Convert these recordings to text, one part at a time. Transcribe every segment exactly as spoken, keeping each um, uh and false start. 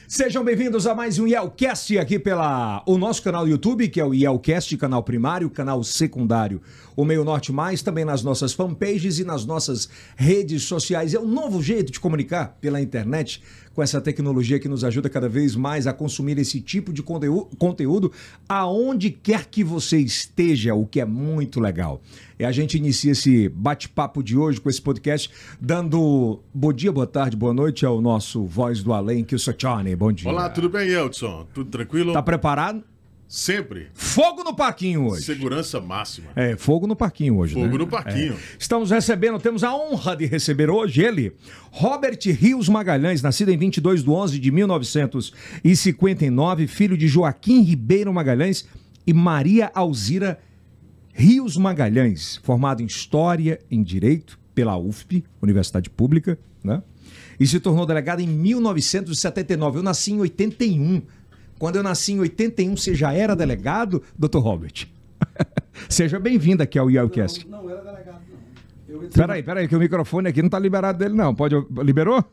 Sejam bem-vindos a mais um IELCast aqui pela o nosso canal do YouTube, que é o IELCast, canal primário, canal secundário, o Meio Norte Mais, também nas nossas fanpages e nas nossas redes sociais. É um novo jeito de comunicar pela internet, com essa tecnologia que nos ajuda cada vez mais a consumir esse tipo de conteúdo aonde quer que você esteja, o que é muito legal. E a gente inicia esse bate-papo de hoje com esse podcast, dando bom dia, boa tarde, boa noite ao nosso Voz do Além, que eu sou Johnny. Bom dia. Olá, tudo bem, Eldson? Tudo tranquilo? Tá preparado? Sempre. Fogo no parquinho hoje. Segurança máxima. É, fogo no parquinho hoje, Fogo né? no parquinho. É. Estamos recebendo, temos a honra de receber hoje ele, Robert Rios Magalhães, nascido em vinte e dois de onze de mil novecentos e cinquenta e nove, filho de Joaquim Ribeiro Magalhães e Maria Alzira Rios Magalhães, formado em História em Direito pela U F P, Universidade Pública, né? E se tornou delegado em mil novecentos e setenta e nove. Eu nasci em oitenta e um. Quando eu nasci em oitenta e um, você já era delegado, doutor Robert? Seja bem-vindo aqui ao IELCast. Não, não era delegado, não. Eu... Peraí, peraí, que o microfone aqui não está liberado dele, não. Pode... Liberou?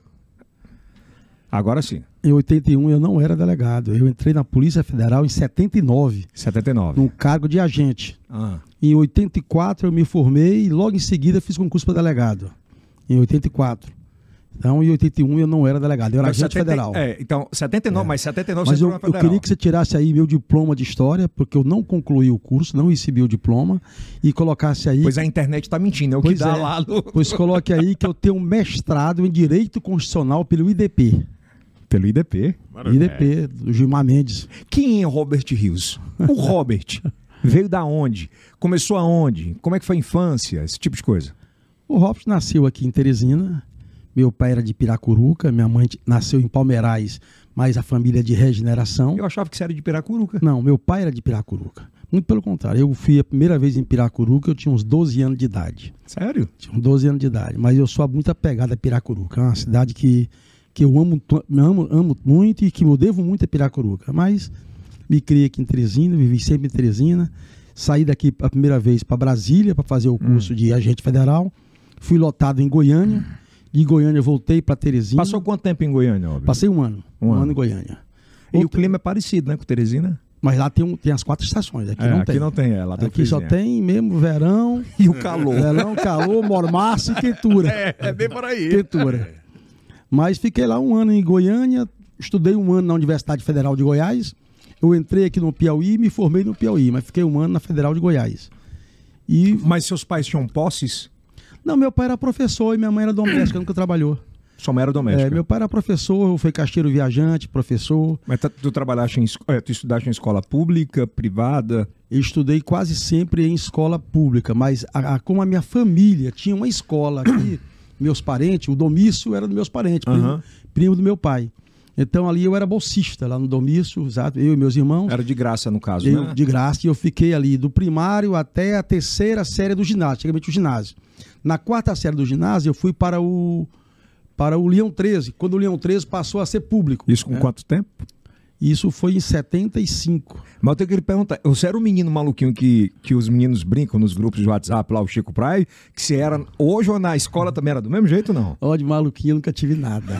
Agora sim. Em oitenta e um eu não era delegado. Eu entrei na Polícia Federal em setenta e nove. setenta e nove. Num cargo de agente. Ah. Em oitenta e quatro eu me formei e logo em seguida fiz concurso para delegado. Em oitenta e quatro. Então, em oitenta e um eu não era delegado, eu era agente setenta, federal. É, então, setenta e nove, é. Mas setenta e nove mas você eu, entrou na federal. Eu queria que você tirasse aí meu diploma de História, porque eu não concluí o curso, não recebi o diploma, e colocasse aí... Pois a internet está mentindo, é o que dá é. lá no... Pois coloque aí que eu tenho um mestrado em Direito Constitucional pelo I D P. Pelo I D P? Maravilha. I D P, do Gilmar Mendes. Quem é Robert Rios? O Robert veio da onde? Começou aonde? Como é que foi a infância? Esse tipo de coisa. O Robert nasceu aqui em Teresina. Meu pai era de Piracuruca, minha mãe nasceu em Palmeirais, mas a família é de Regeneração. Eu achava que você era de Piracuruca. Não, meu pai era de Piracuruca. Muito pelo contrário, eu fui a primeira vez em Piracuruca, eu tinha uns doze anos de idade. Sério? Tinha uns doze anos de idade, mas eu sou muito apegado a Piracuruca. É uma cidade que, que eu amo, amo, amo muito e que eu devo muito a Piracuruca. Mas me criei aqui em Teresina, vivi sempre em Teresina. Saí daqui a primeira vez para Brasília para fazer o curso hum. de agente federal. Fui lotado em Goiânia. De Goiânia voltei para Teresina. Passou quanto tempo em Goiânia, óbvio? Passei um ano. Um, um ano. ano em Goiânia. E Outro... o clima é parecido, né, com Teresina? Mas lá tem, um, tem as quatro estações. Aqui é, não aqui tem. não tem, é. Lá tem aqui só tem mesmo verão. E o calor. Verão, calor, mormaço e quentura. É, é bem por aí. Quentura. Mas fiquei lá um ano em Goiânia. Estudei um ano na Universidade Federal de Goiás. Eu entrei aqui no Piauí e me formei no Piauí. Mas fiquei um ano na Federal de Goiás. E... Mas seus pais tinham posses? Não, meu pai era professor e minha mãe era doméstica, nunca trabalhou. Sua mãe era doméstica? É, meu pai era professor, foi caixeiro viajante, professor. Mas tu, tu trabalhaste em, tu estudaste em escola pública, privada? Eu estudei quase sempre em escola pública, mas a, a, como a minha família tinha uma escola aqui, meus parentes, o domício era dos meus parentes, primo, uhum. primo do meu pai. Então ali eu era bolsista, lá no domício, exato, eu e meus irmãos. Era de graça no caso, eu, né? De graça, e eu fiquei ali do primário até a terceira série do ginásio, antigamente o ginásio. Na quarta série do ginásio eu fui para o, para o Leão treze, quando o Leão treze passou a ser público. Isso com né? quanto tempo? Isso foi em setenta e cinco. Mas eu tenho que lhe perguntar, você era um menino maluquinho que, que os meninos brincam nos grupos de WhatsApp, lá o Chico Praia, que você era hoje ou na escola também era do mesmo jeito ou não? Ó, de maluquinho eu nunca tive nada.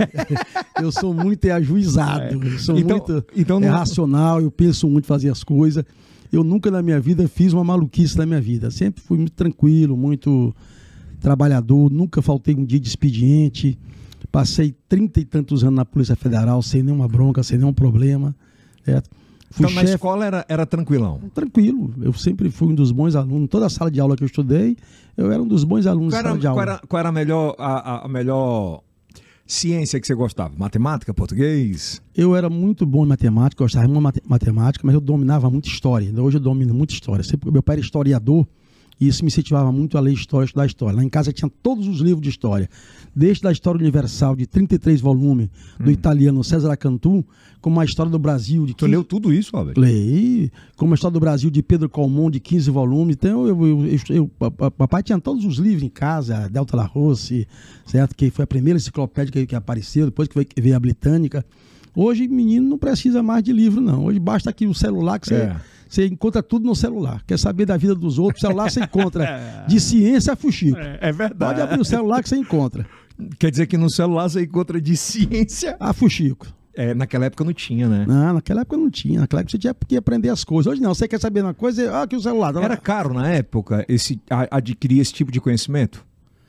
Eu sou muito ajuizado, é. eu sou então, muito então não... é racional, eu penso muito em fazer as coisas. Eu nunca na minha vida fiz uma maluquice na minha vida. Sempre fui muito tranquilo, muito trabalhador, nunca faltei um dia de expediente. Passei trinta e tantos anos na Polícia Federal sem nenhuma bronca, sem nenhum problema. Certo? Fui então, chefe... na escola era, era tranquilão? Tranquilo. Eu sempre fui um dos bons alunos. Toda a sala de aula que eu estudei, eu era um dos bons alunos qual da sala era, de aula. Qual era, qual era a, melhor, a, a melhor ciência que você gostava? Matemática, português? Eu era muito bom em matemática, gostava muito de matemática, mas eu dominava muito história. Hoje eu domino muito história. Sempre, meu pai era historiador. E isso me incentivava muito a ler história, estudar história. Lá em casa tinha todos os livros de história. Desde a História Universal, de trinta e três volumes, do hum. italiano César Cantu, como a História do Brasil de quinze... Tu leu tudo isso, Robert? Leio. Como a História do Brasil de Pedro Calmon, de quinze volumes. Então, eu, eu, eu, eu, eu, papai tinha todos os livros em casa, Delta La Rossi, certo? Que foi a primeira enciclopédia que, que apareceu, depois que veio a britânica. Hoje, menino não precisa mais de livro, não. Hoje basta aqui o celular que você... É. Você encontra tudo no celular. Quer saber da vida dos outros, celular você encontra. De ciência a fuxico. É, é verdade. Pode abrir o celular que você encontra. Quer dizer que no celular você encontra de ciência a fuxico. É, naquela época não tinha, né? Não, naquela época não tinha. Naquela época você tinha que aprender as coisas. Hoje não, você quer saber uma coisa, ah, aqui o celular. Era caro na época esse, a, adquirir esse tipo de conhecimento?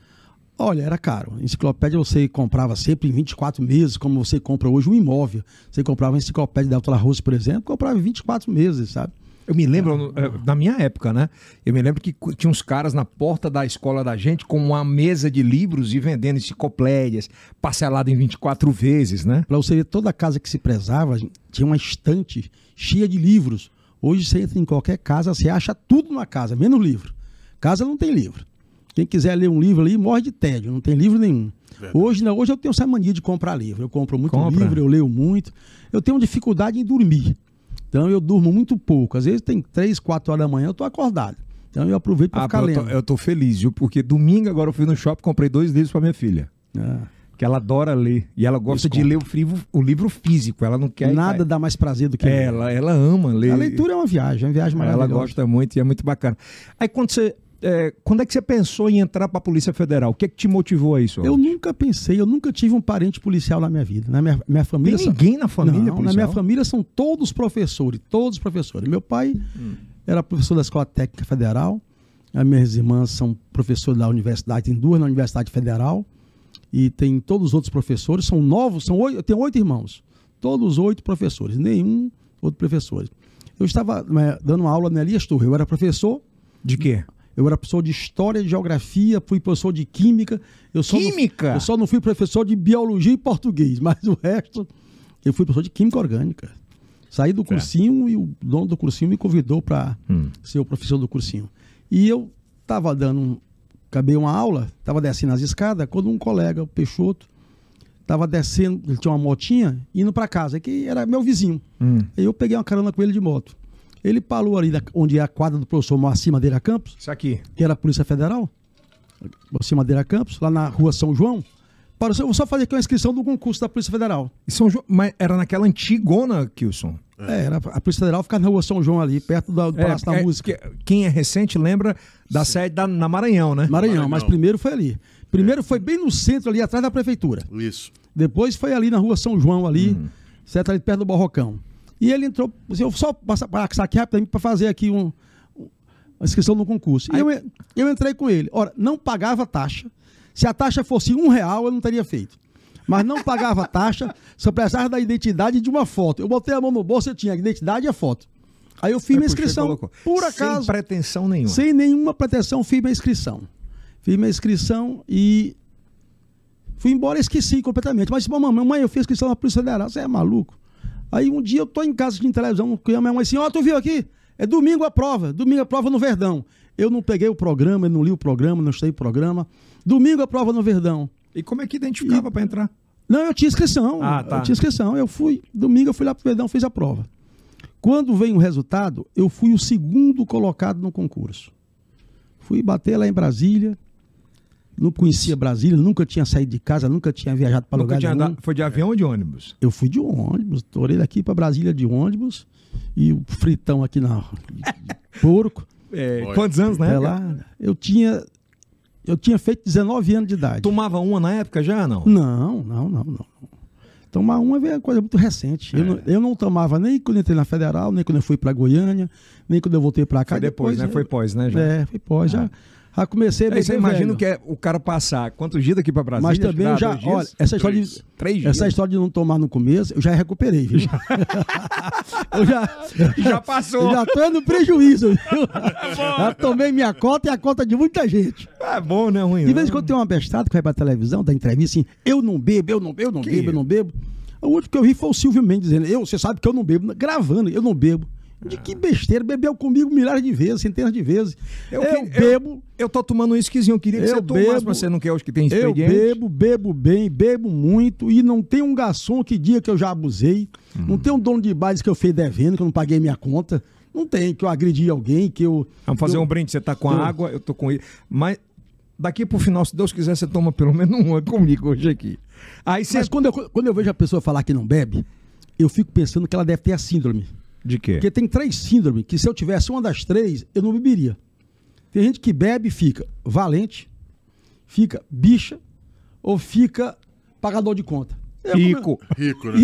Olha, era caro. Enciclopédia você comprava sempre em vinte e quatro meses, como você compra hoje um imóvel. Você comprava uma enciclopédia da Delta La Roça, por exemplo, comprava em vinte e quatro meses, sabe? Eu me lembro, na minha época, né? Eu me lembro que tinha uns caras na porta da escola da gente com uma mesa de livros e vendendo enciclopédias, parcelado em vinte e quatro vezes, né? Para você ver, toda casa que se prezava tinha uma estante cheia de livros. Hoje você entra em qualquer casa, você acha tudo na casa, menos livro. Casa não tem livro. Quem quiser ler um livro ali morre de tédio, não tem livro nenhum. Hoje, não, hoje eu tenho essa mania de comprar livro. Eu compro muito Compra. livro, eu leio muito. Eu tenho dificuldade em dormir. Então eu durmo muito pouco. Às vezes tem três, quatro horas da manhã, eu tô acordado. Então eu aproveito para Ah, ficar eu lendo. tô, eu tô feliz, viu? Porque domingo agora eu fui no shopping e comprei dois livros para minha filha. Ah. Que ela adora ler. E ela gosta Isso de ler o livro, o livro físico. Ela não quer... Nada dá mais prazer do que ler. Ela, ela ama ler. A leitura é uma viagem, é uma viagem Ela maravilhosa. gosta muito e é muito bacana. Aí quando você... É, quando é que você pensou em entrar para a Polícia Federal? O que é que te motivou a isso? Eu nunca pensei, eu nunca tive um parente policial na minha vida. Na minha, minha família Tem são- ninguém na família Não, policial? na minha família são todos professores, todos professores. Meu pai Hum. era professor da Escola Técnica Federal, as minhas irmãs são professores da universidade, tem duas na Universidade Federal, e tem todos os outros professores, são novos, são oito, eu tenho oito irmãos, todos oito professores, nenhum outro professor. Eu estava né, dando uma aula na Elias Torre, eu era professor... De quê? Eu era professor de História e Geografia, fui professor de Química. Eu só Química? Não, eu só não fui professor de Biologia e Português, mas o resto, eu fui professor de Química Orgânica. Saí do cursinho e o dono do cursinho me convidou para Hum. ser o professor do cursinho. E eu estava dando, um, acabei uma aula, estava descendo as escadas, quando um colega, o Peixoto, estava descendo, ele tinha uma motinha, indo para casa, que era meu vizinho. Hum. Aí eu peguei uma carona com ele de moto. Ele parou ali da- onde é a quadra do professor Moacir Madeira Campos, Isso aqui. que era a Polícia Federal, Moacir Madeira Campos, lá na rua São João. Parou, eu vou só fazer aqui uma inscrição do concurso da Polícia Federal. E São João, mas era naquela antigona, Kilson. É, era, a Polícia Federal ficava na rua São João ali, perto da- do Palácio da é, Música. que- quem é recente lembra da sede da, na Maranhão, né? Maranhão, Maranhão. mas primeiro foi ali. Primeiro foi bem no centro ali, atrás da prefeitura. Isso. Depois foi ali na rua São João ali, certo, ali perto do Barrocão. E ele entrou, eu só passar aqui rapidamente para fazer aqui um, um- uma inscrição no concurso. E eu, eu entrei com ele. Ora, não pagava taxa. Se a taxa fosse um real, eu não teria feito. Mas não pagava taxa, só precisava da identidade de uma foto. Eu botei a mão no bolso, eu tinha a identidade e a foto. Aí eu fiz Aí minha puxou e inscrição, colocou. por acaso, Sem pretensão nenhuma. sem nenhuma pretensão, fiz minha inscrição. Fiz minha inscrição e fui embora e esqueci completamente. Mas, bom, mamãe, mãe, eu fiz inscrição na Polícia Federal. Você é maluco? Aí um dia eu tô em casa de televisão, com a minha mãe assim, ó, tu viu aqui? É domingo a prova, domingo a prova no Verdão. Eu não peguei o programa, eu não li o programa, não estudei o programa. Domingo a prova no Verdão. E como é que identificava para entrar? Não, eu tinha inscrição. Ah, tá. Eu tinha inscrição. Eu fui, domingo eu fui lá pro Verdão, fiz a prova. Quando veio o resultado, eu fui o segundo colocado no concurso. Fui bater lá em Brasília. Não conhecia Brasília, nunca tinha saído de casa, nunca tinha viajado para Nunca lugar tinha nenhum. andado- Foi de avião ou de ônibus? Eu fui de ônibus, torei daqui para Brasília de ônibus e o fritão aqui na porco. É, Olha. quantos anos, né? Até lá, eu tinha eu tinha feito dezenove anos de idade. Tomava uma na época já, não? Não, não, não, não. Tomar uma é uma coisa muito recente. Eu, não, eu não tomava nem quando entrei na Federal, nem quando eu fui para Goiânia, nem quando eu voltei para cá. Foi depois, né? eu- Foi pós, né? Já. É, foi pós. Já, já comecei a Aí você beber imagina velho. que é o cara passar quantos dias daqui para Brasília? Mas também Dá eu já, dois dias? olha, essa história, Três. de, Três dias. essa história de não tomar no começo, eu já recuperei, viu? eu já, Já passou. eu já tô no prejuízo, viu? Já tomei minha cota e a cota de muita gente. É bom, né? Ruim. De vez em quando tem uma bestada que vai pra televisão, da entrevista assim, eu não bebo, eu não bebo, eu não Que bebo, eu isso? não bebo. O último que eu vi foi o Silvio Mendes dizendo, eu, você sabe que eu não bebo, gravando, eu não bebo. De que besteira, bebeu comigo milhares de vezes, centenas de vezes. Eu, Eu que- bebo, Eu tô tomando um esquisinho, eu queria que Eu você tomasse, bebo- mas você não quer hoje que tem eu expediente. bebo, bebo bem, bebo muito, e não tem um garçom que diga que eu já abusei, não tem um dono de bares que eu fui devendo, que eu não paguei minha conta, não tem, que eu agredi alguém, que eu... Vamos fazer eu- um brinde, você tá com a eu- água, eu tô com ele. Mas daqui pro final, se Deus quiser, você toma pelo menos uma comigo hoje aqui. Aí você... Mas quando eu, quando eu vejo a pessoa falar que não bebe, eu fico pensando que ela deve ter a síndrome. De quê? Porque tem três síndromes que se eu tivesse uma das três, eu não beberia. Tem gente que bebe e fica valente, fica bicha ou fica pagador de conta. É como- Rico. Rico, né? Rico.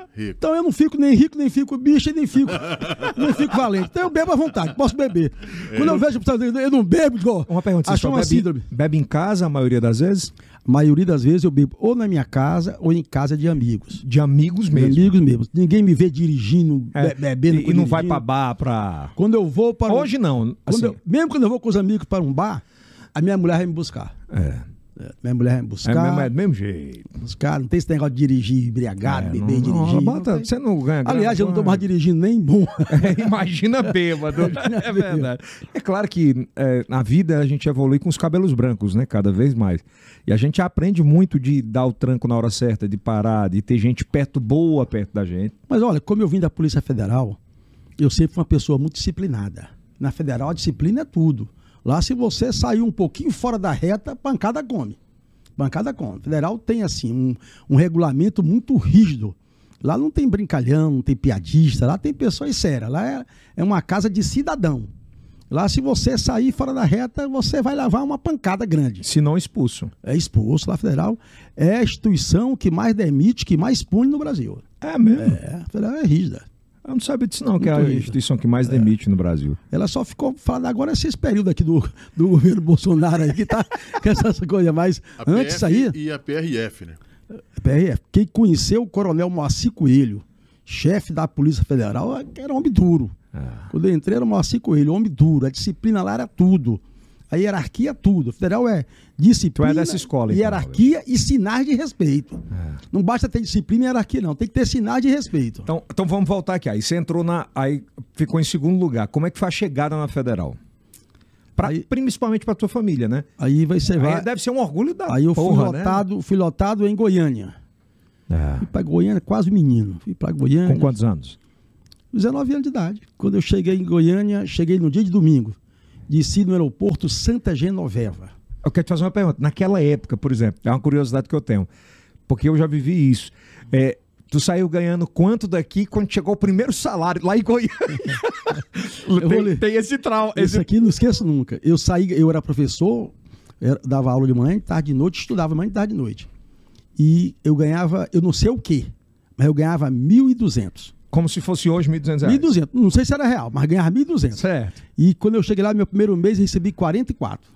Rico. Então eu não fico nem rico, nem fico bicho, e nem fico, nem fico valente. Então eu bebo à vontade, posso beber. Quando eu vejo, eu não bebo, igual, Uma pergunta, você achou só uma bebe, síndrome. bebe em casa a maioria das vezes? A maioria das vezes eu bebo ou na minha casa ou em casa de amigos. De amigos De mesmo. amigos mesmo. Ninguém me vê dirigindo, É, be- bebendo. e, e não vai dirigindo. pra bar pra... Quando eu vou para... Hoje não. Quando Assim, eu- mesmo quando eu vou com os amigos para um bar, a minha mulher vai me buscar. é. É, minha mulher vai me É, buscar. mesmo, é do mesmo jeito. Buscar. Não tem esse negócio de dirigir embriagado, É, beber e não, dirigir. não, não bota- tem. você não ganha grana Aliás, eu não com- tô mais dirigindo nem bom. É, imagina bêbado. É verdade. É claro que é, na vida a gente evolui com os cabelos brancos, né? Cada vez mais. E a gente aprende muito de dar o tranco na hora certa, de parar, de ter gente perto, boa perto da gente. Mas olha, como eu vim da Polícia Federal, eu sempre fui uma pessoa muito disciplinada. Na Federal a disciplina é tudo. Lá se você sair um pouquinho fora da reta, pancada come. Pancada come. Federal tem assim um, um regulamento muito rígido. Lá não tem brincalhão, não tem piadista, lá tem pessoas sérias. Lá é, é uma casa de cidadão. Lá se você sair fora da reta, você vai levar uma pancada grande. Se não expulso. É expulso. Lá a Federal é a instituição que mais demite, que mais pune no Brasil. É mesmo. É, a Federal é rígida. Eu não sabia disso não, que é a Muito rígido. instituição que mais demite no Brasil. Ela só ficou falando agora esse período aqui do, do governo Bolsonaro aí, que tá com essas coisas, mas A antes disso aí, E a P R F, né? P R F, quem conheceu o coronel Moacir Coelho, chefe da Polícia Federal, era homem duro. Quando eu entrei era o Moacir Coelho, homem duro, a disciplina lá era tudo. A hierarquia é tudo. O federal é disciplina, Tu é dessa escola, então, hierarquia e sinais de respeito. Não basta ter disciplina e hierarquia, não. Tem que ter sinais de respeito. Então, então vamos voltar aqui. Aí você entrou na... Aí ficou em segundo lugar. Como é que foi a chegada na Federal? Pra, Aí- principalmente pra tua família, né? Aí vai ser. Aí Vai, deve ser um orgulho da aí eu fui porra, lotado, fui lotado em Goiânia. né? Fui pra Goiânia, quase menino. Fui pra Goiânia. Com quantos anos? dezenove anos de idade. Quando eu cheguei em Goiânia, cheguei no dia de domingo. Desci no aeroporto Santa Genoveva. Eu quero te fazer uma pergunta. Naquela época, por exemplo, é uma curiosidade que eu tenho, porque eu já vivi isso. É, tu saiu ganhando quanto daqui quando chegou o primeiro salário lá em Goiânia? vou tem, ler. tem esse trauma. Esse aqui não esqueço nunca. Eu saí, eu era professor, era- dava aula de manhã, de tarde, de noite, estudava manhã, de tarde, de noite. E eu ganhava, eu não sei o quê, mas eu ganhava mil e duzentos. Como se fosse hoje mil e duzentos mil e reais. duzentos, não sei se era real, mas ganhava mil e duzentos. Certo. E quando eu cheguei lá, meu primeiro mês, eu recebi quarenta e quatro.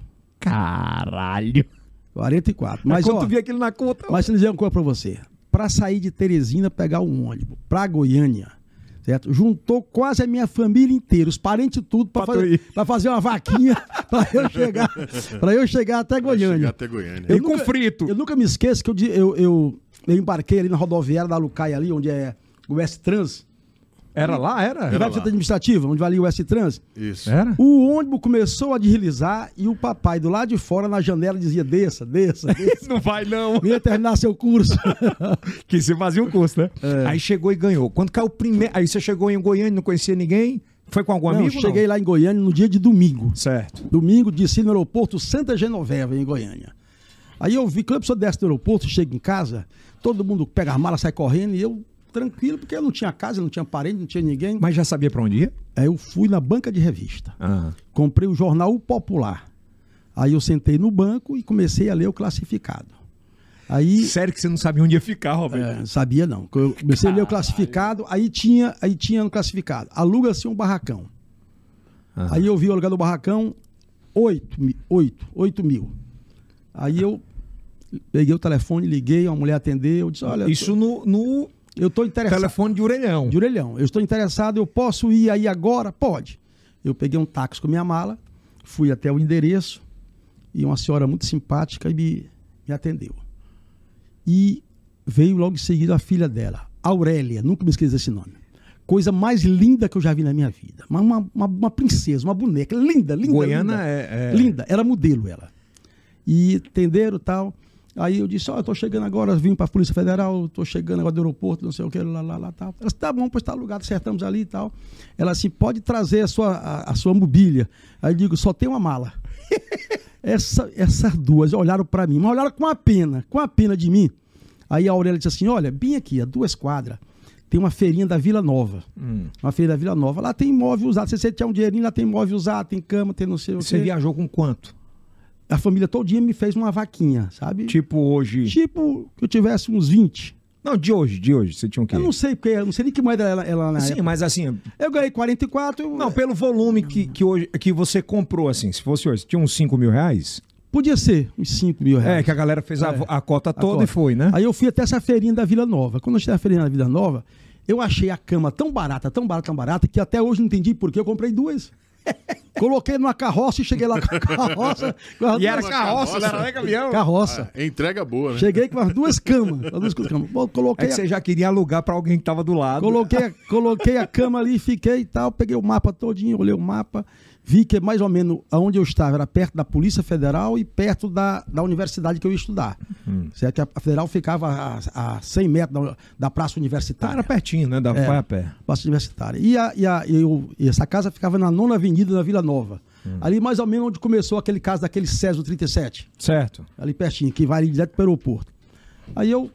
Caralho. quarenta e quatro. Mas Mas, quando ó, tu via aquilo na conta... mas deixa eu dizer uma coisa pra você. Pra sair de Teresina, pegar um ônibus pra Goiânia, certo? Juntou quase a minha família inteira, os parentes tudo, pra, Pra tu fazer, ir. pra fazer uma vaquinha pra eu chegar, pra eu chegar até Vai chegar Goiânia. até Goiânia. E com frito. Eu nunca me esqueço que eu, di- eu, eu, eu embarquei ali na rodoviária da Lucai, ali, onde é o West Trans. Era lá? Era? Que Era vai lá. pro centro administrativo, onde vai ali o West Trans. Isso. Era? O ônibus começou a deslizar e o papai do lado de fora na janela dizia: desça, desça, desça. Não vai não. Não ia terminar seu curso. Que você fazia um curso, né? É. Aí chegou e ganhou. Quando caiu o primeiro... Aí você chegou em Goiânia, não conhecia ninguém? Foi com algum Não, amigo? cheguei lá em Goiânia no dia de domingo. Certo. Domingo, desci no aeroporto Santa Genoveva, em Goiânia. Aí eu vi, quando a pessoa desce do aeroporto, chega em casa, todo mundo pega a mala, sai correndo, e eu tranquilo, porque eu não tinha casa, não tinha parente, não tinha ninguém. Mas já sabia pra onde ia? Aí eu fui na banca de revista. Ah. Comprei o jornal O Popular. Aí eu sentei no banco e comecei a ler o classificado. Aí, Sério que você não sabia onde ia ficar, Roberto? é, sabia não. Eu comecei a ler o classificado, aí tinha, aí tinha no classificado, aluga-se um barracão. Ah. Aí eu vi o alugar do barracão, oito, mi- oito, oito mil. Aí eu peguei o telefone, liguei, uma mulher atendeu, eu disse, olha, Isso no, no eu estou interessado. telefone de orelhão. De orelhão. Eu estou interessado, eu posso ir aí agora? Pode. Eu peguei um táxi com minha mala, fui até o endereço e uma senhora muito simpática me, me atendeu. E veio logo em seguida a filha dela, Aurélia, nunca me esqueci desse nome. Coisa mais linda que eu já vi na minha vida. Uma, uma, uma, uma princesa, uma boneca, linda, linda. Goiânia linda. é, é- Linda, era modelo ela. E atenderam e tal. Aí eu disse, ó, eu tô chegando agora, vim pra Polícia Federal, tô chegando agora do aeroporto, não sei o que, lá, lá, lá, tal. Ela disse, tá bom, pois tá alugado, acertamos ali e tal. Ela assim, pode trazer a sua, a, a sua mobília. Aí eu digo, só tem uma mala. Essa, essas duas olharam pra mim, mas olharam com a pena, com a pena de mim. Aí a Aurélia disse assim, olha, bem aqui, a duas quadras, tem uma feirinha da Vila Nova. Hum. Uma feira da Vila Nova. Lá tem imóvel usado. Se você tiver um dinheirinho, lá tem imóvel usado, tem cama, tem não sei o Você quê. viajou com quanto? A família todinha me fez uma vaquinha, sabe? Tipo hoje. Tipo, que eu tivesse uns vinte. Não, de hoje, de hoje. Você tinha o quê? Eu não sei, porque eu não sei nem que moeda ela, ela na Sim, época. mas assim... Eu ganhei quarenta e quatro. Eu... Não, pelo volume que, que, hoje, que você comprou, assim, se fosse hoje, tinha uns cinco mil reais? Podia ser, uns cinco mil reais. É, que a galera fez a, É, a cota toda cota. e foi, né? Aí eu fui até essa feirinha da Vila Nova. Quando eu cheguei na feirinha da Vila Nova, eu achei a cama tão barata, tão barata, tão barata, que até hoje não entendi por que eu comprei duas. Coloquei numa carroça e cheguei lá com a carroça. Com as E era duas- carroça, não era nem caminhão. carroça. É entrega boa, né? Cheguei com as duas camas. As duas camas. Bom, É coloquei, que a, você já queria alugar pra alguém que tava do lado. coloquei, a, coloquei a cama ali, fiquei e tal. Peguei o mapa todinho, olhei o mapa. Vi que mais ou menos onde eu estava era perto da Polícia Federal e perto da, da universidade que eu ia estudar. Hum. Certo? A Federal ficava a, a cem metros da, da Praça Tá, Universitária. era pertinho, né? Da É. vai a pé. Praça Universitária. E, a, e, a, e eu, e essa casa ficava na nona avenida da Vila Nova. Hum. Ali mais ou menos onde começou aquele caso daquele César trinta e sete. Certo. Ali pertinho, que vai ali direto para o aeroporto. Aí eu,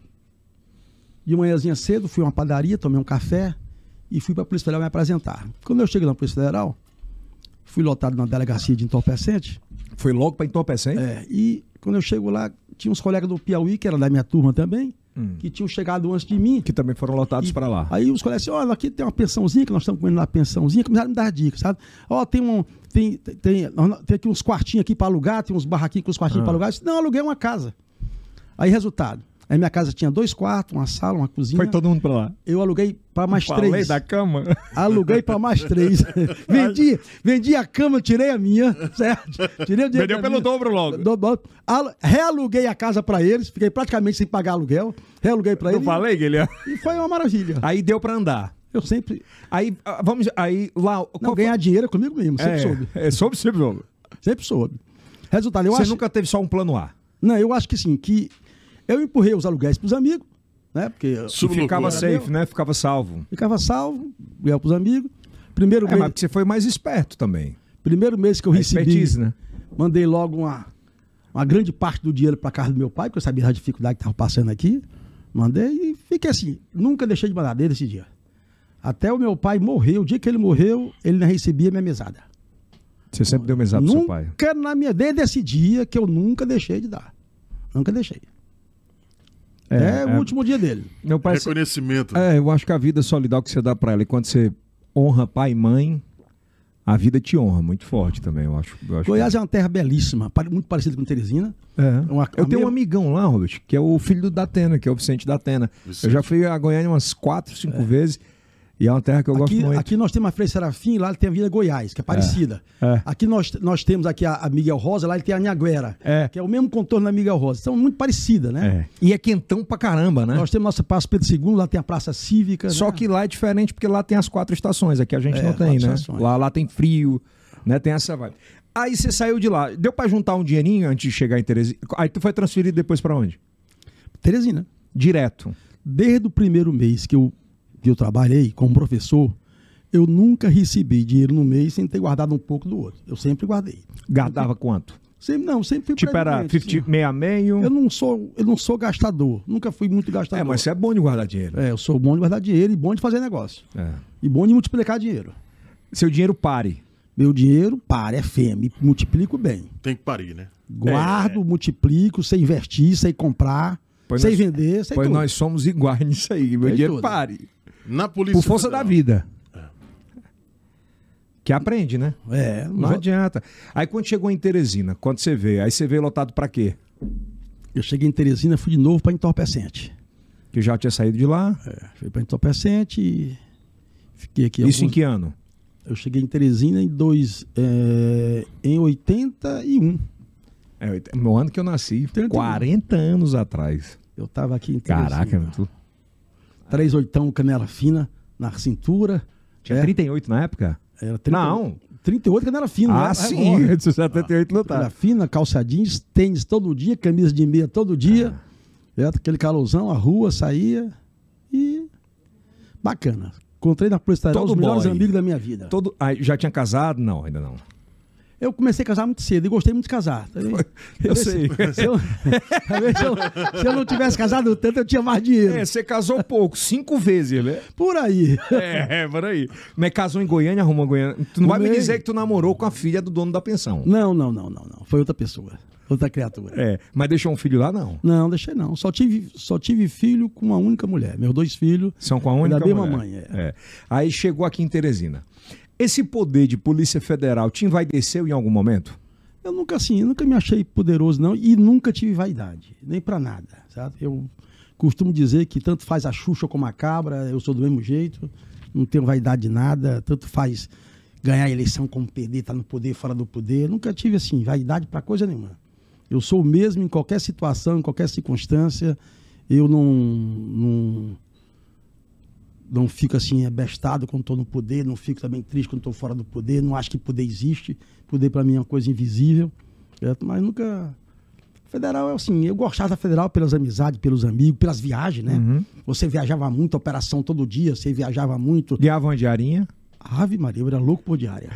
de manhãzinha cedo, fui a uma padaria, tomei um café e fui para a Polícia Federal me apresentar. Quando eu cheguei na Polícia Federal, fui lotado na delegacia de entorpecente. Foi logo pra entorpecente? É, e quando eu chego lá, tinha uns colegas do Piauí, que era da minha turma também, Hum. que tinham chegado antes de mim. Que também foram lotados E pra lá. Aí os colegas assim, olha, aqui tem uma pensãozinha, que nós estamos comendo na pensãozinha, começaram a me dar dicas, sabe? Ó, tem um. Tem, tem, tem, tem aqui uns quartinhos aqui para alugar, tem uns barraquinhos com os quartinhos Ah. para alugar. Eu disse, não, eu aluguei uma casa. Aí, resultado. Aí minha casa tinha dois quartos, uma sala, uma cozinha. Foi todo mundo pra lá. Eu aluguei para mais Falei três. da cama. Aluguei para mais três. vendi, vendi a cama, tirei a minha, certo? Tirei o dinheiro Vendeu da pelo minha. dobro logo. Do- do- alu- Realuguei a casa para eles, fiquei praticamente sem pagar aluguel. Realuguei para Não eles. falei, Guilherme? E foi uma maravilha. Aí deu pra andar. Eu sempre. Aí, ah, vamos... Aí, lá... Não, qual ganhar dinheiro é comigo mesmo, sempre é, soube. É, soube, sempre soube. Sempre soube. Resultado, eu Você acho. nunca teve só um plano A. Não, eu acho que sim, que eu empurrei os aluguéis pros amigos, né? Porque eu E Sublocou, ficava né? safe, né? Ficava salvo. ficava salvo, ganhava pros amigos. Primeiro, É, mês, mas porque você foi mais esperto também. primeiro mês que eu A recebi, expertise, né? mandei logo uma, uma grande parte do dinheiro para casa do meu pai, porque eu sabia da dificuldade que estava passando aqui. Mandei e fiquei assim. Nunca deixei de mandar dele esse dia. Até o meu pai morreu. O dia que ele morreu, ele não recebia minha mesada. Você sempre deu mesada pro seu pai. Nunca na minha... Desde esse dia que eu nunca deixei de dar. Nunca deixei. É, o último dia dele. Meu pai... Reconhecimento. É, eu acho que a vida solidária que você dá pra ela, e quando você honra pai e mãe, a vida te honra muito forte também, eu acho. Eu acho Goiás que... é uma terra belíssima, pare- muito parecida com Teresina. É. Uma- Eu a tenho um mesma- amigão lá, Robert, que é o filho do Datena, que é o Vicente Datena. Vicente. Eu já fui a Goiânia umas quatro, cinco vezes, e é uma terra que eu gosto Aqui, muito. aqui nós temos a Frei Serafim, lá tem a Vila Goiás, que é parecida. é. Aqui nós, nós temos aqui a, a Miguel Rosa, lá ele tem a Anhanguera, É. que é o mesmo contorno da Miguel Rosa. São muito parecidas, né? É. E é quentão pra caramba, né? Nós temos nossa Praça Pedro segundo, lá tem a Praça Cívica. Só né? que lá é diferente porque lá tem as quatro estações, aqui a gente É, não tem, quatro né? estações. Lá, lá tem frio, né? Tem essa vibe. Aí você saiu de lá, deu pra juntar um dinheirinho antes de chegar em Teresina? Aí tu foi transferido depois pra onde? Teresina. Direto. Desde o primeiro mês que eu, que eu trabalhei como professor, eu nunca recebi dinheiro no mês sem ter guardado um pouco do outro. Eu sempre guardei. Guardava quanto? Sempre, não, sempre fui Tipo, era previdente, cinquenta, assim. meia meio? Eu não sou, eu não sou gastador. Nunca fui muito gastador. É, mas você é bom de guardar dinheiro. É, eu sou bom de guardar dinheiro e bom de fazer negócio. É. E bom de multiplicar dinheiro. Seu dinheiro pare. Meu dinheiro, para, é fêmea, multiplico bem. Tem que parir, né? Guardo, multiplico, sei investir, sei comprar, Pois sei nós- vender, sei Pois tudo. nós somos iguais nisso aí. Meu Sei dinheiro tudo. pare. Na Polícia Por força Federal. da vida. Que aprende, né? É, Não não- adianta. Aí quando chegou em Teresina, quando você veio, aí você veio lotado pra quê? eu cheguei em Teresina, fui de novo para Entorpecente. Que já tinha saído de lá. É, fui para Entorpecente e fiquei aqui. Isso em alguns- que ano? Eu cheguei em Teresina em, dois, é, em oitenta e um. É, no ano que eu nasci, oitenta e um. quarenta anos atrás. Eu estava aqui em Teresina. Caraca, tu Três oitão, canela fina na cintura. tinha É, trinta e oito na época? Era trinta, Não. trinta e oito canela fina. Ah, né? sim. É, De setenta e oito não Canela tá. fina, calça jeans, tênis todo dia, camisa de meia todo dia. Ah. É, aquele calorzão, a rua, saía e... Bacana. Encontrei na Polícia Federal Todo os melhores boy. amigos da minha vida. Todo... Ah, já tinha casado? Não, ainda não. Eu comecei a casar muito cedo e gostei muito de casar. Eu sei. Se eu, talvez se eu, se eu não tivesse casado tanto, eu tinha mais dinheiro. É, você casou pouco, cinco vezes, né? Por aí. É, por aí. Mas casou em Goiânia, arrumou em Goiânia. Tu não vai me Arrumei. dizer que tu namorou com a filha do dono da pensão. Não, não, não, não, não. Foi outra pessoa. outra criatura. É, mas deixou um filho lá, não? Não, deixei não. Só tive, só tive filho com uma única mulher. Meus dois filhos são com a única da mesma mulher. mãe. É. É. Aí chegou aqui em Teresina. Esse poder de Polícia Federal te envaideceu em algum momento? Eu nunca assim, eu nunca me achei poderoso não e nunca tive vaidade, nem pra nada, sabe? Eu costumo dizer que tanto faz a Xuxa como a cabra, eu sou do mesmo jeito, não tenho vaidade de nada, tanto faz ganhar a eleição como perder, estar tá no poder, fora do poder, nunca tive assim, vaidade pra coisa nenhuma. Eu sou o mesmo em qualquer situação, em qualquer circunstância, eu não, não, não fico assim abestado quando estou no poder, não fico também triste quando estou fora do poder, não acho que poder existe, poder para mim é uma coisa invisível, certo? Mas nunca... Federal é assim, eu gostava da Federal pelas amizades, pelos amigos, pelas viagens, né? Uhum. Você viajava muito, operação todo dia, você viajava muito. Guiava uma diarinha? Ave Maria, eu era louco por diária.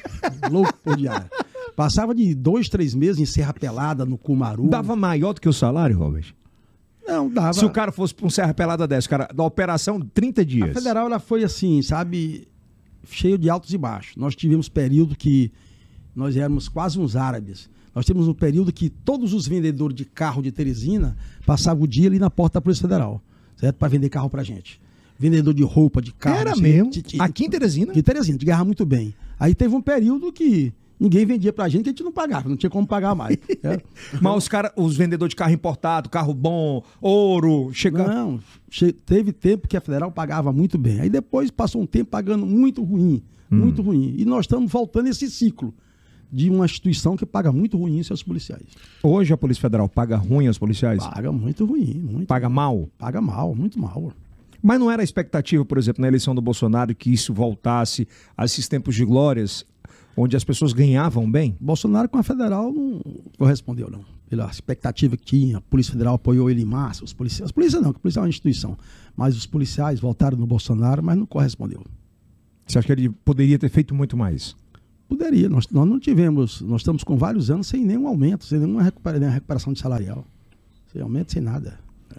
Louco por diária. Passava de dois, três meses em Serra Pelada, no Cumaru. Dava maior do que o salário, Robert? Não, dava. Se o cara fosse para um Serra Pelada dessa, cara, da operação, trinta dias. A Federal, ela foi assim, sabe, cheio de altos e baixos. Nós tivemos período que nós éramos quase uns árabes. Nós temos um período que todos os vendedores de carro de Teresina passavam o dia ali na porta da Polícia Federal, certo? Para vender carro pra gente. Vendedor de roupa, de carro. Era assim, mesmo? De, de, aqui em Teresina? Aqui em Teresina, de ganhar muito bem. Aí teve um período que ninguém vendia pra gente, que a gente não pagava, não tinha como pagar mais. É. Mas os, cara, os vendedores de carro importado, carro bom, ouro, chegando... Não, che... teve tempo que a Federal pagava muito bem. Aí depois passou um tempo pagando muito ruim, hum. muito ruim. E nós estamos voltando esse ciclo de uma instituição que paga muito ruim aos seus policiais. Hoje a Polícia Federal paga ruim aos policiais? Paga muito ruim. Muito paga ruim. mal? Paga mal, muito mal. Mas não era a expectativa, por exemplo, na eleição do Bolsonaro, que isso voltasse a esses tempos de glórias, onde as pessoas ganhavam bem? Bolsonaro com a Federal não correspondeu, não. Pela expectativa que tinha, a Polícia Federal apoiou ele em massa, os policiais... As polícias não, que a polícia é uma instituição. Mas os policiais votaram no Bolsonaro, mas não correspondeu. Você acha que ele poderia ter feito muito mais? Poderia. Nós, nós não tivemos... Nós estamos com vários anos sem nenhum aumento, sem nenhuma recupera, nenhuma recuperação de salarial. Sem aumento, sem nada.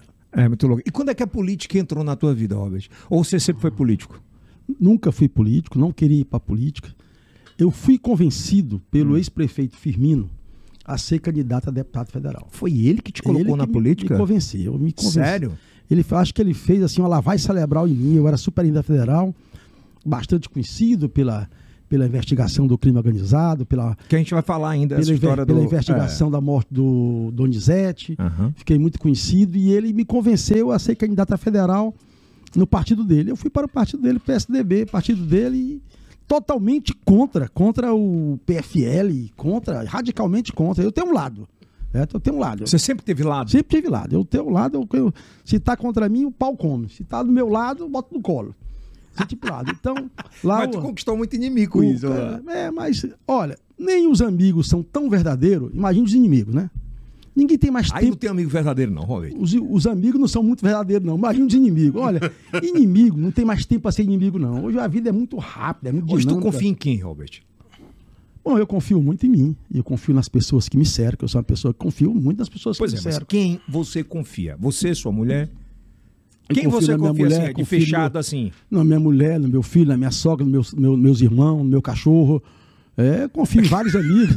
É muito louco. E quando é que a política entrou na tua vida, Robert? Ou você sempre foi político? Nunca fui político, não queria ir para a política. Eu fui convencido pelo hum. ex-prefeito Firmino a ser candidato a deputado federal. Foi ele que te colocou ele na que política? Me convenceu, me convenceu. Sério? Ele, acho que ele fez assim uma lavagem cerebral em mim. Eu era superintendente federal, bastante conhecido pela, pela investigação do crime organizado, pela... Que a gente vai falar ainda pela, essa história pela do... investigação é. da morte do Donizete. Uhum. Fiquei muito conhecido e ele me convenceu a ser candidato a federal no partido dele. Eu fui para o partido dele, P S D B, partido dele... totalmente contra, contra o P F L, contra, radicalmente contra. Eu tenho um lado, certo? Eu tenho um lado. Você sempre teve lado? Sempre tive lado. Eu tenho um lado, eu, eu, se tá contra mim, o pau come. Se tá do meu lado, eu boto no colo. Esse tipo de lado. Então, lá... Mas tu o, conquistou muito inimigo com isso. Cara, é, mas, olha, nem os amigos são tão verdadeiros, imagina os inimigos, né? Ninguém tem mais Aí tempo. não tem amigo verdadeiro, não, Robert. Os, os amigos não são muito verdadeiros, não. Imagina os inimigos. Olha, inimigo, não tem mais tempo para ser inimigo, não. Hoje a vida é muito rápida, é muito Hoje dinâmica. tu confia em quem, Robert? Bom, eu confio muito em mim. Eu confio nas pessoas que me cercam. Eu sou uma pessoa que confio muito nas pessoas pois que é, me mas cercam. Quem você confia? Você, sua mulher? Eu quem você confia confia mulher, assim, de confio fechado no meu, assim? Na minha mulher, no meu filho, na minha sogra, nos meus, meu, meus irmãos, no meu cachorro. É, confio em vários amigos.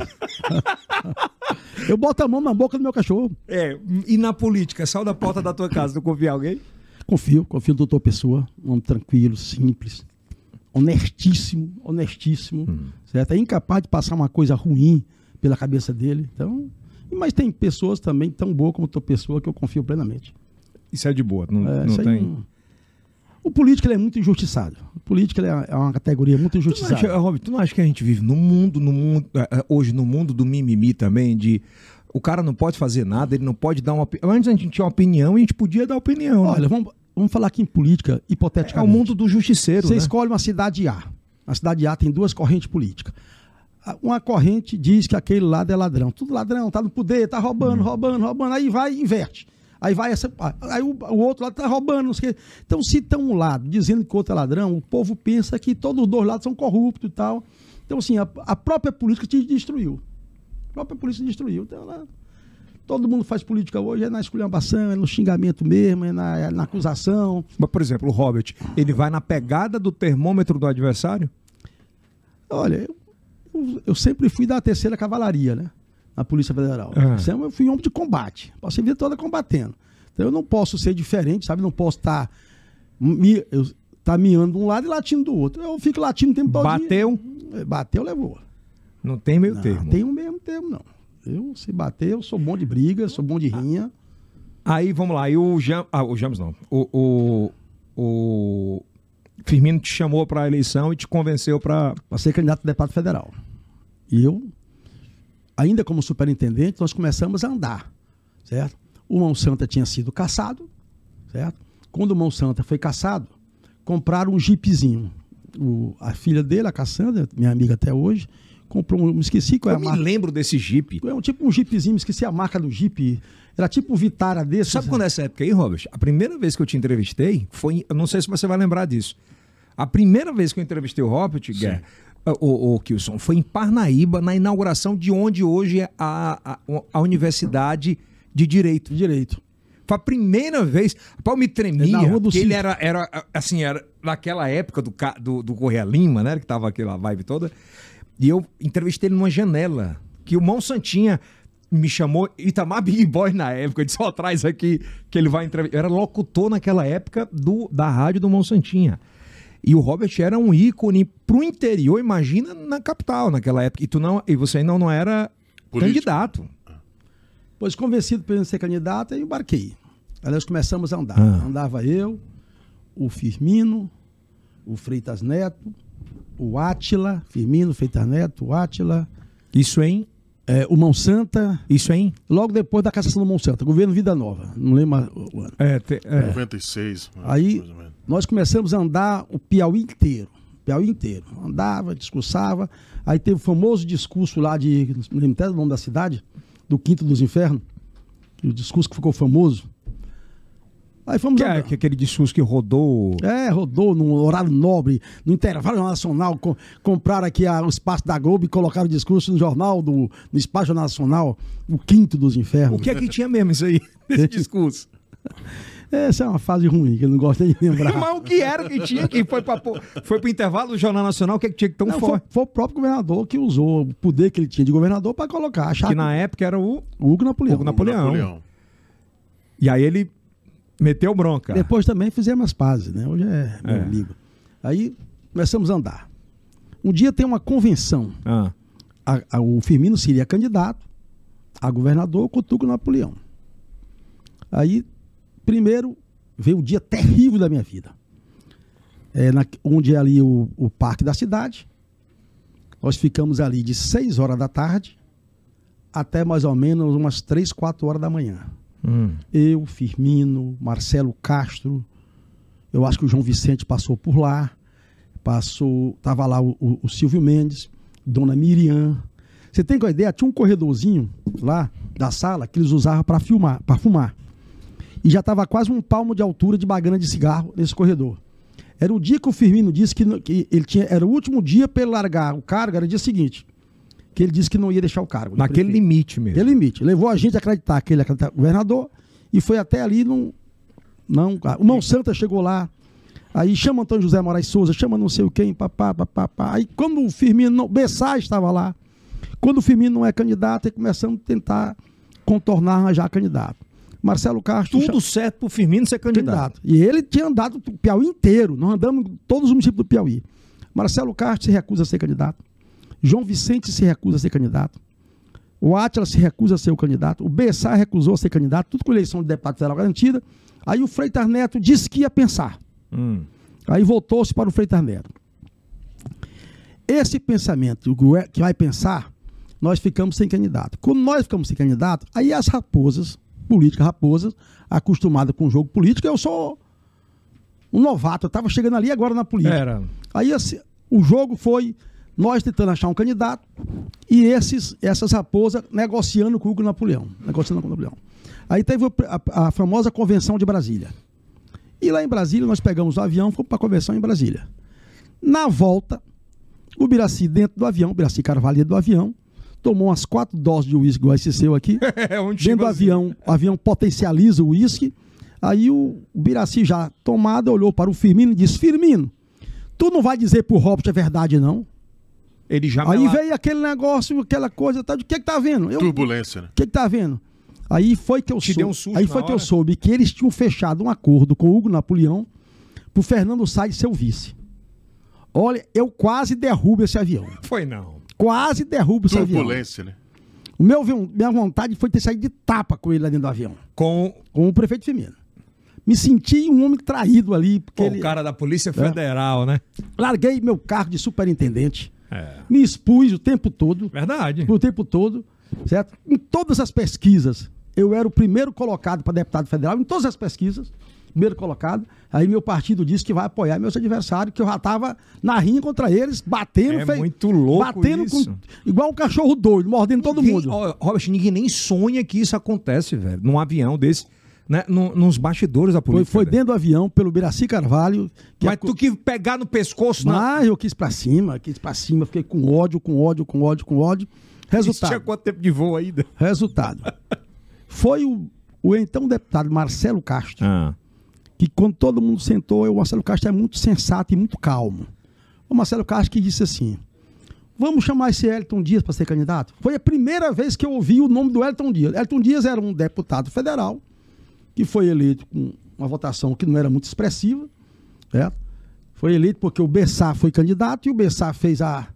Eu boto a mão na boca do meu cachorro. É, e na política, saiu da porta da tua casa, tu confia em alguém? Confio, confio no doutor Pessoa, um homem tranquilo, simples, honestíssimo, honestíssimo, hum. certo? É incapaz de passar uma coisa ruim pela cabeça dele. Então, mas tem pessoas também tão boas como o doutor Pessoa que eu confio plenamente. Isso é de boa, não, é, não tem... Não... O político ele é muito injustiçado. O político ele é uma categoria muito injustiçada. Tu não acha, Rob, tu não acha que a gente vive no mundo, no mundo, hoje no mundo do mimimi também, de o cara não pode fazer nada, ele não pode dar uma opinião. Antes a gente tinha uma opinião e a gente podia dar opinião. Olha, né? vamos, vamos falar aqui em política, hipoteticamente. É o mundo do justiceiro, Você né? escolhe uma cidade A. A cidade A tem duas correntes políticas. Uma corrente diz que aquele lado é ladrão. Tudo ladrão, tá no poder, tá roubando, hum. roubando, roubando. Aí vai e inverte. Aí vai essa, aí o, o outro lado está roubando, não sei o quê. Então, se estão um lado dizendo que o outro é ladrão, o povo pensa que todos os dois lados são corruptos e tal. Então, assim, a, a própria política te destruiu. A própria política destruiu. Então, ela, todo mundo faz política hoje, é na esculhambação, é no xingamento mesmo, é na, é na acusação. Mas, por exemplo, o Robert, ele vai na pegada do termômetro do adversário? Olha, eu, eu sempre fui da terceira cavalaria, né? na Polícia Federal. Ah. Eu fui homem de combate. Passei a vida toda combatendo. Então eu não posso ser diferente, sabe? Não posso estar me, eu, tá miando de um lado e latindo do outro. Eu fico latindo o tempo todo. Bateu? Bateu, levou. Não tem meio Não, termo. tem um meio termo, não. Eu, se bater, eu sou bom de briga, sou bom de rinha. Aí, vamos lá. E o Jam... Ah, o James não. O, o, o Firmino te chamou para a eleição e te convenceu para... Para ser candidato a deputado federal. E eu, ainda como superintendente, nós começamos a andar, certo? O Mão Santa tinha sido caçado, certo? Quando o Mão Santa foi caçado, compraram um jipezinho. O, a filha dele, a Cassandra, minha amiga até hoje, comprou um, me esqueci qual é Eu a me marca. lembro desse Jeep. É um tipo um jipezinho, me esqueci a marca do jipe. Era tipo um Vitara desse. Sabe quando é essa época aí, Robert? A primeira vez que eu te entrevistei foi... Eu não sei se você vai lembrar disso. A primeira vez que eu entrevistei o Robert, Guerra, o, o Kilson, foi em Parnaíba, na inauguração de onde hoje é a, a, a Universidade de Direito. Direito. Foi a primeira vez. Pau me tremia. É na Rua do Porque ele Circo. era, era, assim, era naquela época do, ca- do, do Correia Lima, né? Que tava aquela vibe toda. E eu entrevistei ele numa janela. Que o Mão Santinha me chamou, Itamar Big Boy na época. Eu disse, ó, traz aqui que ele vai entrevistar. Eu era locutor naquela época do, da rádio do Mão Santinha. E o Robert era um ícone pro interior, imagina na capital naquela época. E, tu não, e você ainda não era Político. candidato. Pois convencido para ser candidato, eu embarquei. Aí nós começamos a andar. Ah. Andava eu, o Firmino, o Freitas Neto, o Átila, Firmino, Freitas Neto, o Átila, Isso, hein? é, o Mão Santa, Isso, hein? logo depois da cassação do Mão Santa, governo Vida Nova, não lembro mais o ano. É, te- é. noventa e seis. né, Aí mais ou menos. nós começamos a andar o Piauí inteiro. Piauí inteiro. Andava, discursava. Aí teve o famoso discurso lá de. Não lembro até o nome da cidade, do Quinto dos Infernos. O discurso que ficou famoso. Aí fomos Que é andando. que aquele discurso que rodou. É, rodou num horário nobre, no intervalo nacional, com, compraram aqui a- o espaço da Globo e colocaram o discurso no jornal, do, no espaço nacional, o Quinto dos Infernos. O que é que tinha mesmo isso aí, esse discurso? Essa é uma fase ruim, que eu não gosto nem de lembrar. Mas o que era que tinha? Que foi para foi pro intervalo do Jornal Nacional, o que é que tinha que tão Não, foi, forte? foi o próprio governador que usou o poder que ele tinha de governador para colocar. Achar Que na época era o... o Hugo Napoleão. Hugo Napoleão. Napoleão. E aí ele meteu bronca. Depois também fizemos as pazes, né? Hoje é meu É. amigo. Aí começamos a andar. Um dia tem uma convenção. Ah. A- a- o Firmino seria candidato a governador com o Hugo Napoleão. Aí, primeiro, veio o dia terrível da minha vida. É, na, onde é ali o, o Parque da Cidade. Nós ficamos ali de seis horas da tarde até mais ou menos umas três, quatro horas da manhã. Hum. Eu, Firmino, Marcelo Castro, eu acho que o João Vicente passou por lá, passou, tava lá o, o- o Silvio Mendes, Dona Miriam. Você tem uma ideia? Tinha um corredorzinho lá da sala que eles usavam para filmar, para fumar. E já estava quase um palmo de altura de bagana de cigarro nesse corredor. Era o dia que o Firmino disse que, não- que ele tinha, era o último dia para ele largar o cargo, era o dia seguinte, que ele disse que não ia deixar o cargo. de Naquele prefeito. limite mesmo. Aquele limite. Levou a gente a acreditar que ele era governador e foi até ali. Não, não, o Mão Santa chegou lá, aí chama Antônio José Moraes Souza, chama não sei o quem, papá, papá, papá. Aí quando o Firmino, não, Bessá estava lá, quando o Firmino não é candidato, aí começamos a tentar contornar, arranjar candidato. Marcelo Castro... Tudo certo pro Firmino ser candidato. candidato. E ele tinha andado o Piauí inteiro. Nós andamos em todos os municípios do Piauí. Marcelo Castro se recusa a ser candidato. João Vicente se recusa a ser candidato. O Átila se recusa a ser o candidato. O Bessá recusou a ser candidato. Tudo com eleição de deputado federal garantida. Aí o Freitas Neto disse que ia pensar. Hum. Aí voltou-se para o Freitas Neto. Esse pensamento que vai pensar, nós ficamos sem candidato. Quando nós ficamos sem candidato, aí as raposas, políticas raposas, acostumadas com o jogo político, eu sou um novato, eu estava chegando ali agora na política. Era. Aí assim, o jogo foi nós tentando achar um candidato e esses, essas raposas negociando com o Hugo Napoleão. Negociando com o Napoleão. Aí teve a, a famosa convenção de Brasília. E lá em Brasília, nós pegamos o avião, fomos para a convenção em Brasília. Na volta, o Biraci dentro do avião, o Biraci Carvalho dentro do avião, tomou umas quatro doses de uísque, igual esse seu aqui. É onde Dentro chegou do assim. avião, o avião potencializa o uísque. Aí o Biraci já tomado, olhou para o Firmino e disse: Firmino, tu não vai dizer pro Robert a verdade, não? Ele já Aí mela- veio aquele negócio, aquela coisa, tá, de que que tá vendo? Eu, Turbulência, né? O que que tá vendo? Aí foi que eu Te soube, deu um susto aí na foi que eu hora? soube que eles tinham fechado um acordo com o Hugo Napoleão pro Fernando Said ser o vice. Olha, eu quase derrubo esse avião. Foi não. Quase derrubo esse avião. Turbulência, né? O meu avião, minha vontade foi ter saído de tapa com ele lá dentro do avião, Com com o prefeito Firmino. Me senti um homem traído ali, porque pô, ele... o cara da Polícia Federal, né? Larguei meu cargo de superintendente, É. me expus o tempo todo, Verdade. o tempo todo, certo? Em todas as pesquisas, eu era o primeiro colocado para deputado federal, em todas as pesquisas, primeiro colocado. Aí meu partido disse que vai apoiar meus adversários, que eu já estava na rinha contra eles, batendo, É feio- muito louco batendo isso. com, igual um cachorro doido, mordendo todo Ninguém- mundo. ó, Robert, ninguém nem sonha que isso acontece, velho. Num avião desse, né? Num- nos bastidores da Foi, Polícia foi Federal. dentro do avião, pelo Biraci Carvalho. Que Mas a- tu que pegar no pescoço, não. Mas eu quis pra cima, quis pra cima, fiquei com ódio, com ódio, com ódio, com ódio. Isso tinha Resultado. quanto tempo de voo ainda? Resultado. Foi o, o então deputado Marcelo Castro, Ah. que quando todo mundo sentou, o Marcelo Castro é muito sensato e muito calmo. O Marcelo Castro que disse assim: vamos chamar esse Elton Dias para ser candidato? Foi a primeira vez que eu ouvi o nome do Elton Dias. Elton Dias era um deputado federal que foi eleito com uma votação que não era muito expressiva, certo? Foi eleito porque o Bessá foi candidato e o Bessá fez a,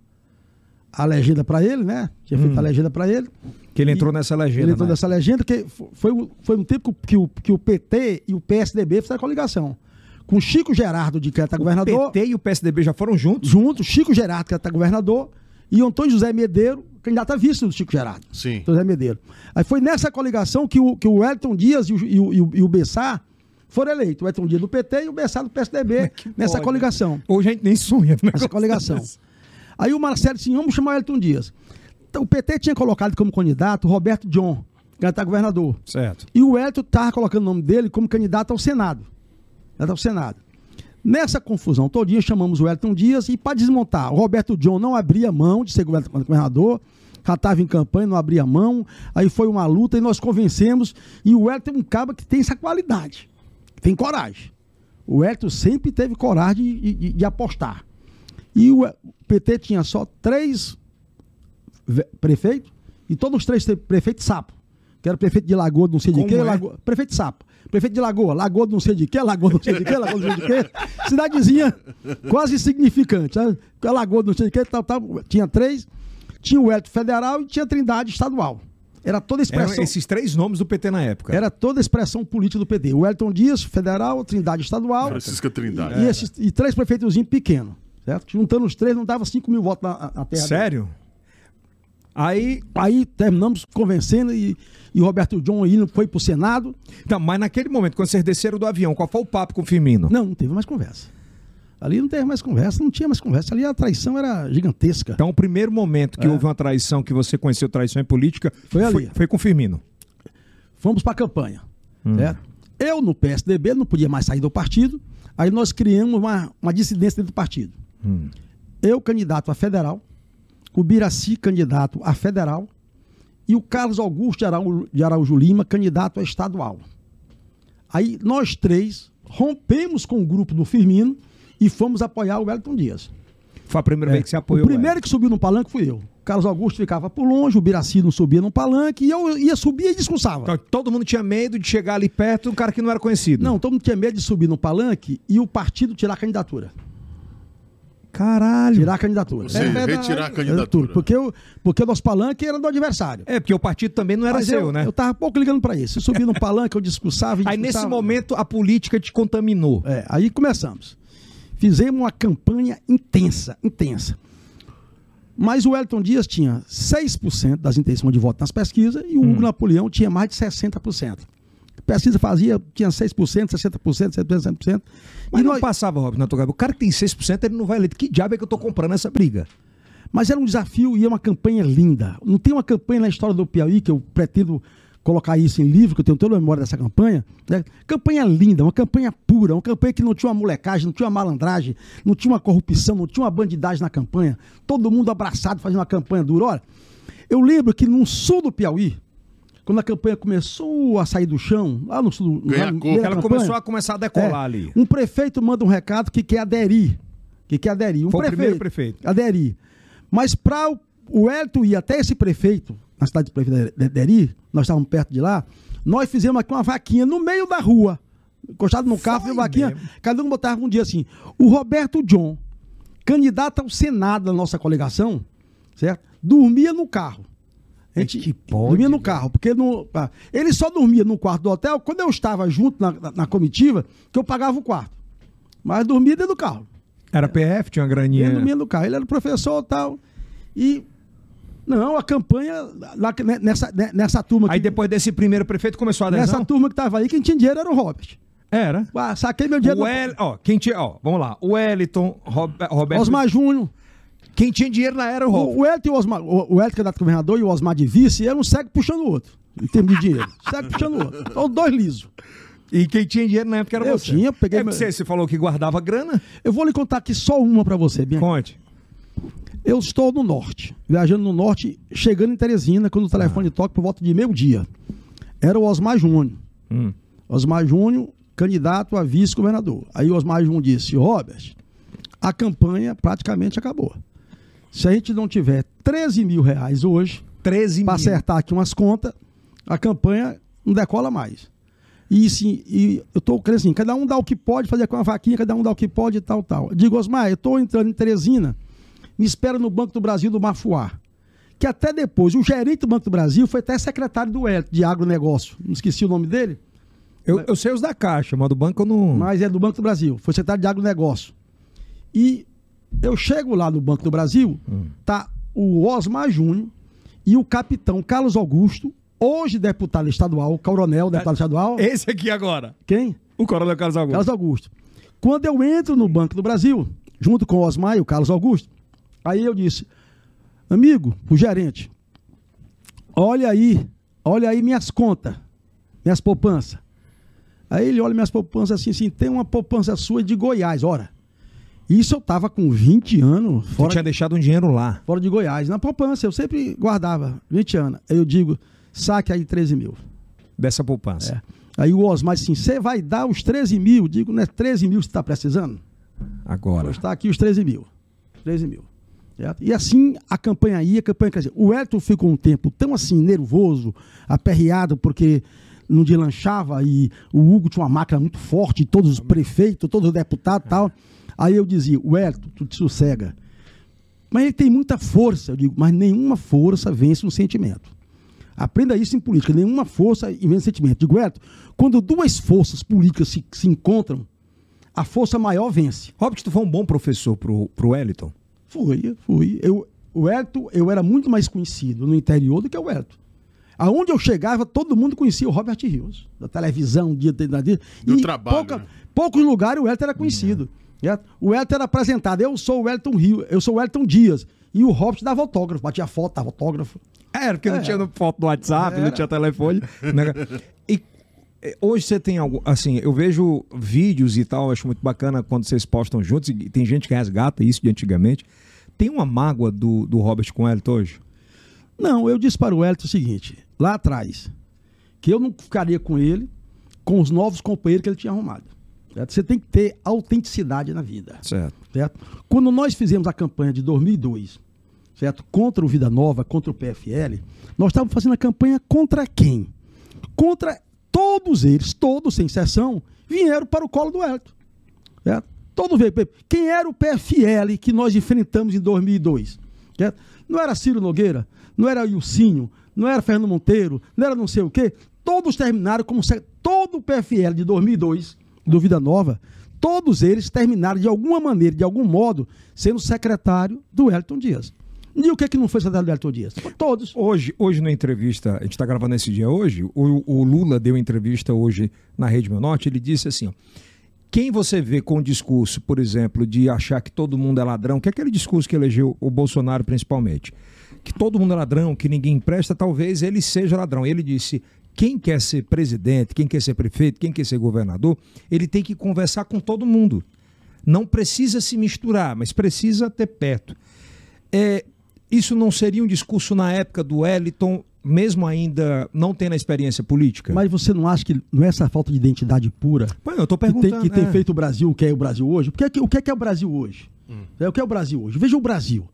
a legenda para ele, né? Tinha feito a legenda para ele. Que ele entrou E nessa legenda. Ele entrou né? nessa legenda, que fo- foi, um- foi um tempo que o, que o P T e o P S D B fizeram coligação. Com Chico Gerardo, de candidato a O governador, P T e o P S D B já foram juntos? junto, Chico Gerardo, candidato a governador, e o Antônio José Medeiro, candidato a vice do Chico Gerardo. Sim. Antônio José Medeiro. Aí foi nessa coligação que o, que o Elton Dias e o, e o, e o, e o Bessá foram eleitos. O Elton Dias do P T e o Bessá do P S D B, que nessa pode? coligação. Hoje a gente nem sonha. né? Essa coligação. Aí o Marcelo disse: vamos chamar o Elton Dias. Então, o P T tinha colocado como candidato o Roberto John, candidato a governador. Certo. E o Elton estava colocando o nome dele como candidato ao Senado. Candidato ao Senado. Nessa confusão todinha, chamamos o Elton Dias e, para desmontar, o Roberto John não abria mão de ser governador, já estava em campanha, não abria mão. Aí foi uma luta e nós convencemos. E o Elton é um cara que tem essa qualidade, tem coragem. O Elton sempre teve coragem de, de- de apostar. E o P T tinha só três ve- prefeitos, e todos os três teve prefeito sapo. Que era prefeito de Lagoa, não sei de Como quê, é? Lagoa, prefeito sapo. Prefeito de Lagoa, Lagoa não sei de quê, Lagoa não sei de quê, Lagoa não sei de quê. Cidadezinha quase insignificante, sabe? Lagoa não sei de quê, tal, tal. Tinha três. Tinha o Elton Federal e tinha a Trindade Estadual. Era toda a Eram expressão. esses três nomes do P T na época. Era toda a expressão política do P T. O Elton Dias, Federal, a Trindade Estadual. Francisca Trindade. E, esses, e três prefeitozinhos pequenos. Certo? Juntando os três, não dava cinco mil votos na, na terra. Sério? Aí. Aí terminamos convencendo e, e o Roberto John aí foi pro Senado. Então, mas naquele momento, quando vocês desceram do avião, qual foi o papo com o Firmino? Não, não teve mais conversa. Ali não teve mais conversa, não tinha mais conversa. Ali a traição era gigantesca. Então, o primeiro momento que É. houve uma traição, que você conheceu traição em política, Foi ali. Foi, foi com o Firmino. Fomos pra campanha. Certo? Eu, no P S D B, não podia mais sair do partido. Aí nós criamos uma, uma dissidência dentro do partido. Eu, candidato a federal, o Biraci, candidato a federal, e o Carlos Augusto de Araújo, de Araújo Lima, candidato a estadual. Aí nós três rompemos com o grupo do Firmino e fomos apoiar o Elton Dias. Foi a primeira vez que você apoiou. O primeiro que subiu no palanque fui eu. O Carlos Augusto ficava por longe, o Biraci não subia no palanque, e eu ia subir e discursava. Então, todo mundo tinha medo de chegar ali perto de um cara que não era conhecido. Não, todo mundo tinha medo de subir no palanque e o partido tirar a candidatura. Caralho. Tirar a candidatura. Ou seja, retirar a candidatura. Porque, o- porque o nosso palanque era do adversário. É, porque o partido também não era Mas seu, eu, né? Eu tava pouco ligando pra isso. Eu subi no palanque, eu discursava. e Aí nesse discursava. momento a política te contaminou. É, aí começamos. Fizemos uma campanha intensa, intensa. Mas o Elton Dias tinha seis por cento das intenções de voto nas pesquisas e o Hum. Hugo Napoleão tinha mais de sessenta por cento. A pesquisa fazia, tinha seis por cento, sessenta por cento, setenta por cento. Mas E não nós- passava, Robson, na tua cabeça. O cara que tem seis por cento, ele não vai eleito. Que diabo é que eu tô comprando essa briga? Mas era um desafio e é uma campanha linda. Não tem uma campanha na história do Piauí, que eu pretendo colocar isso em livro, que eu tenho toda a memória dessa campanha. Né? Campanha linda, uma campanha pura, uma campanha que não tinha uma molecagem, não tinha uma malandragem, não tinha uma corrupção, não tinha uma bandidagem na campanha. Todo mundo abraçado fazendo uma campanha dura. Olha, eu lembro que no sul do Piauí, quando a campanha começou a sair do chão, lá no sul do Ganhar lá no corpo. meio da Ela campanha, começou a começar a decolar é, ali. um prefeito manda um recado que quer aderir. Que quer aderir. Um Foi o prefeito, primeiro prefeito. Aderir. Mas para o, o Wellington ir até esse prefeito, na cidade de Prefeito de Deri, nós estávamos perto de lá, nós fizemos aqui uma vaquinha no meio da rua, encostado no carro, fizemos vaquinha, mesmo. Cada um botava um dia assim, o Roberto John, candidato ao Senado da nossa coligação, certo? Dormia no carro. A gente que pode, dormia no carro, porque no, ele só dormia no quarto do hotel quando eu estava junto na, na, na comitiva, que eu pagava o quarto. Mas dormia dentro do carro. Era P F, tinha uma graninha. Ele dormia no carro, ele era professor e tal. E, não, a campanha, lá, nessa, nessa turma... Aí que, depois desse primeiro prefeito começou a adesão? Nessa turma que estava aí, quem tinha dinheiro era o Robert. Era? Ah, saquei meu dinheiro. O El... ó, quem tinha, ó, vamos lá. O Wellington, Rob... Roberto... Osmar Júnior. Quem tinha dinheiro lá era o Robert. O, o Wellington e o Osmar, o, o Wellington, candidato a governador, e o Osmar de vice, eram um cego puxando o outro, em termos de dinheiro. Cego puxando o outro. São os dois lisos. E quem tinha dinheiro na época era eu você. Eu tinha, peguei... É meu... você, você falou que guardava grana? Eu vou lhe contar aqui só uma pra você, Bianca. Conte. Eu estou no norte, viajando no norte, chegando em Teresina, quando o telefone ah. toca por volta de meio-dia. Era o Osmar Júnior. Hum. Osmar Júnior, candidato a vice-governador. Aí o Osmar Júnior disse, Robert, a campanha praticamente acabou. Se a gente não tiver treze mil reais hoje, para acertar aqui umas contas, a campanha não decola mais. E, sim, e eu estou querendo assim, cada um dá o que pode, fazer com a vaquinha, cada um dá o que pode e tal, tal. Eu digo, Osmar, eu estou entrando em Teresina, me espera no Banco do Brasil do Mafuá. Que até depois, o gerente do Banco do Brasil foi até secretário do Wellington, de agronegócio. Não esqueci o nome dele. Eu, eu sei os da Caixa, mas do banco eu não... Mas é do Banco do Brasil, foi secretário de agronegócio. E eu chego lá no Banco do Brasil, hum. tá o Osmar Júnior e o capitão Carlos Augusto, hoje deputado estadual, coronel, deputado estadual. Esse aqui agora. Quem? O coronel Carlos Augusto. Carlos Augusto. Quando eu entro no Banco do Brasil, junto com o Osmar e o Carlos Augusto, aí eu disse, amigo, o gerente, olha aí, olha aí minhas contas, minhas poupanças. Aí ele olha minhas poupanças assim, assim, tem uma poupança sua de Goiás, ora. Isso eu tava com vinte anos. Fora, Você tinha deixado um dinheiro lá. Fora de Goiás. Na poupança, eu sempre guardava vinte anos. Aí eu digo, saque aí treze mil. Dessa poupança. É. Aí o Osmar disse assim, você vai dar os treze mil? Eu digo, não é treze mil que você está precisando? Agora. Está aqui os treze mil. treze mil. Certo? E assim a campanha ia, a campanha quer dizer, o Wellington ficou um tempo tão assim, nervoso, aperreado, porque não deslanchava e o Hugo tinha uma máquina muito forte, todos os prefeitos, todos os deputados e tal. Aí eu dizia, Wellington, tu te sossega. Mas ele tem muita força. Eu digo, mas nenhuma força vence um sentimento. Aprenda isso em política. Nenhuma força vence um sentimento. Eu digo, Wellington, quando duas forças políticas se, se encontram, a força maior vence. Robert, tu foi um bom professor pro, pro Wellington? Fui, fui. Eu, o Wellington, eu era muito mais conhecido no interior do que o Wellington. Aonde eu chegava, todo mundo conhecia o Robert Rios. Da televisão, dia, dia, dia. Do e trabalho. Pouca, né? Poucos lugares o Wellington era conhecido. Uhum. O Wellington era apresentado, eu sou o Wellington Rio, eu sou o Wellington Dias. E o Robert dava autógrafo, batia foto, dava autógrafo. Era, porque não é. tinha foto no WhatsApp, era. não tinha telefone. E hoje você tem algo, assim, eu vejo vídeos e tal, acho muito bacana quando vocês postam juntos, e tem gente que resgata isso de antigamente. Tem uma mágoa do, do Robert com o Wellington hoje? Não, eu disse para o Wellington o seguinte, lá atrás, que eu não ficaria com ele, com os novos companheiros que ele tinha arrumado. Certo? Você tem que ter autenticidade na vida. Certo. Certo? Quando nós fizemos a campanha de dois mil e dois, certo? Contra o Vida Nova, contra o P F L, nós estávamos fazendo a campanha contra quem? Contra todos eles, todos, sem exceção, vieram para o colo do Wellington. Certo? Todo veio. Quem era o P F L que nós enfrentamos em dois mil e dois? Certo? Não era Ciro Nogueira, não era Ilcinho, não era Fernando Monteiro, não era não sei o quê. Todos terminaram como... Todo o P F L de dois mil e dois... do Vida Nova, todos eles terminaram de alguma maneira, de algum modo, sendo secretário do Wellington Dias. E o que é que não foi secretário do Wellington Dias? Todos. Hoje, hoje na entrevista, a gente está gravando esse dia hoje, o, o Lula deu entrevista hoje na Rede Meu Norte, ele disse assim, ó, quem você vê com o discurso, por exemplo, de achar que todo mundo é ladrão, que é aquele discurso que elegeu o Bolsonaro principalmente, que todo mundo é ladrão, que ninguém empresta, talvez ele seja ladrão. Ele disse... Quem quer ser presidente, quem quer ser prefeito, quem quer ser governador, ele tem que conversar com todo mundo. Não precisa se misturar, mas precisa ter perto. É, isso não seria um discurso na época do Wellington, mesmo ainda não tendo a experiência política? Mas você não acha que não é essa falta de identidade pura Pô, eu tô perguntando, que tem, que é. tem feito o Brasil, o que é o Brasil hoje? Porque, o que é que é o Brasil hoje? Hum. É, o que é o Brasil hoje? Veja o Brasil.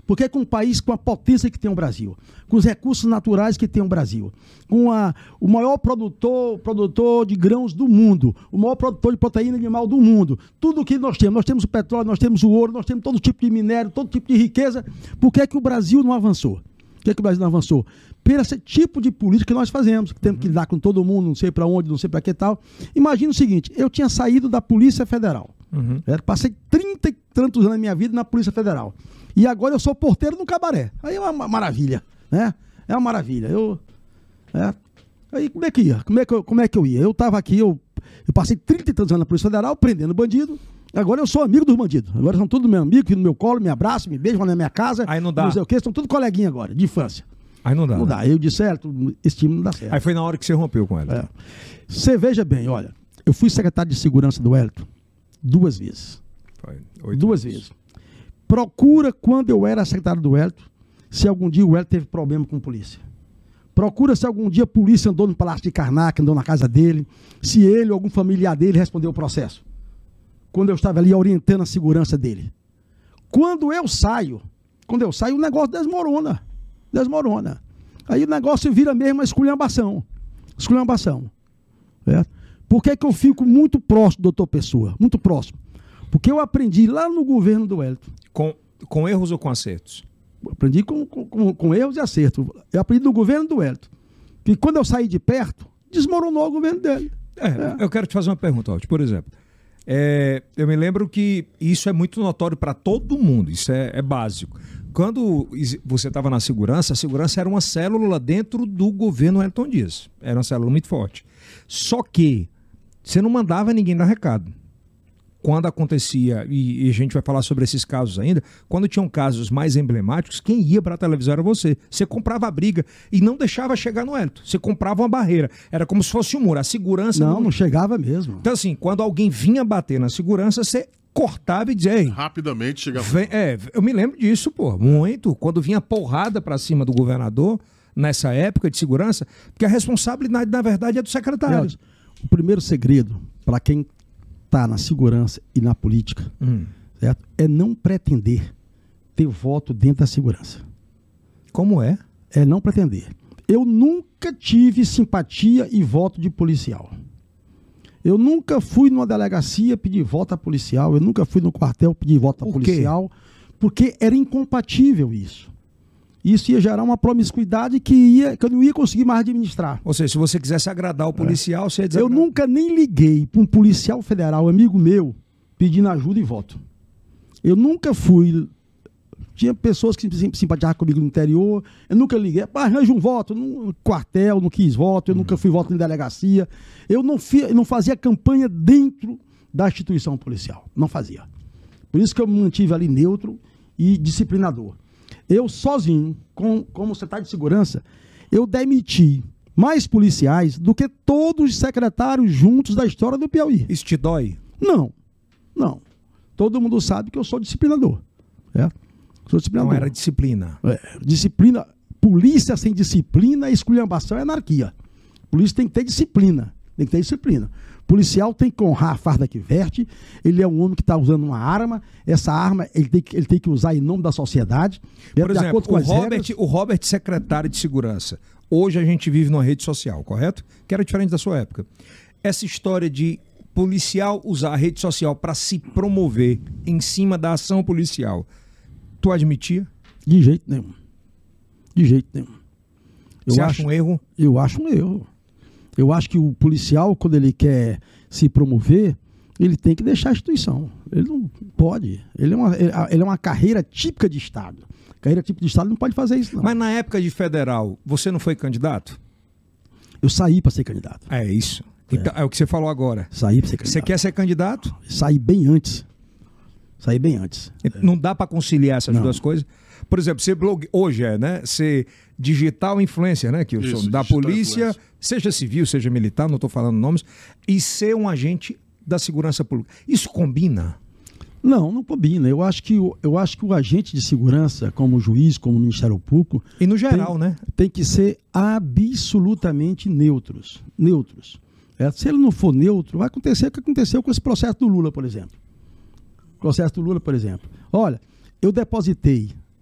Porque com um país com a potência que tem o Brasil, com os recursos naturais que tem o Brasil, com a, o maior produtor, produtor de grãos do mundo, o maior produtor de proteína animal do mundo, tudo que nós temos, nós temos o petróleo, nós temos o ouro, nós temos todo tipo de minério, todo tipo de riqueza, por que é que o Brasil não avançou? Por que é que o Brasil não avançou? Pelo esse tipo de política que nós fazemos, que temos que lidar com todo mundo, não sei para onde, não sei para que tal. Imagina o seguinte, eu tinha saído da Polícia Federal, uhum. é, passei trinta e tantos anos da minha vida na Polícia Federal. E agora eu sou porteiro no cabaré. Aí é uma maravilha, né? É uma maravilha. Eu, é, aí como é que ia? Como é que eu, como é que eu ia? Eu estava aqui, eu, eu passei trinta e tantos anos na Polícia Federal prendendo bandido. Agora eu sou amigo dos bandidos. Agora são todos meus amigos, no meu colo, me abraçam, me beijam na minha casa. Aí não dá. Não sei o quê, são todos coleguinha agora, de infância. Aí não dá. Não dá. Eu disse, certo, esse time não dá certo. Aí foi na hora que você rompeu com ela. É. Você veja bem, olha, eu fui secretário de segurança do Wellington duas vezes. Foi. Oito duas anos. vezes. Procura, quando eu era secretário do Wellington, se algum dia o Wellington teve problema com a polícia. Procura se algum dia a polícia andou no Palácio de Karnak, andou na casa dele, se ele ou algum familiar dele respondeu o processo. Quando eu estava ali orientando a segurança dele. Quando eu saio, quando eu saio, o negócio desmorona. Desmorona. Aí o negócio vira mesmo uma esculhambação. Esculhambação. É? Por que que eu fico muito próximo, doutor Pessoa? Muito próximo. Porque eu aprendi lá no governo do Wellington. Com, com erros ou com acertos? Aprendi com, com, com erros e acertos. Eu aprendi no governo do Wellington. Que quando eu saí de perto, desmoronou o governo dele. É, é. Eu quero te fazer uma pergunta, Alto. Por exemplo, é, eu me lembro que isso é muito notório para todo mundo. Isso é, é básico. Quando você estava na segurança, a segurança era uma célula dentro do governo Wellington Dias. Era uma célula muito forte. Só que você não mandava ninguém dar recado. Quando acontecia, e, e a gente vai falar sobre esses casos ainda, quando tinham casos mais emblemáticos, quem ia para a televisão era você. Você comprava a briga e não deixava chegar no Wellington. Você comprava uma barreira. Era como se fosse um muro. A segurança... Não, não, não chegava mesmo. Então assim, quando alguém vinha bater na segurança, você cortava e dizia... Ei, rapidamente chegava... Vem, é, eu me lembro disso, pô, muito. Quando vinha porrada para cima do governador, nessa época de segurança, porque a responsabilidade, na verdade, é do secretário. O primeiro segredo, para quem está na segurança e na política, hum. certo? É não pretender ter voto dentro da segurança. Como é? É não pretender. Eu nunca tive simpatia e voto de policial. Eu nunca fui numa delegacia pedir voto a policial, eu nunca fui no quartel pedir voto a Por policial, quê? Porque era incompatível isso. Isso ia gerar uma promiscuidade que, ia, que eu não ia conseguir mais administrar. Ou seja, se você quisesse agradar o policial, é. você ia dizer... Eu nunca nem liguei para um policial federal, amigo meu, pedindo ajuda e voto. Eu nunca fui... Tinha pessoas que simpatizavam comigo no interior, eu nunca liguei, arranja um voto, no quartel, não quis voto, eu hum. nunca fui voto em delegacia. Eu não, fi, não fazia campanha dentro da instituição policial, não fazia. Por isso que eu me mantive ali neutro e disciplinador. Eu sozinho, com, como secretário de segurança, eu demiti mais policiais do que todos os secretários juntos da história do Piauí. Isso te dói? Não, não. Todo mundo sabe que eu sou disciplinador. É? Sou disciplinador. Não era disciplina. É, disciplina, polícia sem disciplina, esculhambação é anarquia. Polícia tem que ter disciplina, tem que ter disciplina. Policial tem que honrar a farda que veste, ele é um homem que está usando uma arma, essa arma ele tem, que, ele tem que usar em nome da sociedade. Por exemplo, o Robert, o Robert, secretário de segurança, hoje a gente vive numa rede social, correto? Que era diferente da sua época. Essa história de policial usar a rede social para se promover em cima da ação policial, tu admitia? De jeito nenhum. De jeito nenhum. Eu Você acho, acha um erro? Eu acho um erro. Eu acho que o policial, quando ele quer se promover, ele tem que deixar a instituição. Ele não pode. Ele é uma, ele é uma carreira típica de Estado. Carreira típica de Estado não pode fazer isso, não. Mas na época de federal, você não foi candidato? Eu saí para ser candidato. É isso. Então, é. é o que você falou agora. Saí para ser candidato. Você quer ser candidato? Saí bem antes. Saí bem antes. Não dá para conciliar essas não. duas coisas? Por exemplo, ser blog... hoje é, né? Ser digital influencer, né? Que eu sou da polícia, seja civil, seja militar, não estou falando nomes, e ser um agente da segurança pública. Isso combina? Não, não combina. Eu acho que, eu acho que o agente de segurança, como o juiz, como o Ministério Público... E no geral, tem, né? Tem que ser absolutamente neutros. Neutros. É, se ele não for neutro, vai acontecer o que aconteceu com esse processo do Lula, por exemplo. O processo do Lula, por exemplo. Olha, eu depositei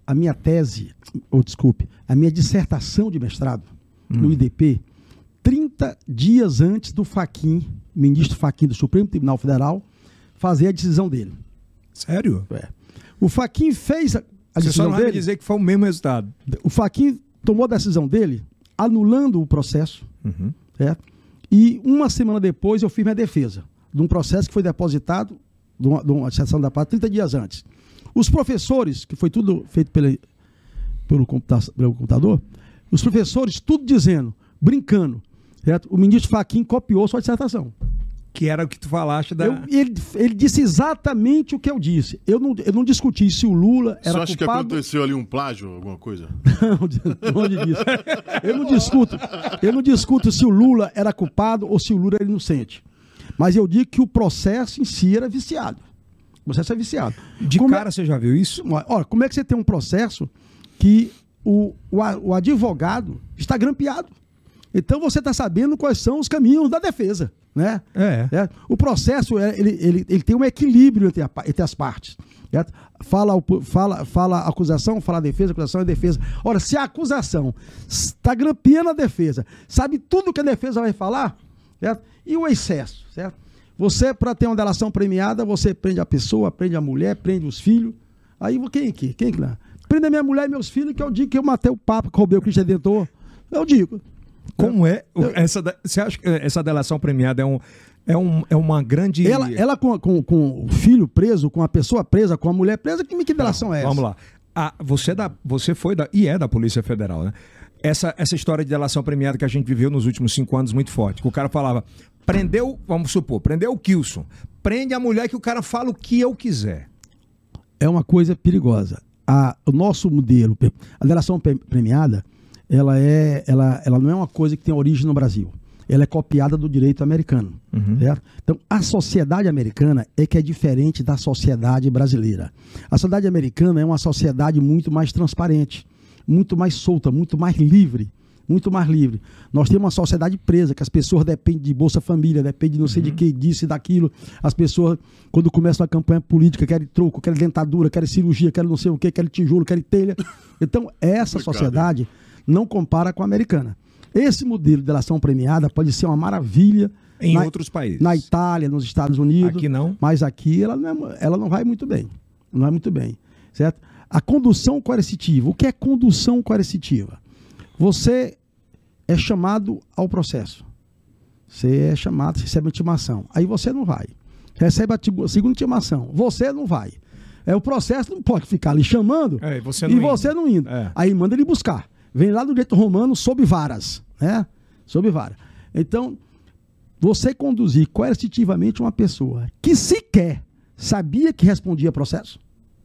a minha tese, ou desculpe, a minha dissertação de mestrado hum. no I D P, trinta dias antes do Fachin, ministro Fachin do Supremo Tribunal Federal, fazer a decisão dele. Sério? É. O Fachin fez a, a Você decisão só não vai dele. dizer que foi o mesmo resultado. O Fachin tomou a decisão dele, anulando o processo, Uhum. certo? E uma semana depois eu fiz minha defesa de um processo que foi depositado, de uma, de uma sessão da parte, trinta dias antes. Os professores, que foi tudo feito pela, pelo, computa pelo computador, os professores tudo dizendo, brincando, certo? O ministro Fachin copiou sua dissertação. Que era o que tu falaste da... Eu, ele, ele disse exatamente o que eu disse. Eu não, eu não discuti se o Lula era Você acha culpado... que aconteceu ali um plágio, alguma coisa? Não, longe disso. Eu não discuto, eu não discuto se o Lula era culpado ou se o Lula era inocente. Mas eu digo que o processo em si era viciado. O processo é viciado. De como cara é... você já viu isso? Olha, como é que você tem um processo que o, o, o advogado está grampeado? Então você está sabendo quais são os caminhos da defesa, né? É. É. O processo ele, ele, ele tem um equilíbrio entre, a, entre as partes. Certo? Fala, fala, fala a acusação, fala a defesa, a acusação e a defesa. Ora, se a acusação está grampeando a defesa, sabe tudo que a defesa vai falar, certo? E o excesso, certo? Você, para ter uma delação premiada, você prende a pessoa, prende a mulher, prende os filhos. Aí quem aqui? Quem que não? Prende a minha mulher e meus filhos, que é o dia que eu matei o Papa, que roubei o Cristo Redentor. Eu digo. Como é? Essa, você acha que essa delação premiada é, um, é, um, é uma grande... Ela, ela com, com, com o filho preso, com a pessoa presa, com a mulher presa, que, que delação Não, é essa? Vamos lá. Ah, você, é da, você foi da, e é da Polícia Federal, né? Essa, essa história de delação premiada que a gente viveu nos últimos cinco anos muito forte. Que o cara falava, prendeu, vamos supor, prendeu o Kilson. Prende a mulher que o cara fala o que eu quiser. É uma coisa perigosa. A, o nosso modelo, a delação premiada, ela, é, ela, ela não é uma coisa que tem origem no Brasil. Ela é copiada do direito americano. Uhum. Certo? Então, a sociedade americana é que é diferente da sociedade brasileira. A sociedade americana é uma sociedade muito mais transparente, muito mais solta, muito mais livre. Muito mais livre. Nós temos uma sociedade presa, que as pessoas dependem de Bolsa Família, dependem de não sei uhum. de que, disso e daquilo. As pessoas, quando começam a campanha política, querem troco, querem dentadura, querem cirurgia, querem não sei o que, querem tijolo, querem telha. Então, essa sociedade não compara com a americana. Esse modelo de delação premiada pode ser uma maravilha em na, outros países. Na Itália, nos Estados Unidos. Aqui não. Mas aqui ela não, é, ela não vai muito bem. Não vai muito bem. Certo? A condução coercitiva. O que é condução coercitiva? Você é chamado ao processo. Você é chamado, recebe uma intimação. Aí você não vai. Recebe a segunda intimação. Você não vai. É, o processo não pode ficar ali chamando é, você não e indo. você não indo. É. Aí manda ele buscar. Vem lá do direito romano sob varas. Né? Sob vara. Então, você conduzir coercitivamente uma pessoa que sequer sabia que respondia processo,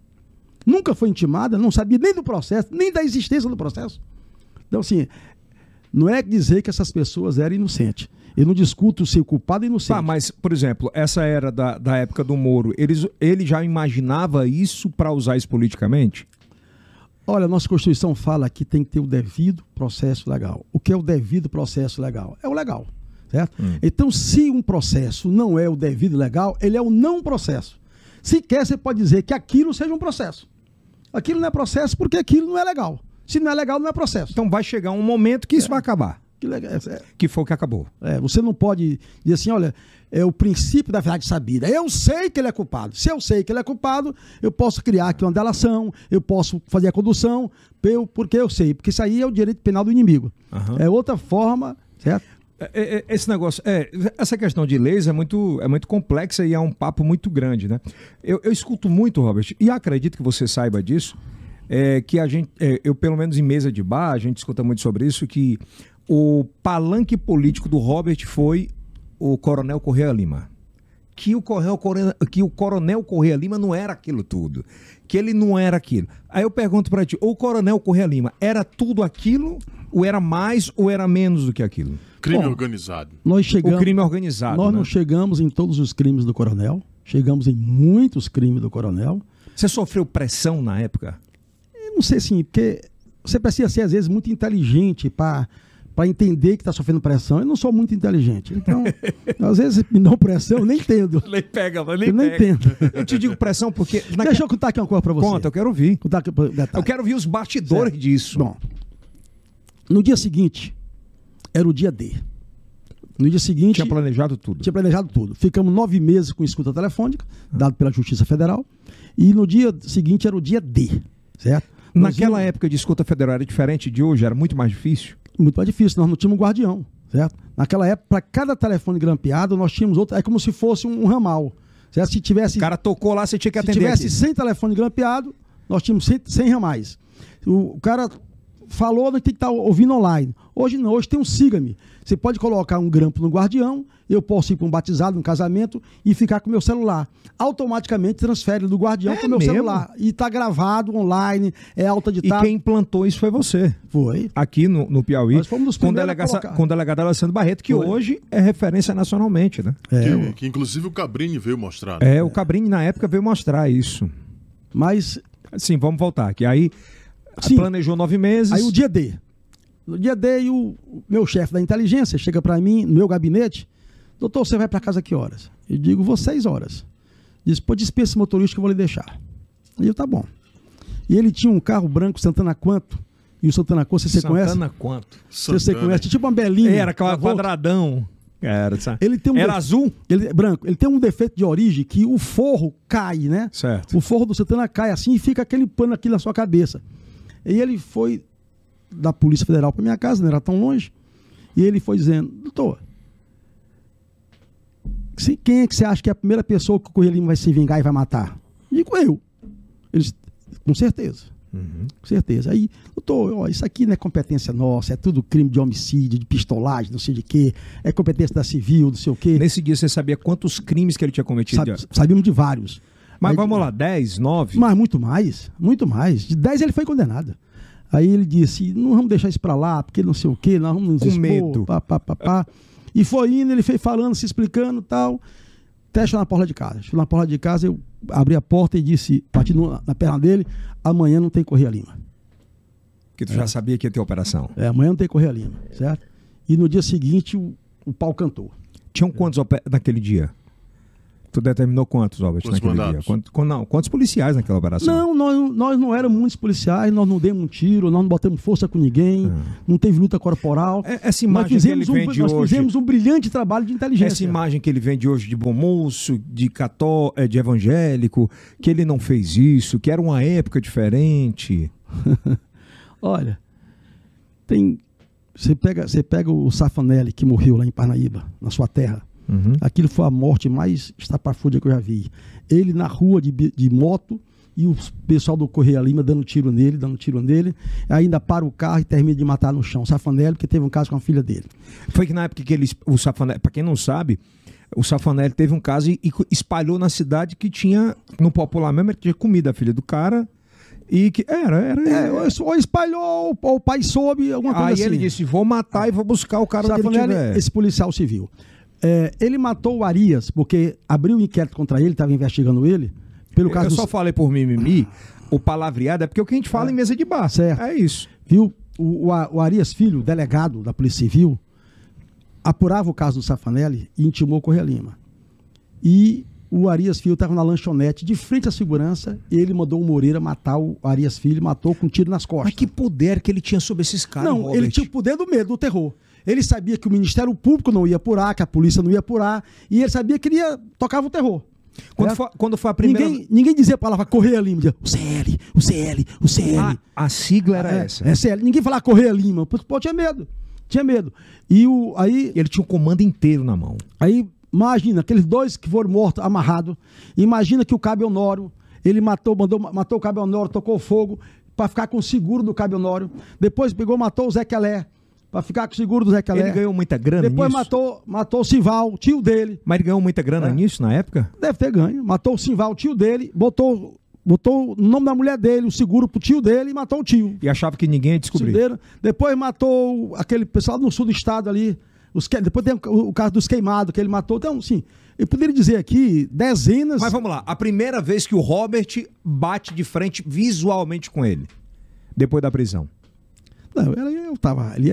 nunca foi intimada, não sabia nem do processo, nem da existência do processo. Então, assim, não é dizer que essas pessoas eram inocentes. Eu não discuto se o culpado é inocente. Ah, mas, por exemplo, essa era da, da época do Moro, eles, ele já imaginava isso para usar isso politicamente? Olha, a nossa Constituição fala que tem que ter o devido processo legal. O que é o devido processo legal? É o legal, certo? Hum. Então, se um processo não é o devido legal, ele é o não processo. Sequer você pode dizer que aquilo seja um processo. Aquilo não é processo porque aquilo não é legal. Se não é legal, não é processo. Então vai chegar um momento que isso é. vai acabar. Que, legal, é. que foi o que acabou. É, você não pode dizer assim, olha, é o princípio da verdade sabida. Eu sei que ele é culpado. Se eu sei que ele é culpado, eu posso criar aqui uma delação, eu posso fazer a condução, eu, porque eu sei. Porque isso aí é o direito penal do inimigo. Uhum. É outra forma, certo? Esse negócio, é, essa questão de leis é muito, é muito complexa e é um papo muito grande, né? Eu, eu escuto muito, Robert, e acredito que você saiba disso, é, que a gente, é, eu pelo menos em mesa de bar, a gente escuta muito sobre isso, que o palanque político do Robert foi o Coronel Correia Lima. Que o, Coronel, que o Coronel Correia Lima não era aquilo tudo. Que ele não era aquilo. Aí eu pergunto pra ti, o Coronel Correia Lima era tudo aquilo, ou era mais, ou era menos do que aquilo? Crime Bom, organizado. Nós chegamos, o crime organizado. Nós né? não chegamos em todos os crimes do Coronel. Chegamos em muitos crimes do Coronel. Você sofreu pressão na época? Eu não sei assim, porque você precisa ser, às vezes, muito inteligente para para entender que está sofrendo pressão. Eu não sou muito inteligente. Então, às vezes me dão pressão, eu nem entendo. Nem pega, mas nem Eu nem pega. entendo. Eu te digo pressão porque... naque- Deixa eu contar aqui uma coisa para você. Conta, eu quero ouvir. Contar aqui um detalhe. Eu quero ouvir os bastidores Certo. disso. Bom, no dia seguinte, era o dia D. No dia seguinte, Tinha planejado tudo. tinha planejado tudo. Ficamos nove meses com escuta telefônica, dado pela Justiça Federal. E no dia seguinte era o dia D, certo? Nós Naquela íamos- época de escuta federal era diferente de hoje, era muito mais difícil. Muito mais difícil, nós não tínhamos um guardião, certo? Naquela época, para cada telefone grampeado, nós tínhamos outro, é como se fosse um, um ramal. Certo? Se tivesse, O cara tocou lá, você tinha que se atender. tivesse aqui. cem telefones grampeados, nós tínhamos cem, cem ramais. O, o cara falou, nós tem que estar ouvindo online. Hoje não, hoje tem um Siga-me. Você pode colocar um grampo no guardião, eu posso ir para um batizado, um casamento e ficar com o meu celular. Automaticamente transfere do guardião É para o meu mesmo? celular. E está gravado online, é alta de E taxa. quem implantou isso foi você. Foi. Aqui no, no Piauí, Nós fomos os com, o primeiros a delega colocar. com o delegado Alessandro Barreto, que Foi. hoje é referência nacionalmente, né? É, Que, que inclusive o Cabrini veio mostrar. né? É, o Cabrini na época veio mostrar isso. mas Sim, vamos voltar aqui. Aí Sim. planejou nove meses. Aí o dia D. No dia D, o, o meu chefe da inteligência chega para mim, no meu gabinete, doutor, você vai para casa que horas? Eu digo, vou seis horas. Diz, pô, dispensa esse motorista que eu vou lhe deixar. Aí eu, tá bom. E ele tinha um carro branco Santana Quanto, e o Santana Quanto, você conhece? Santana quanto? Você, você Santana. conhece? Tipo uma belinha. Era aquela da Volks. quadradão. Era, sabe? Ele tem um Era de- azul? Ele é branco. Ele tem um defeito de origem que o forro cai, né? Certo. O forro do Santana cai assim e fica aquele pano aqui na sua cabeça. E ele foi da Polícia Federal para minha casa, não era tão longe. E ele foi dizendo, doutor, se- quem é que você acha que é a primeira pessoa que o Correia Lima vai se vingar e vai matar? Digo eu. Ele disse, com certeza. Uhum. Com certeza. Aí, doutor, ó, isso aqui não é competência nossa, é tudo crime de homicídio, de pistolagem, não sei de quê, é competência da civil, não sei o quê. Nesse dia você sabia quantos crimes que ele tinha cometido? Sabe- sabíamos de vários. Mas Aí- vamos lá, dez, nove? Mas muito mais, muito mais. De dez ele foi condenado. Aí ele disse, não vamos deixar isso pra lá, porque não sei o quê, nós vamos nos Com expor, medo. Pá, pá, pá, pá. E foi indo, ele foi falando, se explicando e tal. Até chegar na porta de casa. Chegou na porta de casa, eu abri a porta e disse, partindo na, na perna dele, amanhã não tem Correia Lima. Que tu já sabia que ia ter operação. É, amanhã não tem Correia Lima, certo? E no dia seguinte o, o pau cantou. Tinham quantos ope- naquele dia? Tu determinou quantos, Robert, Quantos naquele mandados? dia? Quanto, quan- não, quantos policiais naquela operação? Não, nós, nós não éramos muitos policiais, nós não demos um tiro, nós não botamos força com ninguém, não teve luta corporal. É- essa Nós imagem que ele fizemos, um, vende nós hoje... fizemos um brilhante trabalho de inteligência. Essa imagem que ele vende hoje de bom moço, de cató, eh, de evangélico, que ele não fez isso, que era uma época diferente. Olha, tem. Você pega, você pega o Safanelli, que morreu lá em Parnaíba, na sua terra. Uhum. Aquilo foi a morte mais estapafúrdia que eu já vi. Ele na rua de, bi- de moto e o pessoal do Correia Lima dando tiro nele, dando tiro nele. Ainda para o carro e termina de matar no chão. O Safanelli, porque teve um caso com a filha dele. Foi que na época que ele, o Safanelli, para quem não sabe, o Safanelli teve um caso e, e espalhou na cidade que tinha, no popular mesmo, ele tinha comido a filha do cara e que era, era... É, ou- ou espalhou, ou o pai soube, alguma coisa Aí assim. ele disse, vou matar e vou buscar o cara onde ele Safanelli, tiver. esse policial civil. É, ele matou o Arias, porque abriu um inquérito contra ele, estava investigando ele, pelo caso Eu do... só falei por mimimi, o palavreado é porque é o que a gente fala em mesa de bar. Certo. É isso. Viu? O, o, A- o Arias Filho, delegado da Polícia Civil, apurava o caso do Safanelli e intimou o Correia Lima. E o Arias Filho estava na lanchonete, de frente à segurança, e ele mandou o Moreira matar o Arias Filho, matou com um tiro nas costas. Mas que poder que ele tinha sobre esses caras, Não, Robert? ele tinha o poder do medo, do terror. Ele sabia que o Ministério Público não ia apurar, que a polícia não ia apurar, e ele sabia que ele ia, tocava o terror. Quando, Certo? foi, quando foi a primeira... Ninguém, ninguém dizia a palavra Correia Lima, dizia o C L, o C L, o C L. Ah, a sigla era é, essa. É C L. Ninguém falava Correia Lima, porque pô, tinha medo. Tinha medo. E o, aí, Ele tinha o comando inteiro na mão. aí, imagina, aqueles dois que foram mortos, amarrados. Imagina que o Cabo Honório, ele matou, mandou, matou o Cabo Honório, tocou fogo para ficar com o seguro do Cabo Honório. Depois pegou, matou o Zé Quelé, para ficar com o seguro do Zé Quelé. Ele ganhou muita grana Depois nisso? matou, matou o Sival, tio dele. Mas ele ganhou muita grana É. nisso na época? Deve ter ganho. Matou o Sival, tio dele, botou, botou o nome da mulher dele, o seguro pro tio dele e matou o tio. E achava que ninguém ia descobrir. Descobriram. Depois matou aquele pessoal no sul do estado ali. Os que... Depois tem o, o caso dos queimados que ele matou. Então, sim, eu poderia dizer aqui dezenas. Mas vamos lá, a primeira vez que o Robert bate de frente visualmente com ele, depois da prisão. Não, eu, eu tava ali. Eu,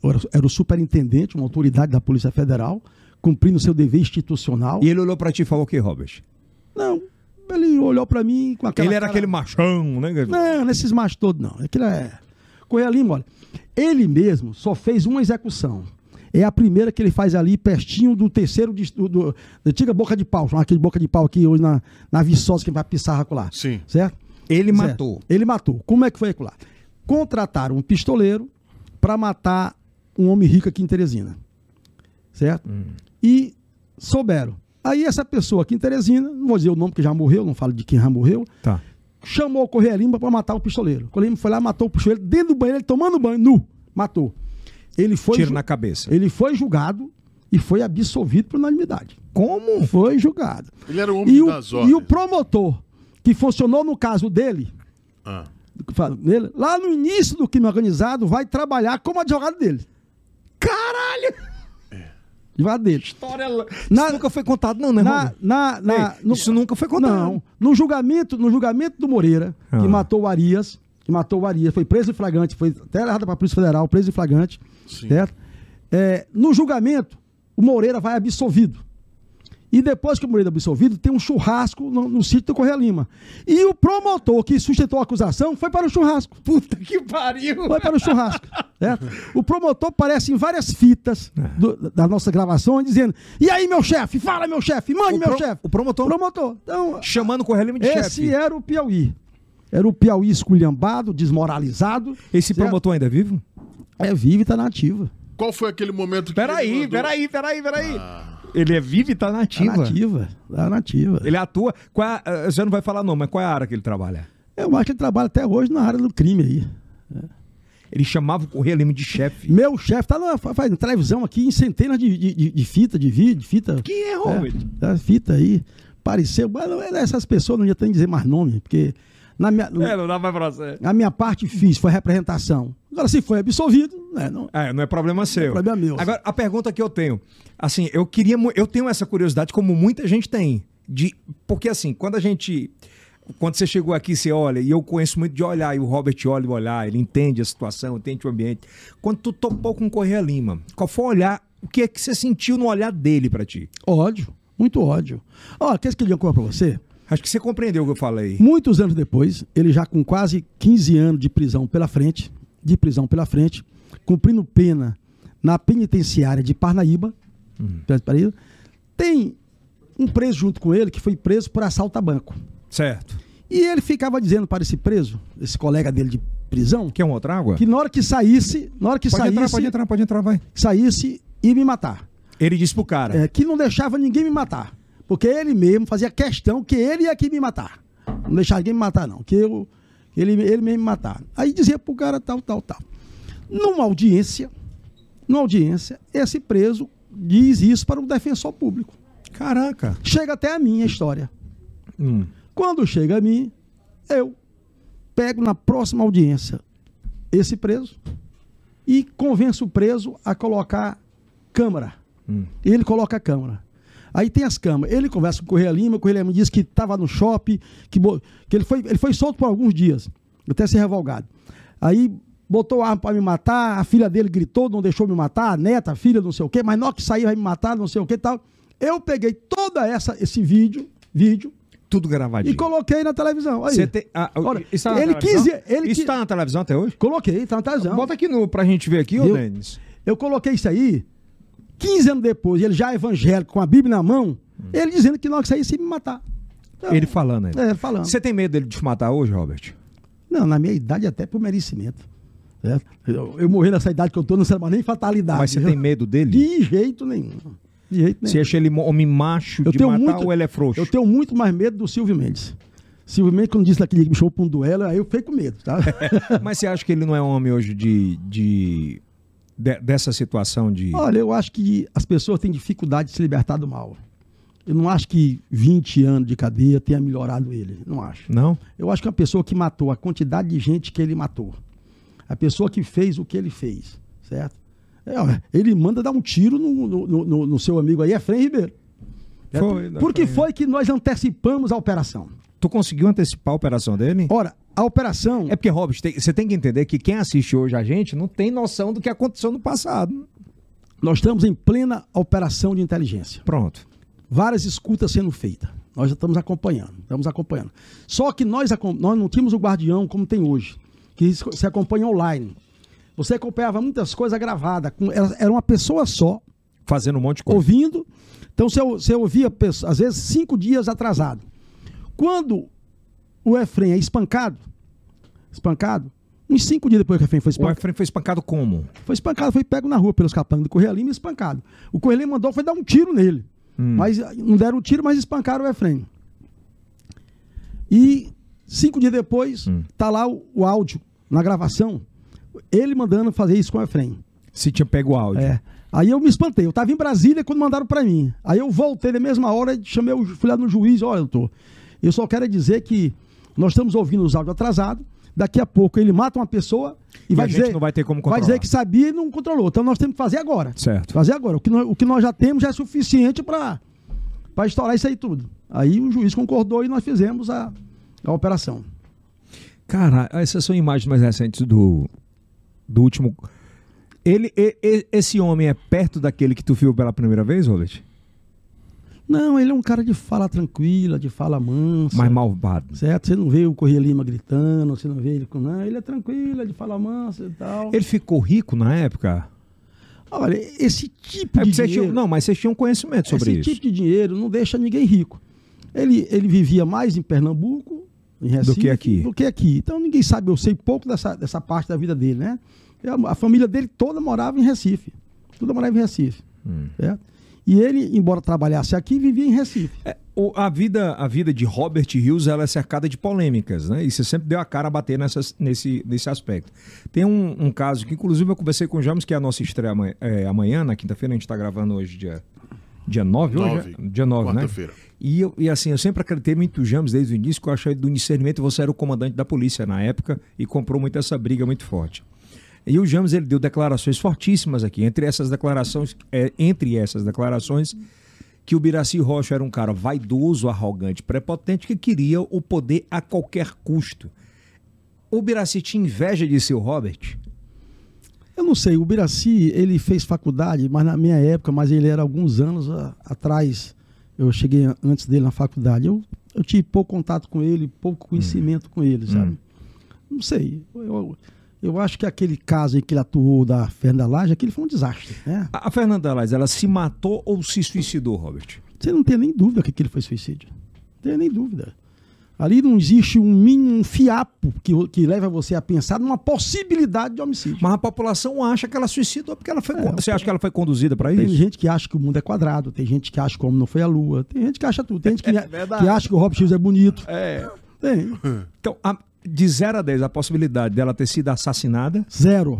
era, era o superintendente, uma autoridade da Polícia Federal, cumprindo seu dever institucional. E ele olhou pra ti e falou o que, Robert? Não, ele olhou pra mim com aquela Ele era cara... aquele machão, né? Não, nesses machos todos não. Aquilo é... Correia Lima, olha, ele mesmo só fez uma execução. É a primeira que ele faz ali, pertinho do terceiro, de, do, do, da antiga Boca de Pau, aquele Boca de Pau aqui hoje na, na Viçosa, que vai Pissarraco lá. Sim. Certo? Ele certo. matou. Ele matou. Como é que foi aquilo lá? Contrataram um pistoleiro para matar um homem rico aqui em Teresina. Certo? Hum. E souberam. Aí essa pessoa aqui em Teresina, não vou dizer o nome porque já morreu, não falo de quem já morreu, tá. Chamou o Correia Lima para matar o pistoleiro. O Correia Lima foi lá, matou o pistoleiro dentro do banheiro, ele tomando banho, nu, matou. Ele foi Tiro na cabeça. Ele foi julgado e foi absolvido por unanimidade. Como? Foi julgado. Ele era o homem e das o, ordens. E o promotor, que funcionou no caso dele, ah. dele, lá no início do crime organizado, vai trabalhar como advogado dele. Caralho! Advogado dele. História... Na, isso nunca foi contado, não, né, na, na, na, Ei, no, Isso nunca foi contado. Não. No julgamento, no julgamento do Moreira, ah. que matou o Arias, que matou o Arias, foi preso em flagrante, foi até levado para a Polícia Federal, preso em flagrante. Sim. Certo? É, no julgamento, o Moreira vai absolvido. E depois que o Moreira é absolvido, tem um churrasco no, no sítio do Correia Lima. E o promotor que sustentou a acusação foi para o churrasco. Puta que pariu! Foi para o churrasco. Certo? O promotor aparece em várias fitas do, das nossas gravações, dizendo: e aí, meu chefe? Fala, meu chefe! Mande, o meu pro, chefe! O promotor? Promotor. Então, chamando o Correia Lima de chefe. Esse era o Piauí. Era o Piauí esculhambado, desmoralizado. Esse certo? Promotor ainda é vivo? É vivo e está na ativa. Qual foi aquele momento que peraí, ele mandou... peraí, peraí, peraí. Ah. Ele é vivo e tá na ativa. Tá na ativa, tá na ativa. Ele atua... Qual é, você não vai falar não, mas qual é a área que ele trabalha? Eu acho que ele trabalha até hoje na área do crime aí. É. Ele chamava o Correia Lima de chefe. Meu chefe tá na, faz, na televisão aqui em centenas de, de, de fita, de vídeo, de fita. Quem é, Robert? É, da fita aí. Pareceu... Mas essas pessoas não ia ter que dizer mais nome, porque... Na minha, é, não dá mais pra você. A minha parte fiz, foi representação. Agora, se foi absolvido, né, não, é, não é problema seu. É problema meu. Agora, a pergunta que eu tenho, assim, eu queria, eu tenho essa curiosidade, como muita gente tem, de, porque assim, quando a gente, quando você chegou aqui, você olha, e eu conheço muito de olhar, e o Robert olha e olhar, ele entende a situação, entende o ambiente. Quando tu topou com o Correia Lima, qual foi o olhar, o que é que você sentiu no olhar dele pra ti? Ódio, muito ódio. Ó, quer que eu diga uma coisa pra você? Acho que você compreendeu o que eu falei. Muitos anos depois, ele já com quase quinze anos de prisão pela frente, de prisão pela frente, cumprindo pena na penitenciária de Parnaíba, hum. tem um preso junto com ele que foi preso por assalto a banco. Certo. E ele ficava dizendo para esse preso, esse colega dele de prisão... Quer uma outra água? Que na hora que saísse... Na hora que pode saísse... Entrar, pode entrar, pode entrar, vai. Saísse e me matar. Ele disse pro cara. É, que não deixava ninguém me matar. Porque ele mesmo fazia questão que ele ia aqui me matar. Não deixava ninguém me matar, não. Que eu, ele, ele mesmo me matar. Aí dizia pro cara tal, tal, tal. Numa audiência, numa audiência, esse preso diz isso para o defensor público. Caraca. Chega até a minha história. Hum. Quando chega a mim, eu pego na próxima audiência esse preso e convenço o preso a colocar câmara. Hum. Ele coloca a câmara. Aí tem as câmaras. Ele conversa com o Correia Lima, o Correia Lima diz que estava no shopping, que, que ele, foi, ele foi solto por alguns dias, até ser revogado. Aí botou arma para me matar, a filha dele gritou, não deixou me matar, a neta, a filha, não sei o quê, mas na hora que sair vai me matar, não sei o quê e tal. Eu peguei toda essa, esse vídeo, vídeo, tudo gravadinho, e coloquei na televisão. Aí. Tem, ah, Olha, isso tá ele quis, ele Isso está na televisão até hoje? Coloquei, está na televisão. Bota aqui no, pra gente ver aqui, ô Denis. Eu coloquei isso aí, quinze anos depois, ele já evangélico, com a Bíblia na mão, hum. ele dizendo que na hora que saísse ia me matar. Então, ele falando aí. É, ele falando. Você tem medo dele te matar hoje, Robert? Não, na minha idade até por merecimento. É. Eu, eu morrer nessa idade que eu tô, não sei mais nem fatalidade. Mas você viu? tem medo dele? De jeito nenhum. De jeito nenhum. Você acha ele homem macho eu de tenho matar muito, ou ele é frouxo? Eu tenho muito mais medo do Silvio Mendes. Silvio Mendes, quando disse naquele dia que me chamou para um duelo, aí eu fiquei com medo, tá? Mas você acha que ele não é um homem hoje de, de, de... dessa situação de... Olha, eu acho que as pessoas têm dificuldade de se libertar do mal. Eu não acho que vinte anos de cadeia tenha melhorado ele. Não acho. Não? Eu acho que uma pessoa que matou a quantidade de gente que ele matou, a pessoa que fez o que ele fez, certo? É, ele manda dar um tiro no, no, no, no seu amigo aí, Efraim Ribeiro. Foi, Porque foi que nós antecipamos a operação. Tu conseguiu antecipar a operação dele? Ora, A operação... É porque, Robert, tem, você tem que entender que quem assiste hoje a gente não tem noção do que aconteceu no passado. Nós estamos em plena operação de inteligência. Pronto. Várias escutas sendo feitas. Nós já estamos acompanhando, estamos acompanhando. Só que nós, nós não tínhamos o guardião como tem hoje, que se acompanha online. Você acompanhava muitas coisas gravadas, era, era uma pessoa só. Fazendo um monte de coisa. Ouvindo. Então você, você ouvia, às vezes, cinco dias atrasado. Quando o Efrem é espancado, espancado, uns cinco dias depois que o Efrem foi espancado. O Efrem foi espancado como? Foi espancado, foi pego na rua pelos capangas do Correia Lima e espancado. O Correia Lima mandou foi dar um tiro nele. Hum. Mas não deram o tiro, mas espancaram o Efrem. E cinco dias depois, hum. tá lá o, o áudio, na gravação, ele mandando fazer isso com o Efrem. Se tinha pego o áudio. É. Aí eu me espantei. Eu estava em Brasília quando mandaram para mim. Aí eu voltei na mesma hora e chamei o fui lá no juiz. Olha, doutor, eu só quero dizer que nós estamos ouvindo os áudios atrasados. Daqui a pouco ele mata uma pessoa e, e vai a dizer, gente não vai ter como controlar. Vai dizer que sabia e não controlou. Então nós temos que fazer agora. Certo. Fazer agora. O que nós, o que nós já temos já é suficiente para para estourar isso aí tudo. Aí o juiz concordou e nós fizemos a, a operação. Cara, essas são imagens mais recentes do, do último... Ele, ele, esse homem é perto daquele que tu viu pela primeira vez, Robert? Não, ele é um cara de fala tranquila, de fala mansa. Mais malvado. Certo? Você não vê o Correia Lima gritando, você não vê ele com... Não, ele é tranquilo, é de fala mansa e tal. Ele ficou rico na época? Olha, esse tipo é de dinheiro... dinheiro... Tinha, não, mas vocês tinham conhecimento sobre esse isso. Esse tipo de dinheiro não deixa ninguém rico. Ele, ele vivia mais em Pernambuco, em Recife, do que aqui. Do que aqui. Então ninguém sabe, eu sei pouco dessa, dessa parte da vida dele, né? A família dele toda morava em Recife. Toda morava em Recife. Hum. Certo? E ele, embora trabalhasse aqui, vivia em Recife. É, o, a, vida, a vida de Robert Rios ela é cercada de polêmicas, né? E você sempre deu a cara a bater nessas, nesse, nesse aspecto. Tem um, um caso que, inclusive, eu conversei com o James, que é a nossa estreia amanhã, é, amanhã na quinta-feira, a gente está gravando hoje, dia, dia nove, hoje? É? Dia nove, né? E, eu, e assim, eu sempre acreditei muito no James desde o início, que eu achei do discernimento, você era o comandante da polícia na época e comprou muito essa briga muito forte. E o James, ele deu declarações fortíssimas aqui. Entre essas declarações, é, entre essas declarações, que o Biraci Rocha era um cara vaidoso, arrogante, prepotente, que queria o poder a qualquer custo. O Biraci tinha inveja de seu Robert? Eu não sei. O Biraci, ele fez faculdade, mas na minha época, mas ele era alguns anos a, atrás. Eu cheguei antes dele na faculdade. Eu, eu tive pouco contato com ele, pouco conhecimento hum. com ele, sabe? Hum. Não sei. Eu... eu Eu acho que aquele caso aí que ele atuou da Fernanda Lage, aquele foi um desastre, né? A Fernanda Lage, ela se matou ou se suicidou, Robert? Você não tem nem dúvida que aquele foi suicídio. Não tem nem dúvida. Ali não existe um mínimo um fiapo que, que leva você a pensar numa possibilidade de homicídio. Mas a população acha que ela suicidou porque ela foi... É, você acha que ela foi conduzida para isso? Tem gente que acha que o mundo é quadrado, tem gente que acha que o homem não foi à lua, tem gente que acha tudo, tem gente que, é que acha que o Robert Rios é bonito. É. Tem. Então, a... de zero a dez, a possibilidade dela ter sido assassinada? Zero.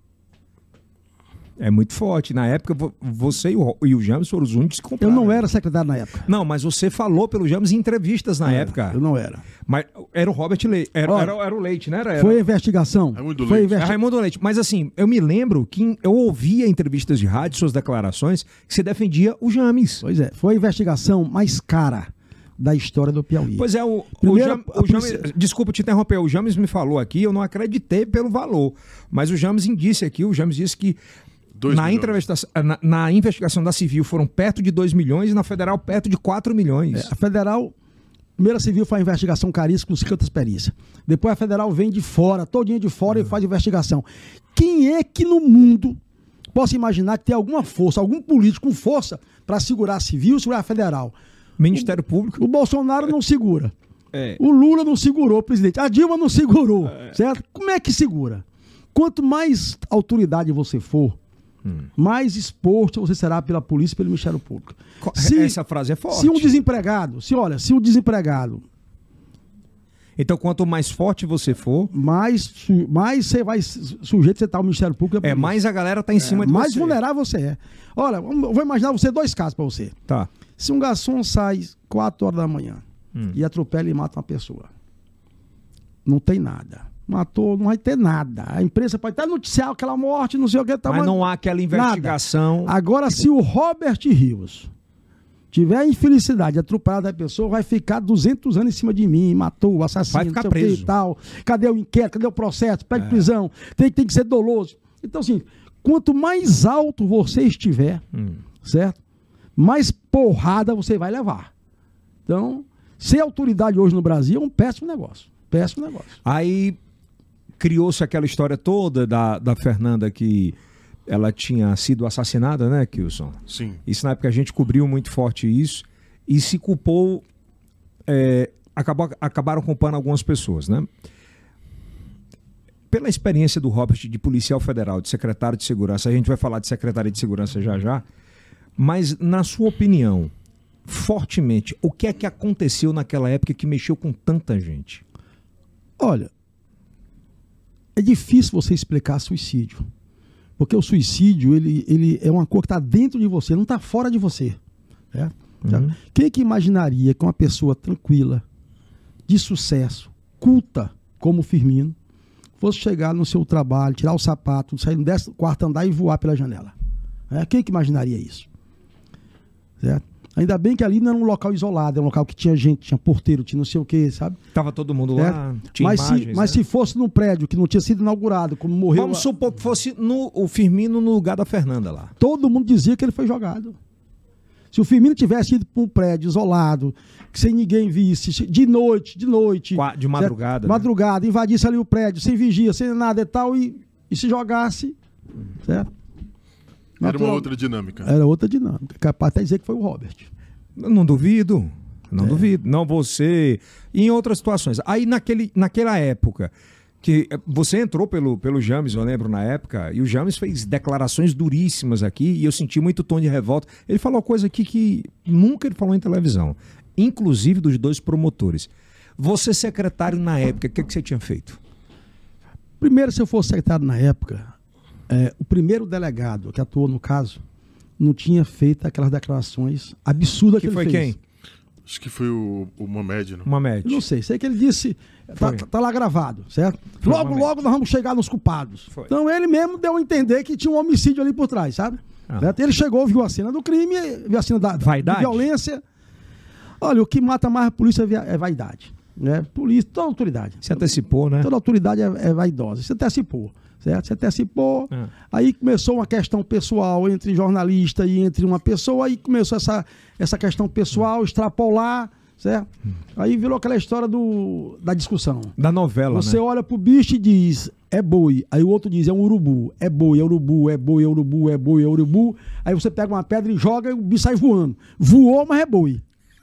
É muito forte. Na época, você e o, e o James foram os únicos que compraram. Eu não era secretário na época. Não, mas você falou pelo James em entrevistas na é, época. Eu não era. Mas era o Robert Leite. Era, Olha, era, era o Leite, né? Era, foi a investigação. Raimundo foi Leite. investi... É Raimundo Leite. Mas assim, eu me lembro que eu ouvia entrevistas de rádio, suas declarações, que você defendia o James. Pois é. Foi a investigação mais cara da história do Piauí. Pois é, o, Primeiro, o, Jam, o James, polícia... desculpa te interromper, o James me falou aqui, eu não acreditei pelo valor, mas o James disse aqui, o James disse que na, na, na investigação da civil foram perto de dois milhões e na federal perto de quatro milhões. É, a federal, primeira civil faz investigação caríssima com cinquenta perícias. Depois a federal vem de fora, todinha de fora uhum. e faz investigação. Quem é que no mundo possa imaginar que tem alguma força, algum político com força para segurar a civil e segurar a federal? Ministério Público. O Bolsonaro não segura. É. O Lula não segurou, presidente. A Dilma não segurou. É. Certo? Como é que segura? Quanto mais autoridade você for, hum. mais exposto você será pela polícia e pelo Ministério Público. Se, Essa frase é forte. Se um desempregado, se olha, se um desempregado... Então, quanto mais forte você for... Mais, mais você vai sujeito você está ao Ministério Público. É, mais a galera está em cima é, de mais você. Mais vulnerável você é. Olha, vou imaginar você dois casos para você. Tá. Se um garçom sai quatro horas da manhã hum. e atropela e mata uma pessoa, não tem nada. Matou, não vai ter nada. A imprensa pode até noticiar aquela morte, não sei o que. Tá, mas, mas não há aquela investigação. Nada. Agora, se o Robert Rios tiver a infelicidade, atropelada da pessoa, vai ficar duzentos anos em cima de mim, matou o assassino, vai ficar não sei o preso. que e tal. Cadê o inquérito? Cadê o processo? Pede é. prisão. Tem, tem que ser doloso. Então, assim, quanto mais alto você estiver, hum. certo? Mais porrada você vai levar. Então, ser autoridade hoje no Brasil é um péssimo negócio. Péssimo negócio. Aí criou-se aquela história toda da, da Fernanda que ela tinha sido assassinada, né, Kilson? Sim. Isso na época a gente cobriu muito forte isso e se culpou, é, acabou, acabaram culpando algumas pessoas, né? Pela experiência do Robert de policial federal, de secretário de segurança, a gente vai falar de secretário de segurança já já, mas na sua opinião, fortemente, o que é que aconteceu naquela época que mexeu com tanta gente? Olha, é difícil você explicar suicídio. Porque o suicídio, ele, ele é uma coisa que está dentro de você, não está fora de você. Né? Uhum. Quem que imaginaria que uma pessoa tranquila, de sucesso, culta, como o Firmino, fosse chegar no seu trabalho, tirar o sapato, sair no décimo quarto andar e voar pela janela? É? Quem que imaginaria isso? Certo? Ainda bem que ali não era um local isolado, era um local que tinha gente, tinha porteiro, tinha não sei o que, sabe? Tava todo mundo é. lá, tinha mas imagens, se, né? mas se fosse num prédio que não tinha sido inaugurado, como morreu... Vamos supor que fosse no, o Firmino no lugar da Fernanda lá. Todo mundo dizia que ele foi jogado. Se o Firmino tivesse ido para um prédio isolado, que sem ninguém visse, de noite, de noite... De madrugada. Certo? Madrugada, invadisse ali o prédio, sem vigia, sem nada e tal, e, e se jogasse, certo? Era Natural, uma outra dinâmica. Era outra dinâmica. Capaz até dizer que foi o Robert. Não duvido, não é. duvido. Não você. E em outras situações. Aí naquele, naquela época, que você entrou pelo, pelo James, eu lembro na época, e o James fez declarações duríssimas aqui, e eu senti muito tom de revolta. Ele falou coisa aqui que nunca ele falou em televisão, inclusive dos dois promotores. Você, secretário na época, o que, que você tinha feito? Primeiro, se eu fosse secretário na época, é, o primeiro delegado que atuou no caso não tinha feito aquelas declarações absurdas que, que ele foi fez. Quem? Acho que foi o, o Mohamed, não? Mohamed. Não sei, sei que ele disse, tá, tá lá gravado, certo? Foi logo, Mohamed. Logo nós vamos chegar nos culpados. Foi. Então ele mesmo deu a entender que tinha um homicídio ali por trás, sabe? Ah. Certo? Ele chegou, viu a cena do crime, viu a cena da, da violência. Olha, o que mata mais a polícia é vaidade. Né? Polícia, toda autoridade. Se antecipou, né? Toda autoridade é, é vaidosa. Se antecipou. Certo? Se antecipou, é. Aí começou uma questão pessoal entre jornalista e entre uma pessoa, aí começou essa, essa questão pessoal, extrapolar, certo? Hum. Aí virou aquela história do, da discussão. Da novela, Você né? olha pro bicho e diz, é boi. Aí o outro diz, é um urubu. É boi, é urubu, é boi, é urubu, é boi, é urubu. Aí você pega uma pedra e joga e o bicho sai voando. Voou, mas é boi.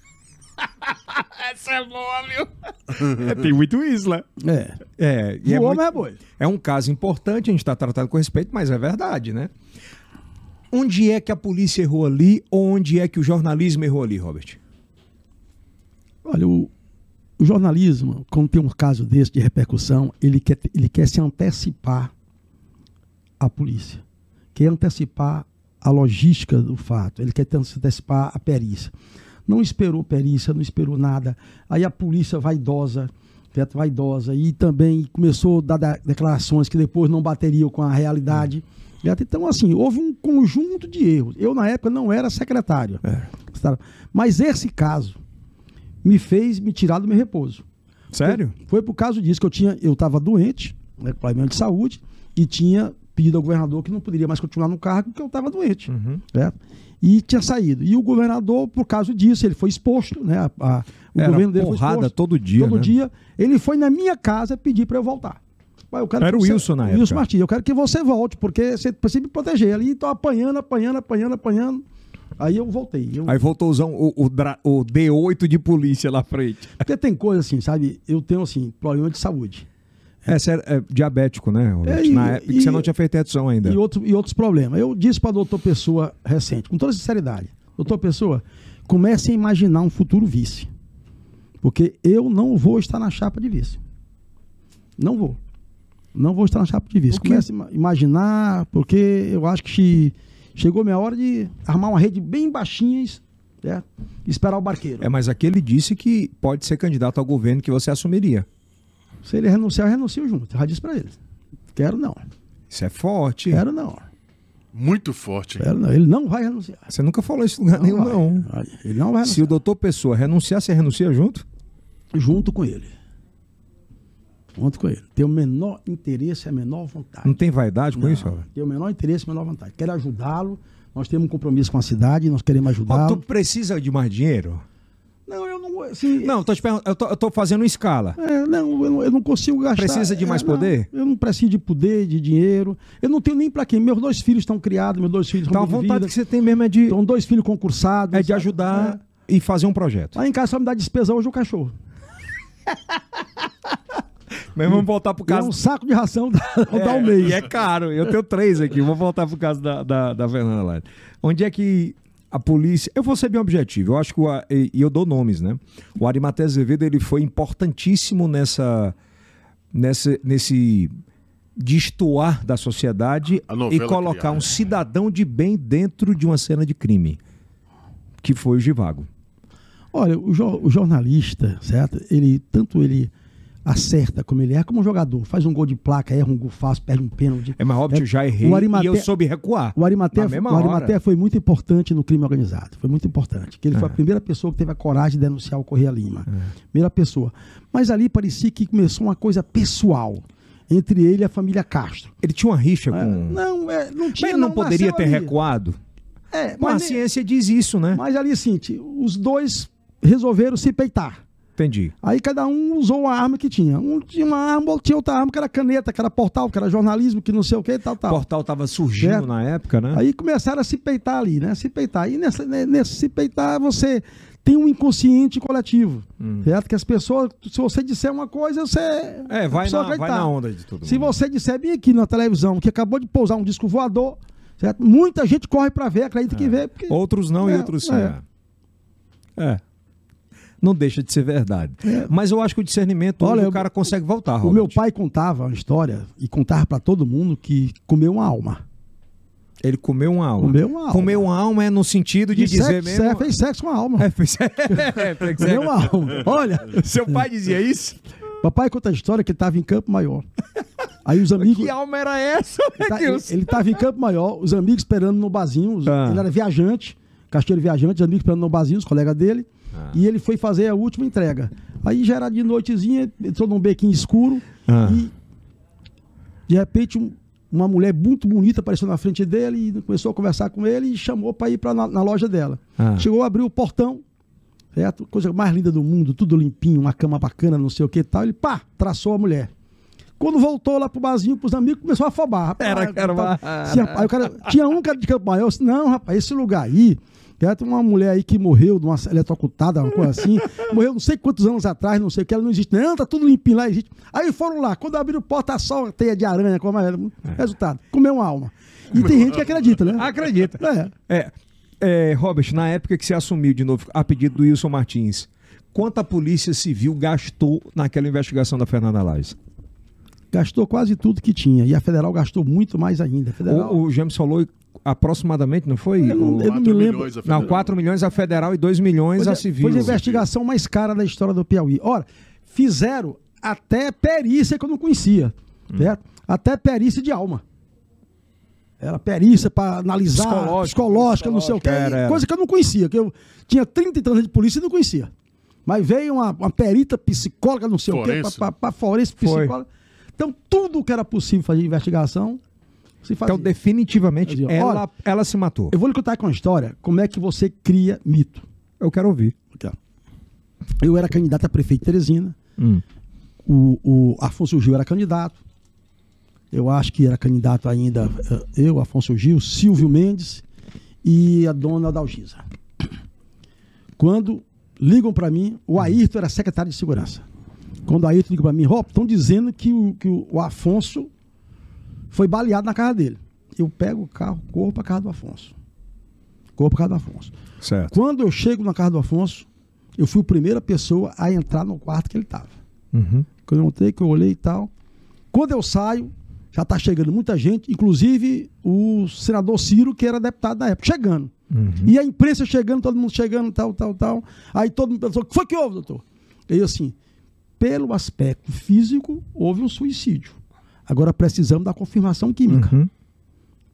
Essa é boa, viu? É, tem muito isso, né? É. É, e Voou, é, muito, mas é boi. É um caso importante, a gente está tratando com respeito, mas é verdade, né? Onde é que a polícia errou ali ou onde é que o jornalismo errou ali, Robert? Olha, o, o jornalismo, quando tem um caso desse de repercussão, ele quer, ele quer se antecipar à polícia. Quer antecipar a logística do fato. Ele quer se antecipar a perícia. Não esperou perícia, não esperou nada. Aí a polícia vaidosa, certo? vaidosa, e também começou a dar declarações que depois não bateriam com a realidade. Certo? Então, assim, houve um conjunto de erros. Eu, na época, não era secretário. É. Mas esse caso me fez me tirar do meu repouso. Sério? Foi, foi por causa disso que eu tinha, eu estava doente, né, com problema de saúde, e tinha pedido ao governador que não poderia mais continuar no cargo porque eu estava doente. Uhum. Certo? E tinha saído. E o governador, por causa disso, ele foi exposto, né? A, a, o Era governo dele porrada foi exposto. todo dia, Todo né? dia. Ele foi na minha casa pedir para eu voltar. Eu quero Era o você, Wilson na época. Wilson Martins, eu quero que você volte, porque você precisa me proteger. Ali estou apanhando, apanhando, apanhando, apanhando. Aí eu voltei. Eu... Aí voltou a usar o, o, o D oito de polícia lá à frente. Porque tem coisa assim, sabe? Eu tenho, assim, problema de saúde. É, você é, é diabético, né, Robert? É, e, na época e, que você não tinha feito redução ainda. E, outro, e outros problemas. Eu disse para o doutor Pessoa recente, com toda sinceridade, doutor Pessoa, comece a imaginar um futuro vice. Porque eu não vou estar na chapa de vice. Não vou. Não vou estar na chapa de vice. Comece a imaginar, porque eu acho que chegou a minha hora de armar uma rede bem baixinha e esperar o barqueiro. É, mas aqui ele disse que pode ser candidato ao governo que você assumiria. Se ele renunciar, eu renuncio junto. Eu já disse para ele. Quero não. Isso é forte. Quero não. Muito forte. Hein? Ele, não, ele não vai renunciar. Você nunca falou isso em lugar Não nenhum, vai. não. Ele não vai renunciar. Se o doutor Pessoa renunciar, você renuncia junto? Junto com ele. Junto com ele. Tem o menor interesse, a menor vontade. Não tem vaidade com Não, isso, Robert? Tem o menor interesse, a menor vontade. Quero ajudá-lo. Nós temos um compromisso com a cidade, nós queremos Ó, ajudá-lo. tu precisa de mais dinheiro? Não, eu não. Assim, Não, tô te perguntando, eu, tô, eu tô fazendo escala. É, não, eu não, eu não consigo gastar. Precisa de mais é, não, poder? Eu não preciso de poder, de dinheiro. Eu não tenho nem pra quem. Meus dois filhos estão criados, meus dois filhos Então a estão bem de vontade vida. que você tem mesmo é de, Estão dois filhos concursados. é de sabe? ajudar É. e fazer um projeto. Lá em casa só me dá despesa hoje o cachorro. Mas vamos voltar pro É caso. um saco de ração dá, dá um É, mês. E é caro. Eu tenho três aqui. Vou voltar pro caso da, da, da Fernanda lá. Onde é que a polícia... Eu vou ser bem objetivo. Eu acho que... O, e e eu dou nomes, né? O Arimatea Azevedo, ele foi importantíssimo nessa... nessa nesse destoar da sociedade A e novela colocar criada. um cidadão de bem dentro de uma cena de crime. Que foi o Givago. Olha, o, jo- o jornalista, certo? Ele, tanto ele acerta como ele é, como um jogador. Faz um gol de placa, erra um gol fácil, perde um pênalti. É mais óbvio que eu já errei O Arimatea- e eu soube recuar. O Arimatea, Na mesma o Arimatea hora. foi muito importante no crime organizado. Foi muito importante. Que ele foi a primeira pessoa que teve a coragem de denunciar o Correia Lima. Primeira pessoa. Mas ali parecia que começou uma coisa pessoal entre ele e a família Castro. Ele tinha uma rixa É, com... não, é, não Mas tinha. ele não poderia nasceu ter ali. recuado? É, Mas a mas, ciência diz isso, né? mas ali, assim, ti- os dois resolveram se peitar. Entendi. Aí cada um usou a arma que tinha. Um tinha uma arma, outro tinha outra arma, que era caneta, que era portal, que era jornalismo, que não sei o que, tal, O tal. portal estava surgindo Certo. na época, né? Aí começaram a se peitar ali, né? Se peitar. E nessa, né, nesse se peitar, você tem um inconsciente coletivo. Certo? Que as pessoas, se você disser uma coisa, você. É, a vai pessoa na, vai acreditar. na onda de todo Se mundo. você disser bem aqui na televisão que acabou de pousar um disco voador, certo? Muita gente corre pra ver, acredita que vê. Porque... Outros não e É, outros sim. é. É. Não deixa de ser verdade. É. Mas eu acho que o discernimento, Olha, hoje, eu- o cara consegue voltar, O Robert. meu pai contava uma história e contava pra todo mundo que comeu uma alma. Ele comeu uma alma. Comeu uma alma. Comeu uma alma é no sentido de E dizer sexo, mesmo... é, fez sexo com a alma. É, fez... é, fez- Comeu uma alma. Olha, Seu pai dizia isso? papai conta a história que ele estava em Campo Maior. Aí os amigos. Que alma era essa, Ele tá- ele Edilson? ele estava em Campo Maior, os amigos esperando no barzinho. os- Ah. Ele era viajante, casteiro viajante, os amigos esperando no barzinho, os colegas dele. Ah. E ele foi fazer a última entrega. Aí já era de noitezinha, entrou num bequinho escuro Ah. e de repente um- uma mulher muito bonita apareceu na frente dele e começou a conversar com ele e chamou para ir pra, na, na loja dela. Ah. Chegou, abriu o portão, certo? Coisa mais linda do mundo, tudo limpinho, uma cama bacana, não sei o que e tal. Ele, pá, traçou a mulher. Quando voltou lá pro barzinho, pros amigos, começou a afobar. Rapaz, Era, era uma- Se, rapaz, o cara, tinha um cara de Campo Maior, eu disse, não, rapaz, esse lugar aí, certo? Uma mulher aí que morreu de uma eletrocutada, uma coisa assim, morreu não sei quantos anos atrás, não sei o que, ela não existe. Não, tá tudo limpinho lá, existe. Aí foram lá, quando abriram porta, só a teia de aranha, como é. Resultado, comeu uma alma. E tem gente que acredita, né? Acredita. É. É, é, Robert, na época que você assumiu de novo, a pedido do Wilson Martins, quanto a Polícia Civil gastou naquela investigação da Fernanda Lages? Gastou quase tudo que tinha. E a federal gastou muito mais ainda. A federal, O, o James falou aproximadamente, não foi? Eu não- O- eu não me quatro lembro. milhões a Não, federal. quatro milhões a federal e dois milhões Foi a a- civil. Foi a investigação mais cara da história do Piauí. Ora, fizeram até perícia que eu não conhecia. Hum. Certo? Até perícia de alma. Era perícia para analisar, Psicológico, psicológica, não sei o quê. era, era. Coisa que eu não conhecia. Que eu tinha trinta e tantos de polícia e não conhecia. Mas veio uma, uma perita psicóloga, não sei Forense. o quê, para forense Foi. psicóloga. Então, tudo que era possível fazer de investigação, se fazia. Então, definitivamente, Fazia. ela, Olha, ela se matou. Eu vou lhe contar com uma história, como é que você cria mito. Eu quero ouvir. Aqui, ó. Eu era candidato a prefeito de Teresina. Hum. O, o Afonso Gil era candidato. Eu acho que era candidato ainda eh, eu, Afonso Gil, Silvio Mendes e a dona Dalgisa. Quando ligam para mim, o Ayrton era secretário de segurança. Quando o Ayrton liga para mim, Rob, estão dizendo que, o, que o, o Afonso foi baleado na casa dele. Eu pego o carro, corro para casa do Afonso. Corro para casa do Afonso. Certo. Quando eu chego na casa do Afonso, eu fui a primeira pessoa a entrar no quarto que ele estava. Uhum. Quando eu entrei, que eu olhei e tal. Quando eu saio, já está chegando muita gente, inclusive o senador Ciro, que era deputado na época, chegando. Uhum. E a imprensa chegando, todo mundo chegando, tal, tal, tal. Aí todo mundo pensou, o que foi que houve, doutor? E eu assim, pelo aspecto físico, houve um suicídio. Agora precisamos da confirmação química. Uhum.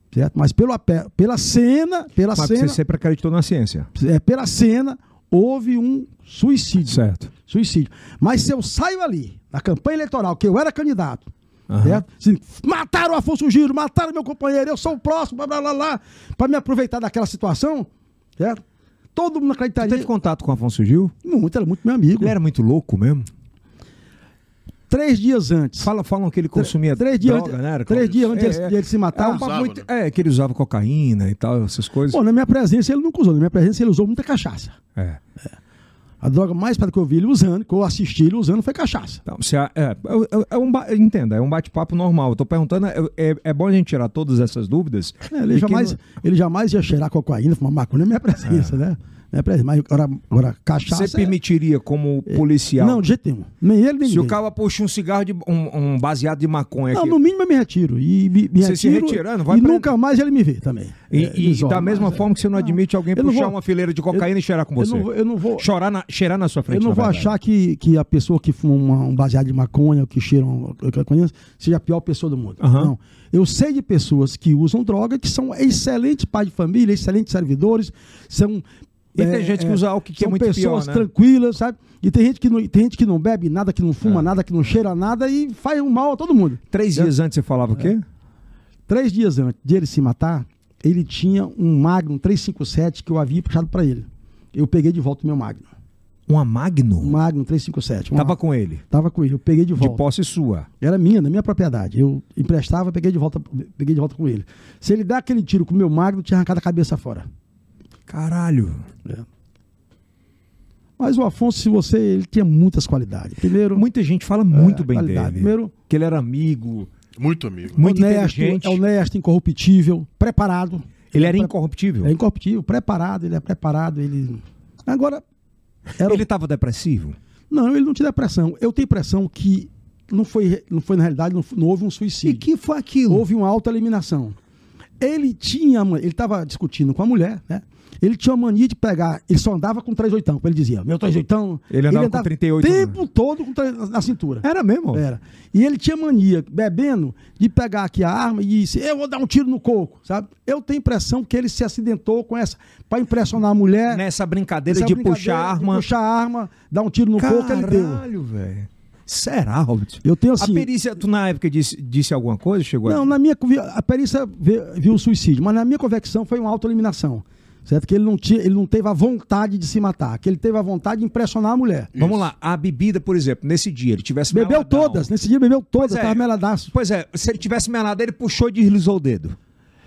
certo? Mas pelo, pela cena, pela Mas cena, você sempre acreditou na ciência. é, pela cena, houve um suicídio. Certo. Suicídio. Mas se eu saio ali, na campanha eleitoral, que eu era candidato, Aham. certo? Assim, mataram o Afonso Giro, mataram meu companheiro, eu sou o próximo, blá, blá, blá, blá, para me aproveitar daquela situação, certo? Todo mundo Você acreditaria. teve contato com o Afonso Gil? Muito, era muito meu amigo. Ele era muito louco mesmo? Três dias antes. Fala, falam que ele consumia três dias droga, antes, né? Era três dias antes É, de ele- é. de ele se matar. É, um um papo usava, muito- né? é, que ele usava cocaína e tal, essas coisas. Pô, na minha presença ele nunca usou. Na minha presença ele usou muita cachaça. É. A droga mais para que eu vi ele usando, que eu assisti ele usando, foi cachaça. Então, se a- é, é, é um, ba- entenda, é um bate-papo normal. Eu tô perguntando, é, é, é bom a gente tirar todas essas dúvidas. É, ele, de jamais, quem ele jamais ia cheirar cocaína, fumar maconha na minha presença, né? Minha presença. Mas agora, agora cachaça. Você permitiria como policial? Não, de jeito nenhum. Nem ele, nem Se o ninguém. cara puxa um cigarro de um, um baseado de maconha Não, aqui. no mínimo eu me retiro. E me, me Você se retiro, retirando, vai E pra- nunca mais ele me vê também. E, É, e me isola, da mesma mas, é. forma que você não admite alguém eu não puxar vou- uma fileira de cocaína e cheirar com Eu você. não vou. Eu não vou, Chorar na, cheirar na sua frente. eu não na vou verdade. achar que, que a pessoa que fuma uma- um baseado de maconha, ou que cheira um, que eu conheço, seja a pior pessoa do mundo. Aham. Não. Eu sei de pessoas que usam droga, que são excelentes pais de família, excelentes servidores, são. E tem gente que usa álcool que é são muito pior, pessoas né? tranquilas, sabe? E tem gente, que não, tem gente que não bebe nada, que não fuma É. nada, que não cheira nada e faz um mal a todo mundo. Três Certo? dias antes você falava o quê? Três dias antes de ele se matar, ele tinha um Magnum trezentos e cinquenta e sete que eu havia puxado para ele. Eu peguei de volta o meu Magnum. Uma Magnum? Um Magnum trezentos e cinquenta e sete. Uma- Tava com ele. Tava com ele, eu peguei de De volta. posse sua. Era minha, na minha propriedade. Eu emprestava, peguei de volta, peguei de volta com ele. Se ele der aquele tiro com o meu Magnum, tinha arrancado a cabeça fora. Caralho. Mas o Afonso, se você, ele tinha muitas qualidades. Primeiro, Muita gente fala muito É, bem qualidade. dele. Primeiro, Que ele era amigo, Muito amigo. muito honesto, inteligente. é honesto, incorruptível, preparado. Ele era é incorruptível. É incorruptível, preparado, ele é preparado, ele... Agora, era... Ele estava depressivo? não, ele não tinha depressão. Eu tenho impressão que não foi, não foi na realidade, não, não houve um E suicídio. que foi aquilo? Houve uma autoeliminação. Ele tinha, ele estava discutindo com a mulher, né? Ele tinha uma mania de pegar, ele só andava com três oitão, ele dizia, meu três oitão. Ele andava com trinta e oito, o tempo todo com três na cintura. Era mesmo? Era. E ele tinha mania, bebendo, de pegar aqui a arma e disse, eu vou dar um tiro no coco, sabe? Eu tenho impressão que ele se acidentou com essa, para impressionar a mulher. Nessa brincadeira essa de brincadeira puxar a arma. De puxar a arma, dar um tiro no coco, ele deu. Caralho, velho. Será, Robert? Eu tenho A assim... perícia, tu na época disse, disse alguma coisa? Chegou Não, a... na minha, convi- a perícia vê- viu o suicídio, mas na minha convicção foi uma autoeliminação. Certo? Que ele não, tinha, ele não teve a vontade de se matar, que ele teve a vontade de impressionar a mulher. Vamos lá, a bebida, por exemplo, nesse dia, ele tivesse Bebeu meladão. todas, nesse dia bebeu todas, Pois é. tava meladaço. Pois é, se ele tivesse melado, ele puxou e deslizou o dedo.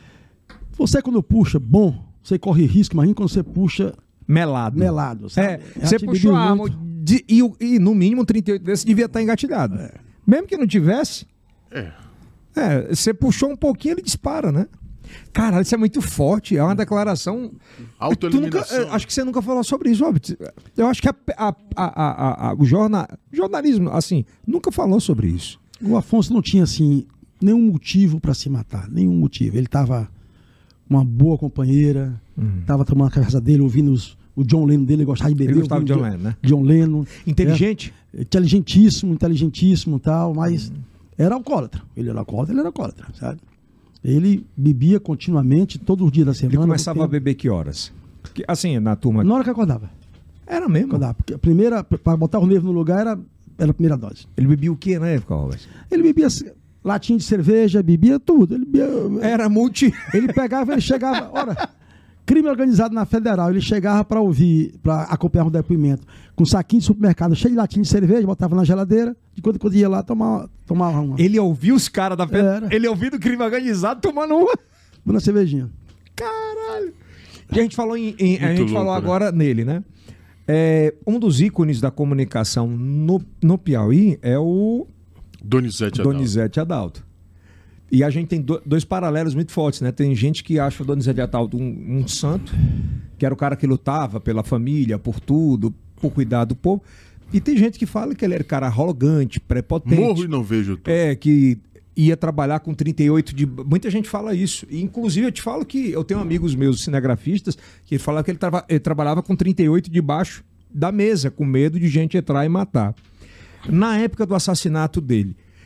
Você quando puxa, bom, você corre risco, imagina quando você puxa Melado. melado, sabe? É, Já você te puxou bebi a arma muito. de- e, o- e no mínimo trinta e oito vezes devia estar engatilhado. É. Mesmo que não tivesse, É. é, você puxou um pouquinho, ele dispara, né? Caralho, isso é muito forte, é uma declaração... Tu nunca, Autoeliminação. é, acho que você nunca falou sobre isso, Robert. Eu acho que a- a- a- a- a- o jorna, jornalismo, assim, nunca falou sobre isso. O Afonso não tinha, assim, nenhum motivo para se matar, nenhum motivo. Ele estava uma boa companheira, estava tomando a cabeça dele, ouvindo os, o John Lennon dele, ele gostava de beber. Ele gostava de ouvindo John Lennon, né? John Lennon. Inteligente? É, inteligentíssimo, inteligentíssimo e tal, mas era alcoólatra. Ele era alcoólatra, ele era alcoólatra, sabe? Ele bebia continuamente, todos os dias da semana. Ele começava a porque- beber que horas? Que- assim, na turma... Na hora que acordava. Era mesmo? acordava. Porque a primeira, para botar o nervo no lugar, era, era a primeira dose. Ele bebia o quê na época, Robert? Ele bebia latinha de cerveja, bebia tudo. Ele, bebia, Era multi... ele pegava, ele chegava. Ora, crime organizado na Federal, ele chegava para ouvir, para acompanhar um depoimento, com um saquinho de supermercado cheio de latinha de cerveja, botava na geladeira, de quando, quando ia lá, tomava, tomava uma. Ele ouviu os caras da... Fe- Era. Ele ouviu do crime organizado tomando uma... Uma cervejinha. Caralho! E a gente falou, em, em- a Muito gente falou louco, né? agora nele, né? É, um dos ícones da comunicação no, no Piauí é o Donizete Adalto. Donizete Adalto. E a gente tem do- dois paralelos muito fortes, né? Tem gente que acha o Donizete Adalto um, um santo, que era o cara que lutava pela família, por tudo, por cuidar do povo. E tem gente que fala que ele era cara arrogante, prepotente. Morro e não vejo tudo. É, que ia trabalhar com trinta e oito de... Muita gente fala isso. E, inclusive, eu te falo que eu tenho amigos meus cinegrafistas que falavam que ele, trava... ele trabalhava com trinta e oito debaixo da mesa, com medo de gente entrar e matar. Na época do assassinato dele,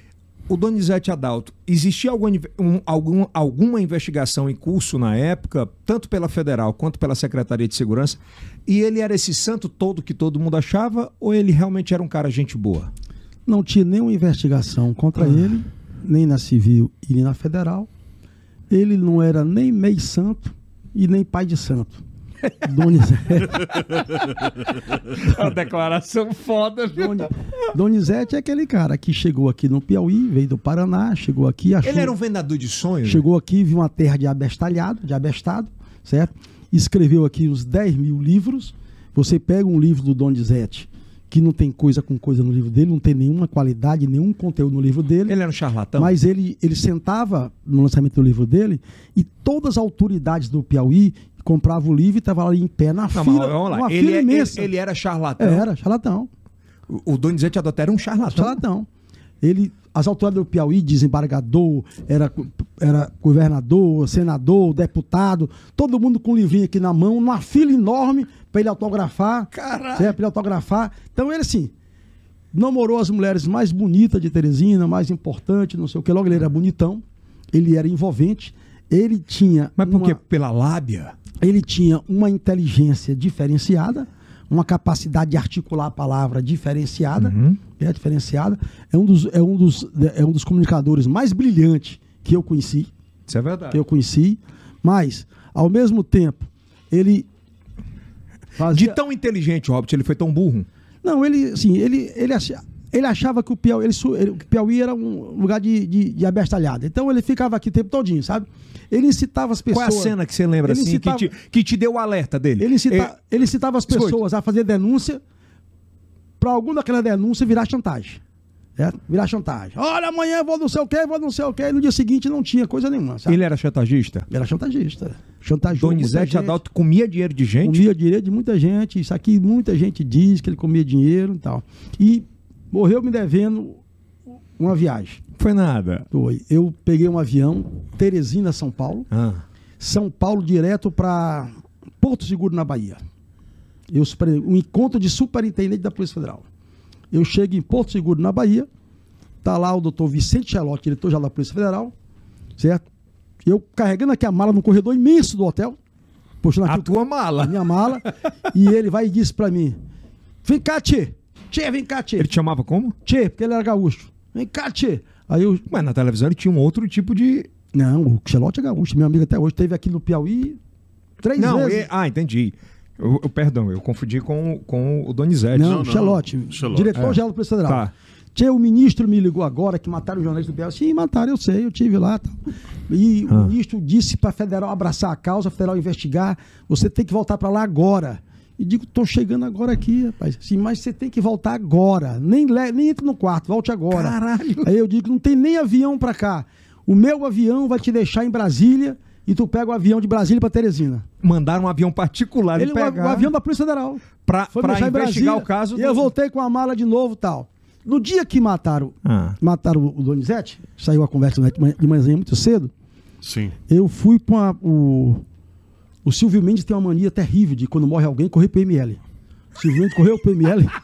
O Donizete Adalto, existia algum, um, algum, alguma investigação em curso na época, tanto pela Federal quanto pela Secretaria de Segurança, e ele era esse santo todo que todo mundo achava, ou ele realmente era um cara gente boa? Não tinha nenhuma investigação contra ah. ele, nem na civil e nem na federal. Ele não era nem meio santo e nem pai de santo. Donizete. A declaração foda, viu? Doni... Donizete é aquele cara que chegou aqui no Piauí, veio do Paraná, chegou aqui, achou... Ele era um vendedor de sonhos? Chegou né? aqui, viu uma terra de abestalhado, de abestado, certo? Escreveu aqui uns dez mil livros. Você pega um livro do Donizete, que não tem coisa com coisa no livro dele, não tem nenhuma qualidade, nenhum conteúdo no livro dele. Ele era um charlatão? Mas ele, ele sentava no lançamento do livro dele e todas as autoridades do Piauí comprava o livro e estava ali em pé na não, fila, vamos lá. Uma ele, fila é, imensa. Ele, ele era charlatão? Era, charlatão. O, o Donizete Adalto era um charlatão? Charlatão. Ele, as autoridades do Piauí, desembargador, era, era governador, senador, deputado, todo mundo com um livrinho aqui na mão, numa fila enorme para ele autografar. Caralho! Para ele autografar. Então ele, assim, namorou as mulheres mais bonitas de Teresina, mais importantes, não sei o que. Logo ele era bonitão, ele era envolvente, ele tinha... Mas por uma... quê? Pela lábia? Ele tinha uma inteligência diferenciada, uma capacidade de articular a palavra diferenciada, uhum. é diferenciada. É um dos, é um dos, é um dos comunicadores mais brilhantes que eu conheci. Isso é verdade. Que eu conheci. Mas, ao mesmo tempo, ele fazia... De tão inteligente, Robert, ele foi tão burro? Não, ele, assim, ele, ele, achava, ele achava que o Piauí, ele, ele, o Piauí era um lugar de, de, de abestalhada. Então ele ficava aqui o tempo todinho, sabe? Ele incitava as pessoas... Qual é a cena que você lembra, assim, incitava, que, te, que te deu o alerta dele? Ele, incita, é... ele incitava as pessoas Escute. a fazer denúncia para alguma daquela denúncia virar chantagem. Certo? Virar chantagem. Olha, amanhã eu vou não sei o quê, vou não sei o quê. E no dia seguinte não tinha coisa nenhuma, sabe? Ele era chantagista? Ele era chantagista. Chantageou Donizete Adalto comia dinheiro de gente? Comia dinheiro de muita gente. Isso aqui muita gente diz que ele comia dinheiro e tal. E morreu me devendo uma viagem. Foi nada. Foi. Eu peguei um avião, Teresina, São Paulo. Ah. São Paulo direto para Porto Seguro, na Bahia. Eu, um encontro de superintendente da Polícia Federal. Eu chego em Porto Seguro, na Bahia. Tá lá o doutor Vicente Chelotti, diretor-geral da Polícia Federal. Certo? Eu carregando aqui a mala no corredor imenso do hotel. Puxando aqui a tua mala. A minha mala. E ele vai e disse para mim: vem cá, tchê. Tchê, vem cá, tchê. Ele te chamava como? Tchê, porque ele era gaúcho. Vem cá, tchê. Aí eu... Mas na televisão ele tinha um outro tipo de... Não, o Chelotti é gaúcho, meu amigo até hoje. Esteve aqui no Piauí três não, vezes. E... Ah, entendi. Eu, eu, perdão, eu confundi com, com o Donizete. Não, o Chelotti, diretor-geral é. da Polícia Federal. Tá. Tinha o ministro me ligou agora que mataram o jornalista do Piauí. Sim, mataram, eu sei, eu tive lá. Tal. E ah. o ministro disse para a Federal abraçar a causa, a Federal investigar. Você tem que voltar para lá agora. E digo, tô chegando agora aqui, rapaz. Sim, mas você tem que voltar agora. Nem, nem entre no quarto, volte agora. Caralho. Aí eu digo, não tem nem avião para cá. O meu avião vai te deixar em Brasília e tu pega o avião de Brasília para Teresina. Mandaram um avião particular ele pegar... O avião da Polícia Federal. Para investigar o caso. E do... eu voltei com a mala de novo e tal. No dia que mataram, ah. mataram o Donizete, saiu a conversa de manhã muito cedo. Sim. Eu fui para o... O Silvio Mendes tem uma mania terrível de quando morre alguém, correr pro P M L. O Silvio Mendes correu pro P M L.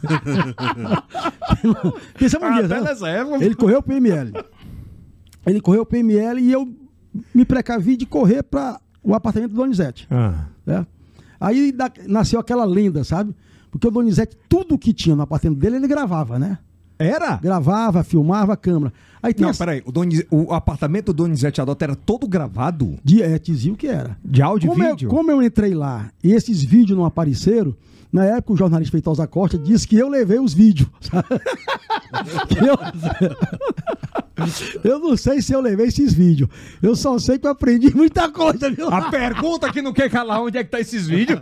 Tem essa mania, ah, ele correu pro P M L. Ele correu pro P M L e eu me precavi de correr para o apartamento do Donizete. Ah. Né? Aí da, nasceu aquela lenda, sabe? Porque o Donizete, tudo que tinha no apartamento dele, ele gravava, né? Era? Gravava, filmava a câmera. Aí tem Não, essa... peraí, o, Doniz... o apartamento do Donizete Adalto era todo gravado? De, é, dizia o que era. De áudio como e vídeo? Eu, como eu entrei lá e esses vídeos não apareceram, na época o jornalista Feitosa Costa disse que eu levei os vídeos. eu... eu não sei se eu levei esses vídeos. Eu só sei que eu aprendi muita coisa. Viu? A pergunta que não quer calar, onde é que tá esses vídeos?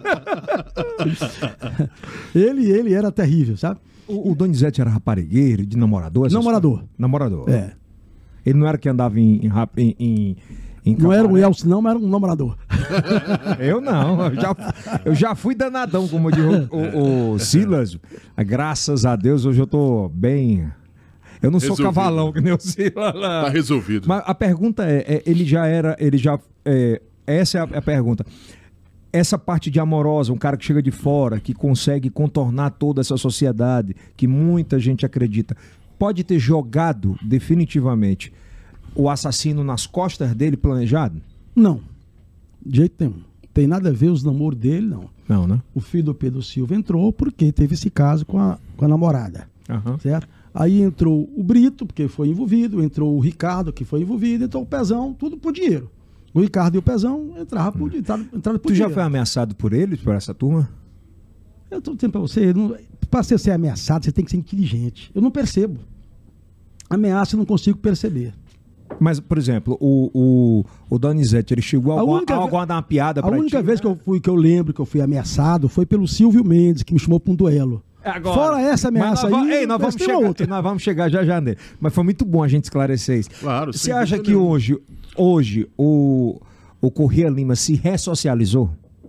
ele, ele era terrível, sabe? O, o Donizete era raparigueiro, de namorador? Namorador. Coisas? Namorador. É. Ele não era que andava em... em, em, em não era um Elcio, não, mas era um namorador. Eu não. Eu já, eu já fui danadão, como diz o, o, o Silas. Graças a Deus, hoje eu tô bem... Eu não resolvido. Sou cavalão, que nem o Silas. Tá resolvido. Mas a pergunta é, é ele já era... Ele já, é, essa é a, a pergunta. Essa parte de amorosa, um cara que chega de fora, que consegue contornar toda essa sociedade, que muita gente acredita, pode ter jogado definitivamente o assassino nas costas dele planejado? Não, de jeito nenhum. Tem nada a ver os namoros dele, não. Não, né? O filho do Pedro Silva entrou porque teve esse caso com a, com a namorada, Uhum. certo? Aí entrou o Brito, porque foi envolvido, entrou o Ricardo, que foi envolvido, entrou o Pezão, tudo por dinheiro. O Ricardo e o Pezão entraram por, entraram, entraram por Tu dinheiro. já foi ameaçado por eles, por essa turma? Eu estou dizendo para você, para você ser ameaçado, você tem que ser inteligente. Eu não percebo. Ameaça eu não consigo perceber. Mas, por exemplo, o, o, o Donizete, ele chegou a, A alguma, única a, ve- alguma dar uma piada A pra única ti, vez né? que eu, fui, que eu lembro que eu fui ameaçado foi pelo Silvio Mendes, que me chamou para um duelo. Agora. Fora essa ameaça Mas nós vamos- aí, ei, nós vamos, tem uma chegar, outra. nós vamos chegar já já nele. Mas foi muito bom a gente esclarecer isso. Claro, Você sem acha dúvida que nenhuma. hoje, hoje o, o Corrêa Lima se ressocializou?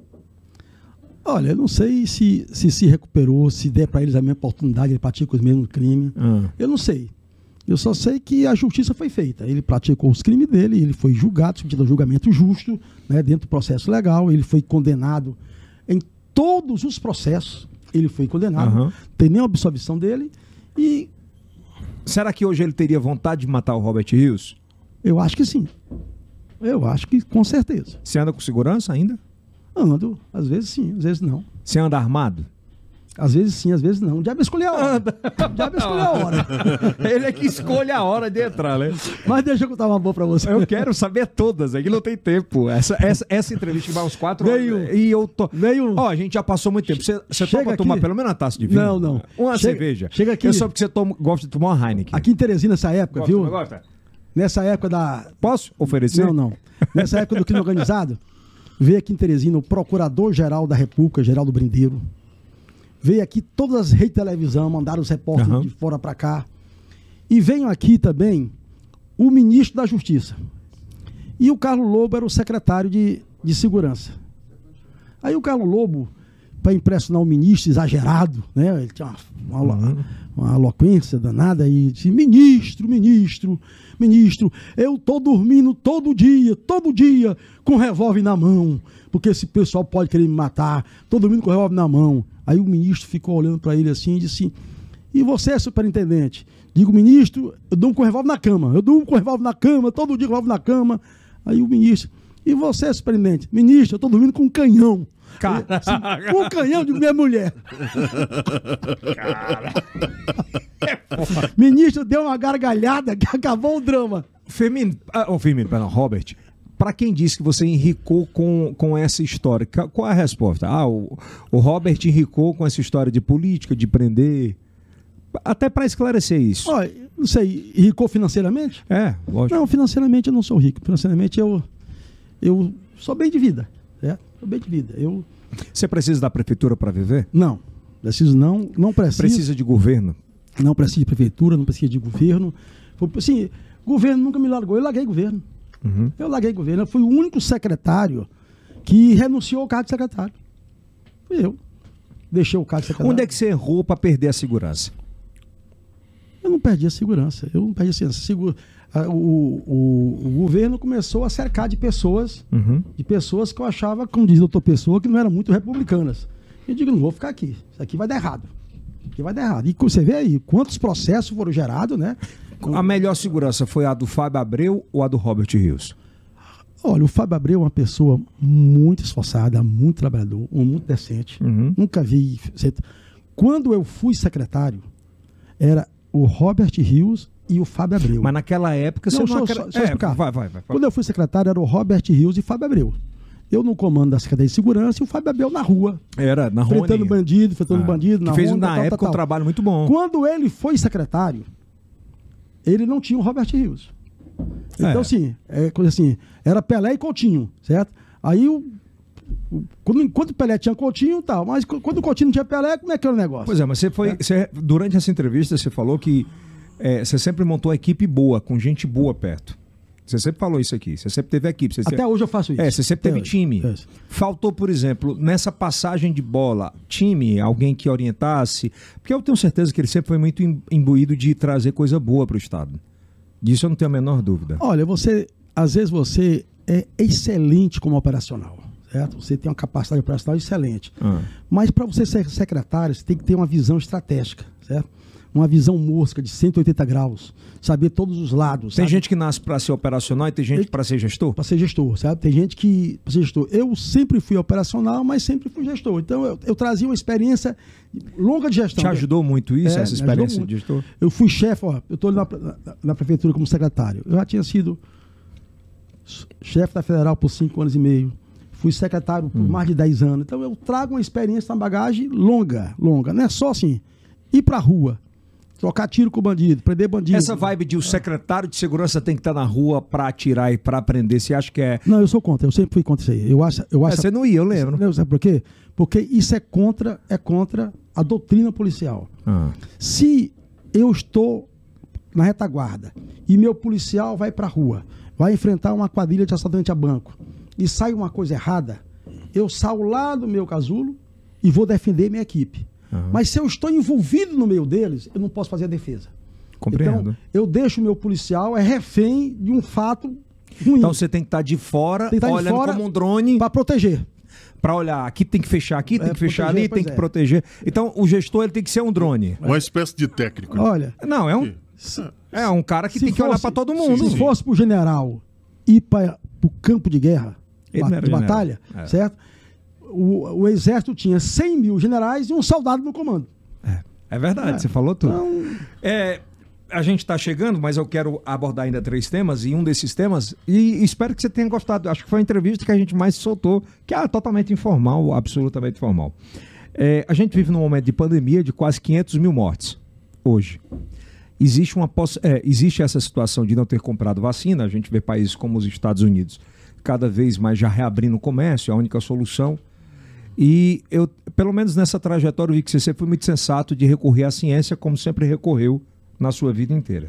Olha, eu não sei se se, se recuperou, se der para eles a mesma oportunidade, ele pratica os mesmos crimes. Ah. Eu não sei. Eu só sei que a justiça foi feita. Ele praticou os crimes dele, ele foi julgado, submetido a julgamento justo, né, dentro do processo legal. Ele foi condenado em todos os processos. Ele foi condenado. Aham. Tem nem absolvição dele. E Será que hoje ele teria vontade de matar o Robert Rios? eu acho que sim. Eu acho que com certeza. Você anda com segurança ainda? Ando. Às vezes sim, às vezes não. Você anda armado? Às vezes sim, às vezes não. O diabo escolheu a hora. O diabo escolheu a hora. Ele é que escolhe a hora de entrar, né? Mas deixa eu contar uma boa pra você. Eu quero saber todas, aqui não tem tempo. Essa, essa, essa entrevista que vai uns quatro Veio- horas. E eu tô. veio- Ó, a gente já passou muito tempo. Você, você Chega topa aqui. tomar pelo menos uma taça de vinho? Não, não. Uma Chega- cerveja. chega aqui. Eu soube que você toma, gosta de tomar uma Heineken. Aqui em Teresina, nessa época, Gosta, viu? não gosta? Nessa época da. Posso oferecer? Não, não. Nessa época do crime organizado, veio aqui em Teresina o Procurador-Geral da República, Geraldo Brindeiro. Veio aqui todas as redes de televisão, mandaram os repórteres Aham. de fora para cá. E veio aqui também o ministro da Justiça. E o Carlos Lobo era o secretário de, de Segurança. Aí o Carlos Lobo, para impressionar o ministro exagerado, né? Ele tinha uma, uma, Uhum. uma eloquência danada e disse: ministro, ministro, ministro, eu tô dormindo todo dia, todo dia, com revólver na mão, porque esse pessoal pode querer me matar, tô dormindo com revólver na mão. Aí o ministro ficou olhando para ele assim e disse: e você, superintendente? Digo, ministro, eu durmo com revólver na cama, eu durmo com revólver na cama, todo dia com revólver na cama. Aí o ministro: e você, superintendente? Ministro, eu tô dormindo com um canhão. Cara. Assim, com um canhão de minha mulher. Ministro deu uma gargalhada que acabou o drama. Firmino, ah, oh, Firmino, perdão, Robert, para quem disse que você enricou com, com essa história, ca- qual é a resposta? Ah, o, o Robert enricou com essa história de política, de prender. Até para esclarecer isso. Olha, não sei, ricou financeiramente? É, lógico. Não, financeiramente eu não sou rico. Financeiramente eu, eu sou bem de vida. É, sou bem de vida. Eu Você precisa da prefeitura para viver? não, preciso não, não preciso. Precisa de governo? Não preciso de prefeitura, não preciso de governo. Foi- Assim, governo nunca me largou, eu larguei governo. Uhum. Eu larguei governo, eu fui o único secretário que renunciou ao cargo de secretário. Fui eu. Deixei o cargo de secretário. Onde é que você errou para perder a segurança? Eu não perdi a segurança. Eu não perdi a segurança. Segu- a- O, o, o governo começou a cercar de pessoas, Uhum. de pessoas que eu achava, como diz o doutor Pessoa, que não eram muito republicanas. Eu digo, não vou ficar aqui. Isso aqui vai dar errado. Isso aqui vai dar errado. E você vê aí quantos processos foram gerados, né? A melhor segurança foi a do Fábio Abreu ou a do Robert Rios? Olha, o Fábio Abreu é uma pessoa muito esforçada, muito trabalhador, um muito decente. Uhum. Nunca vi. Quando eu fui secretário, era o Robert Rios e o Fábio Abreu. Mas naquela época você Não, não... só- acre- só- só É, explicar. vai, vai, vai. Quando eu fui secretário, era o Robert Rios e Fábio Abreu. Eu no comando da Secretaria de Segurança e o Fábio Abreu na rua, Era, na Rony. enfrentando bandido, enfrentando Ah, bandido, na que fez ronda, na tal, época tal, um tal. trabalho muito bom. Quando ele foi secretário, ele não tinha o Robert Rios. Então, É. assim, é coisa assim, era Pelé e Coutinho, certo? Aí, o, o- quando, enquanto o Pelé tinha Coutinho, tal, mas qu- quando o Coutinho não tinha Pelé, como é que era o negócio? Pois é, mas você foi... você- durante essa entrevista você falou que é, você sempre montou uma equipe boa, com gente boa perto. Você sempre falou isso aqui. Você sempre teve equipe. Você Até sempre... hoje eu faço isso. É, você sempre Até teve hoje. time. É isso. Faltou, por exemplo, nessa passagem de bola, time, alguém que orientasse. Porque eu tenho certeza que ele sempre foi muito im- imbuído de trazer coisa boa para o Estado. Disso eu não tenho a menor dúvida. Olha, você, às vezes você é excelente como operacional, certo? Você tem uma capacidade operacional excelente. Ah. Mas para você ser secretário, você tem que ter uma visão estratégica, certo? uma visão mosca de cento e oitenta graus, saber todos os lados. Tem sabe? gente que nasce para ser operacional e tem gente Eu- para ser gestor? Para ser gestor, sabe? Tem gente que para ser gestor. Eu sempre fui operacional, mas sempre fui gestor. Então eu, eu trazia uma experiência longa de gestão. Te ajudou muito isso, É, essa me experiência ajudou de gestor? Eu fui chefe, ó, eu estou na, na, na prefeitura como secretário. Eu já tinha sido chefe da Federal por cinco anos e meio. Fui secretário por Hum. mais de dez anos. Então eu trago uma experiência na bagagem longa, longa. Não é só assim, ir pra rua, trocar tiro com bandido, prender bandido. Essa vibe de o secretário de segurança tem que estar na rua para atirar e para aprender, você acha que é... Não, eu sou contra, eu sempre fui contra isso aí. Eu acho, eu É, acho você não ia, eu lembro. Não, sabe por quê? Porque isso é contra, é contra a doutrina policial. Ah. Se eu estou na retaguarda e meu policial vai para a rua, vai enfrentar uma quadrilha de assaltante a banco e sai uma coisa errada, eu saio lá do meu casulo e vou defender minha equipe. Aham. Mas se eu estou envolvido no meio deles, eu não posso fazer a defesa. Compreendo. Então, eu deixo o meu policial é refém de um fato ruim Então você tem que estar de fora, Tem que estar de olhando fora como um drone, para proteger. para olhar, aqui tem que fechar aqui, tem É, que fechar proteger, ali, tem pois que é. proteger. Então o gestor ele tem que ser um drone. Uma espécie de técnico. né? Olha, Não, é um, se, é um cara que se tem que olhar fosse- para todo mundo. se fosse para o general ir para o campo de guerra, Ele ba- não era de general. batalha, É. certo? O, o exército tinha cem mil generais e um soldado no comando. É verdade, É. você falou tudo. Então, É, a gente está chegando, mas eu quero abordar ainda três temas, e um desses temas, e espero que você tenha gostado. Acho que foi a entrevista que a gente mais soltou, que é totalmente informal, absolutamente informal. É, a gente vive num momento de pandemia de quase quinhentos mil mortes hoje. Existe, uma poss- é, existe essa situação de não ter comprado vacina. A gente vê países como os Estados Unidos cada vez mais já reabrindo o comércio, é a única solução. E eu, pelo menos nessa trajetória, eu vi que você sempre foi muito sensato de recorrer à ciência, como sempre recorreu na sua vida inteira.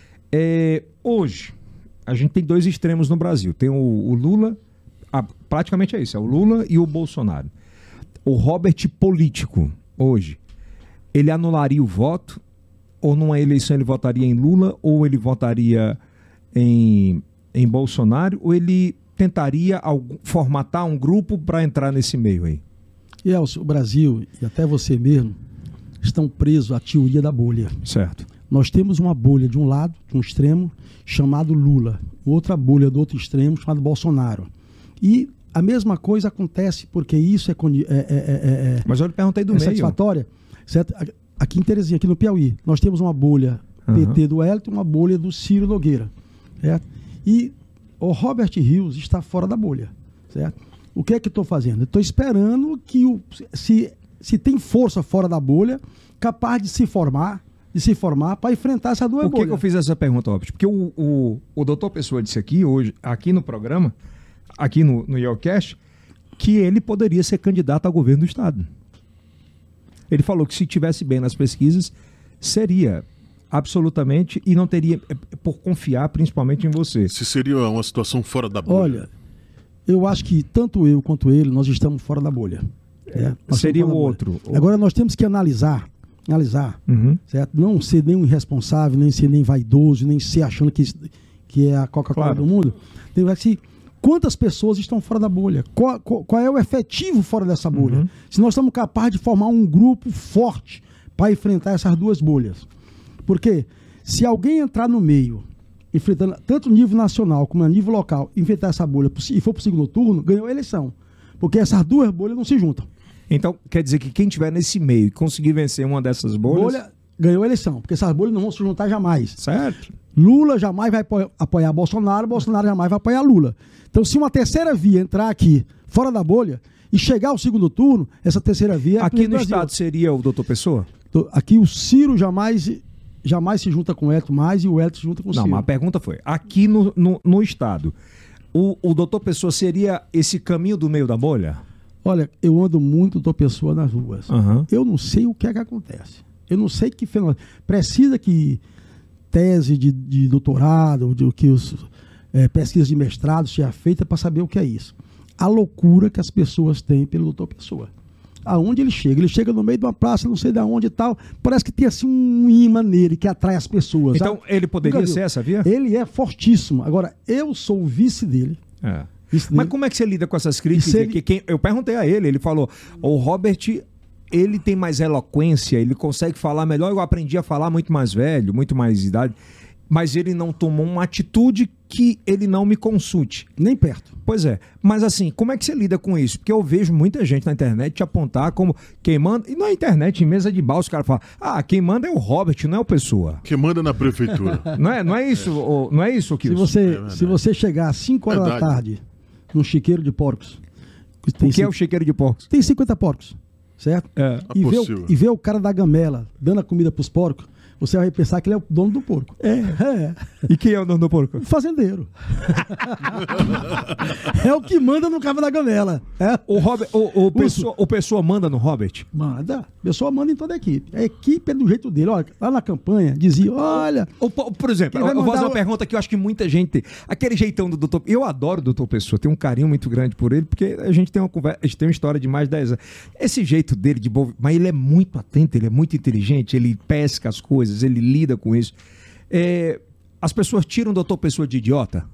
É, hoje, a gente tem dois extremos no Brasil. Tem o, o Lula, ah, praticamente é isso, é o Lula e o Bolsonaro. O Robert político, hoje, ele anularia o voto, ou numa eleição ele votaria em Lula, ou ele votaria em, em Bolsonaro, ou ele tentaria algum, formatar um grupo para entrar nesse meio aí? e Elcio, o Brasil e até você mesmo estão presos à teoria da bolha. Certo. Nós temos uma bolha de um lado, de um extremo, chamado Lula. Outra bolha do outro extremo, chamado Bolsonaro. E a mesma coisa acontece porque isso é, condi- é, é, é, é, Mas eu lhe perguntei do é meio. satisfatória. Certo? Aqui em Terezinha, aqui no Piauí, nós temos uma bolha Aham. P T do Hélito e uma bolha do Ciro Nogueira. Certo? E o Robert Rios está fora da bolha. Certo? O que é que eu estou fazendo? Estou esperando que o, se, se tem força fora da bolha, capaz de se formar, de se formar para enfrentar essa duas Por que, bolhas. que eu fiz essa pergunta, Robert? Porque o, o, o doutor Pessoa disse aqui, hoje, aqui no programa, aqui no, no Yelcast, que ele poderia ser candidato ao governo do Estado. Ele falou que se tivesse bem nas pesquisas, seria absolutamente, e não teria, é, por confiar principalmente em você. Se seria uma situação fora da bolha. Olha, eu acho que tanto eu quanto ele, nós estamos fora da bolha. né? Nós Seria estamos o fora da bolha. outro. Agora nós temos que analisar, analisar, Uhum. certo? Não ser nem um irresponsável, nem ser nem vaidoso, nem ser achando que, isso- que é a Coca-Cola Claro. do mundo. Tem que se quantas pessoas estão fora da bolha? Qual, qual- qual é o efetivo fora dessa bolha? Uhum. Se nós estamos capazes de formar um grupo forte para enfrentar essas duas bolhas. Porque se alguém entrar no meio, enfrentando tanto nível nacional como a nível local, enfrentar essa bolha e for para o segundo turno, ganhou a eleição. Porque essas duas bolhas não se juntam. Então, quer dizer que quem estiver nesse meio e conseguir vencer uma dessas bolhas... Bolha ganhou a eleição, porque essas bolhas não vão se juntar jamais. Certo. Lula jamais vai apo- apoiar Bolsonaro, Bolsonaro jamais vai apoiar Lula. Então, se uma terceira via entrar aqui, fora da bolha, e chegar ao segundo turno, essa terceira via... é a Aqui presidente no do Brasil. Estado seria o doutor Pessoa? Então, aqui o Ciro jamais, jamais se junta com o Hélito mais e o Hélito se junta com o Não, Ciro. mas a pergunta foi, aqui no, no, no Estado, o, o doutor Pessoa seria esse caminho do meio da bolha? Olha, eu ando muito do pessoa nas ruas. Aham. Eu não sei o que é que acontece. Eu não sei que fenômeno. Precisa que tese de, de doutorado, de que os é, pesquisas de mestrado seja feita para saber o que é isso. A loucura que as pessoas têm pelo doutor Pessoa. Aonde ele chega? Ele chega no meio de uma praça, não sei de onde e tal. Parece que tem assim um imã nele que atrai as pessoas. Então, sabe? ele poderia Nunca viu? ser essa via? Ele é fortíssimo. Agora, eu sou o vice dele. É. Vice Mas dele. como é que você lida com essas críticas? E se ele- Que quem, eu perguntei a ele, ele falou, o Robert ele tem mais eloquência, ele consegue falar melhor. Eu aprendi a falar muito mais velho, muito mais idade, mas ele não tomou uma atitude que ele não me consulte. Nem perto. Pois é. Mas assim, como é que você lida com isso? Porque eu vejo muita gente na internet te apontar como quem manda... E na internet, em mesa de bar, os caras falam, ah, quem manda é o Robert, não é o Pessoa. Quem manda na prefeitura. Não é, não é isso, ô, não é isso, Se Kilson? você, É se você chegar às cinco horas Verdade. da tarde num chiqueiro de porcos... Tem O que é cinco- o chiqueiro de porcos? Tem cinquenta porcos, certo? É. E, ver Possível. o, e ver o cara da gamela dando a comida pros porcos, você vai pensar que ele é o dono do porco. É, é. E quem é o dono do porco? O fazendeiro. É o que manda no cabo da gamela. É. O, Robert, o, o, pessoa, o Pessoa manda no Robert? Manda. A pessoa manda em toda a equipe. A equipe é do jeito dele. Olha, lá na campanha dizia, olha... Ou, por por exemplo, Quem eu vai vou fazer mandar uma o- pergunta que eu acho que muita gente tem. Aquele jeitão do doutor... Eu adoro o doutor Pessoa, tenho um carinho muito grande por ele, porque a gente tem uma conversa, a gente tem uma história de mais de dez anos. Esse jeito dele de boa... Mas ele é muito atento, ele é muito inteligente, ele pesca as coisas, ele lida com isso. É, as pessoas tiram o doutor Pessoa de idiota?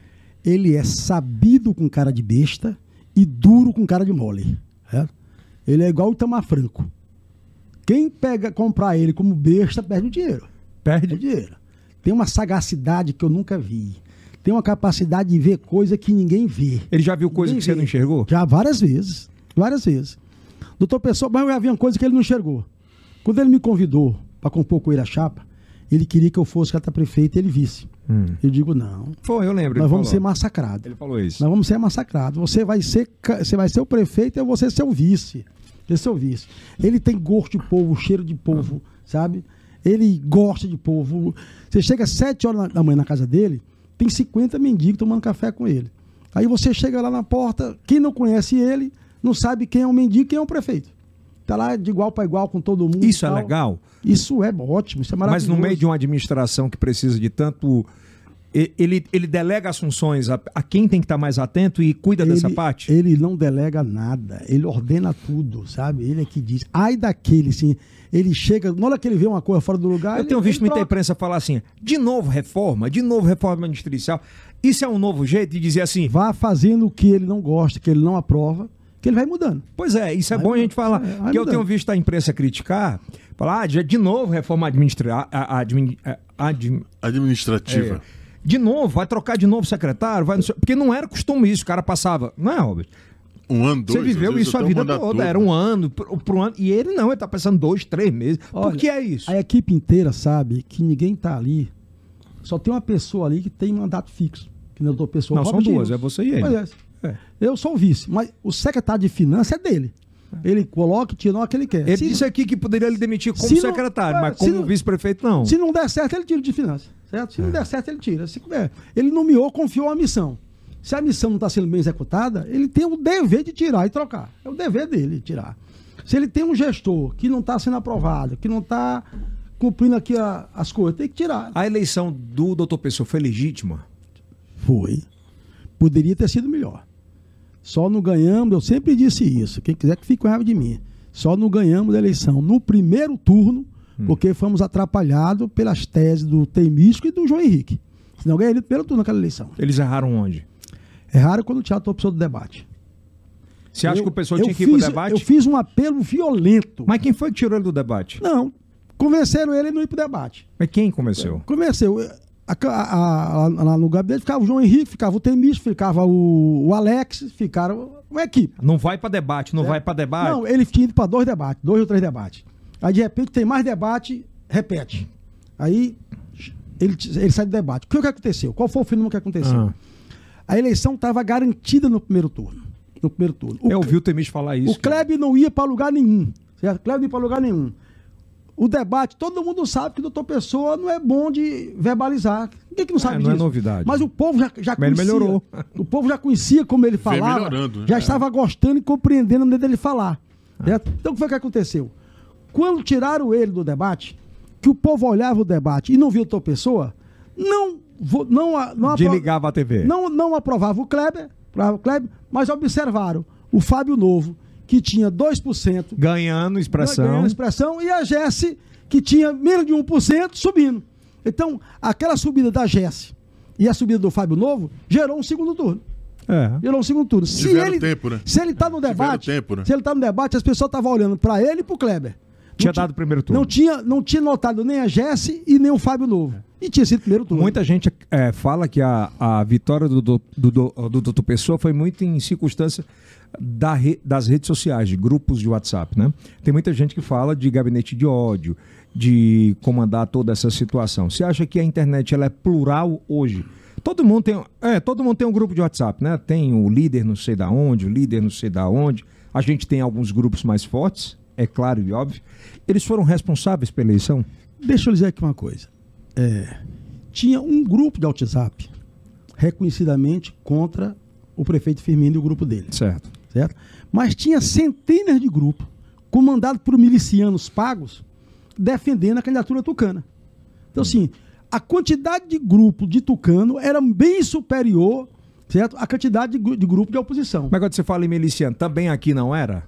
Ele é sabido com cara de besta e duro com cara de mole. Certo? Ele é igual o Itamar Franco. Quem pega comprar ele como besta perde o dinheiro. Perde Perde? dinheiro. Tem uma sagacidade que eu nunca vi. Tem uma capacidade de ver coisa que ninguém vê. Ele já viu coisa Ninguém que você vê. não enxergou? Já várias vezes. Várias vezes. Doutor Pessoa, mas eu já vi uma coisa que ele não enxergou. Quando ele me convidou para compor com ele a chapa, ele queria que eu fosse candidato a prefeito e ele vice. Hum. Eu digo, não. Foi, eu lembro. Nós ele vamos ser falou. massacrados. Ele falou isso. Nós vamos ser massacrados. Você vai ser, ca- você vai ser o prefeito e eu vou ser seu vice. Esse é o vice. Ele tem gosto de povo, cheiro de povo, sabe? Ele gosta de povo. Você chega às sete horas na- da manhã na casa dele, tem cinquenta mendigos tomando café com ele. Aí você chega lá na porta, quem não conhece ele, não sabe quem é o mendigo e quem é o prefeito. Tá lá de igual para igual com todo mundo. Isso e é tal. legal? Isso é ótimo, isso é Mas maravilhoso. no meio de uma administração que precisa de tanto... e- Ele, ele delega as funções a, a quem tem que estar mais atento e cuida dessa ele, parte? Ele não delega nada, ele ordena tudo, sabe? Ele é que diz. Ai daquele, sim. Ele chega, na hora que ele vê uma coisa fora do lugar. Eu ele, tenho visto ele muita troca. imprensa falar assim, de novo reforma, de novo reforma ministerial. Isso é um novo jeito de dizer assim, Vá fazendo o que ele não gosta, que ele não aprova, que ele vai mudando. pois é, isso é Vai bom a mudando, gente falar. é, vai Porque eu mudando. tenho visto a imprensa criticar, falar, ah, de, de novo reforma administrativa. Admin, a- admin, Administrativa. é, de novo, vai trocar de novo secretário, vai não sei- porque não era costume isso, o cara passava, não é, Robert? Um ano, dois, Você viveu às vezes isso a até um vida mandato toda, todo. era um ano, pro, pro ano, e ele não, ele tá pensando dois, três meses. Por Olha, que é isso? A equipe inteira sabe que ninguém tá ali. Só tem uma pessoa ali que tem mandato fixo. Que não é o doutor Pessoa. Não, são Robert duas, Rios. é você e ele. Pois é. É. Eu sou o vice, mas o secretário de finanças é dele. Ele coloca e tira o que ele quer. Ele Se- disse aqui que poderia lhe demitir como se não- secretário, é, mas se como não- vice-prefeito, não. Se não der certo, ele tira de finanças. Certo? Se não der certo, ele tira. Se, é, ele nomeou, confiou a missão. Se a missão não está sendo bem executada, ele tem o dever de tirar e trocar. É o dever dele tirar. Se ele tem um gestor que não está sendo aprovado, que não está cumprindo aqui a- as coisas, tem que tirar. A eleição do doutor Pessoa foi legítima? Foi. Poderia ter sido melhor. Só não ganhamos, eu sempre disse isso. Quem quiser que fique com raiva de mim. Só não ganhamos a eleição no primeiro turno, porque fomos atrapalhados pelas teses do Temístico e do João Henrique. Senão ganharia no primeiro turno naquela eleição. Eles erraram onde? É raro quando o teatro opção do debate. Você acha Eu- que o pessoal eu tinha que ir pro fiz- debate? Eu fiz um apelo violento. Mas quem foi que tirou ele do debate? Não, convenceram ele a não ir pro debate. Mas quem convenceu? Convenceu. A- a- a- lá no gabinete ficava o João Henrique, ficava o Temístico, ficava o, o Alex, ficaram uma equipe. Não vai pra debate, não É. vai pra debate. Não, ele tinha ido para dois debates, dois ou três debates. Aí, de repente, tem mais debate, repete. Aí, ele, ele sai do debate. O que, que aconteceu? Qual foi o fenômeno que aconteceu? Ah. A eleição estava garantida no primeiro turno. No primeiro turno. O, Eu ouvi o Temis falar isso. o Kleber não ia para lugar nenhum. Certo? O Kleber não ia para lugar nenhum. O debate, todo mundo sabe que o doutor Pessoa não é bom de verbalizar. Ninguém que não sabe É, não é disso. novidade. Mas o povo já, já Mas ele conhecia. melhorou. O povo já conhecia como ele falava. melhorando, né? Já É. estava gostando e compreendendo a maneira dele falar. Certo? Então o que foi que aconteceu? Quando tiraram ele do debate, que o povo olhava o debate e não via o doutor Pessoa, não, vo- não, a- não, apro- Desligava a T V. não, não aprovava o Kleber, aprovava o Kleber, mas observaram o Fábio Novo, que tinha dois por cento Ganhando expressão. ganhando expressão, e a Jesse, que tinha menos de um por cento, subindo. Então, aquela subida da Jesse e a subida do Fábio Novo gerou um segundo turno. É. Virou um segundo turno. Se Tiveram ele, tempo, né? se ele tá no debate, tempo, né? se ele tá no debate, as pessoas estavam olhando para ele e pro Kleber. Tinha Não dado o primeiro turno. Não tinha, não tinha notado nem a Jesse e nem o Fábio Novo. E tinha sido primeiro turno. Muita gente é, fala que a, a vitória do, do, do, do, do doutor Pessoa foi muito em circunstância da re, das redes sociais, de grupos de WhatsApp, né? Tem muita gente que fala de gabinete de ódio, de comandar toda essa situação. Você acha que a internet ela é plural hoje? Todo mundo tem, é, todo mundo tem um grupo de WhatsApp, né? Tem o líder não sei da onde, o líder não sei da onde. A gente tem alguns grupos mais fortes, é claro e óbvio. Eles foram responsáveis pela eleição? Deixa eu dizer aqui uma coisa. É, tinha um grupo de WhatsApp reconhecidamente contra o prefeito Firmino e o grupo dele. Certo. Certo? Mas tinha centenas de grupos comandados por milicianos pagos defendendo a candidatura tucana. Então, assim, a quantidade de grupo de tucano era bem superior, certo, à quantidade de, de grupo de oposição. Mas quando você fala em miliciano, também aqui não era?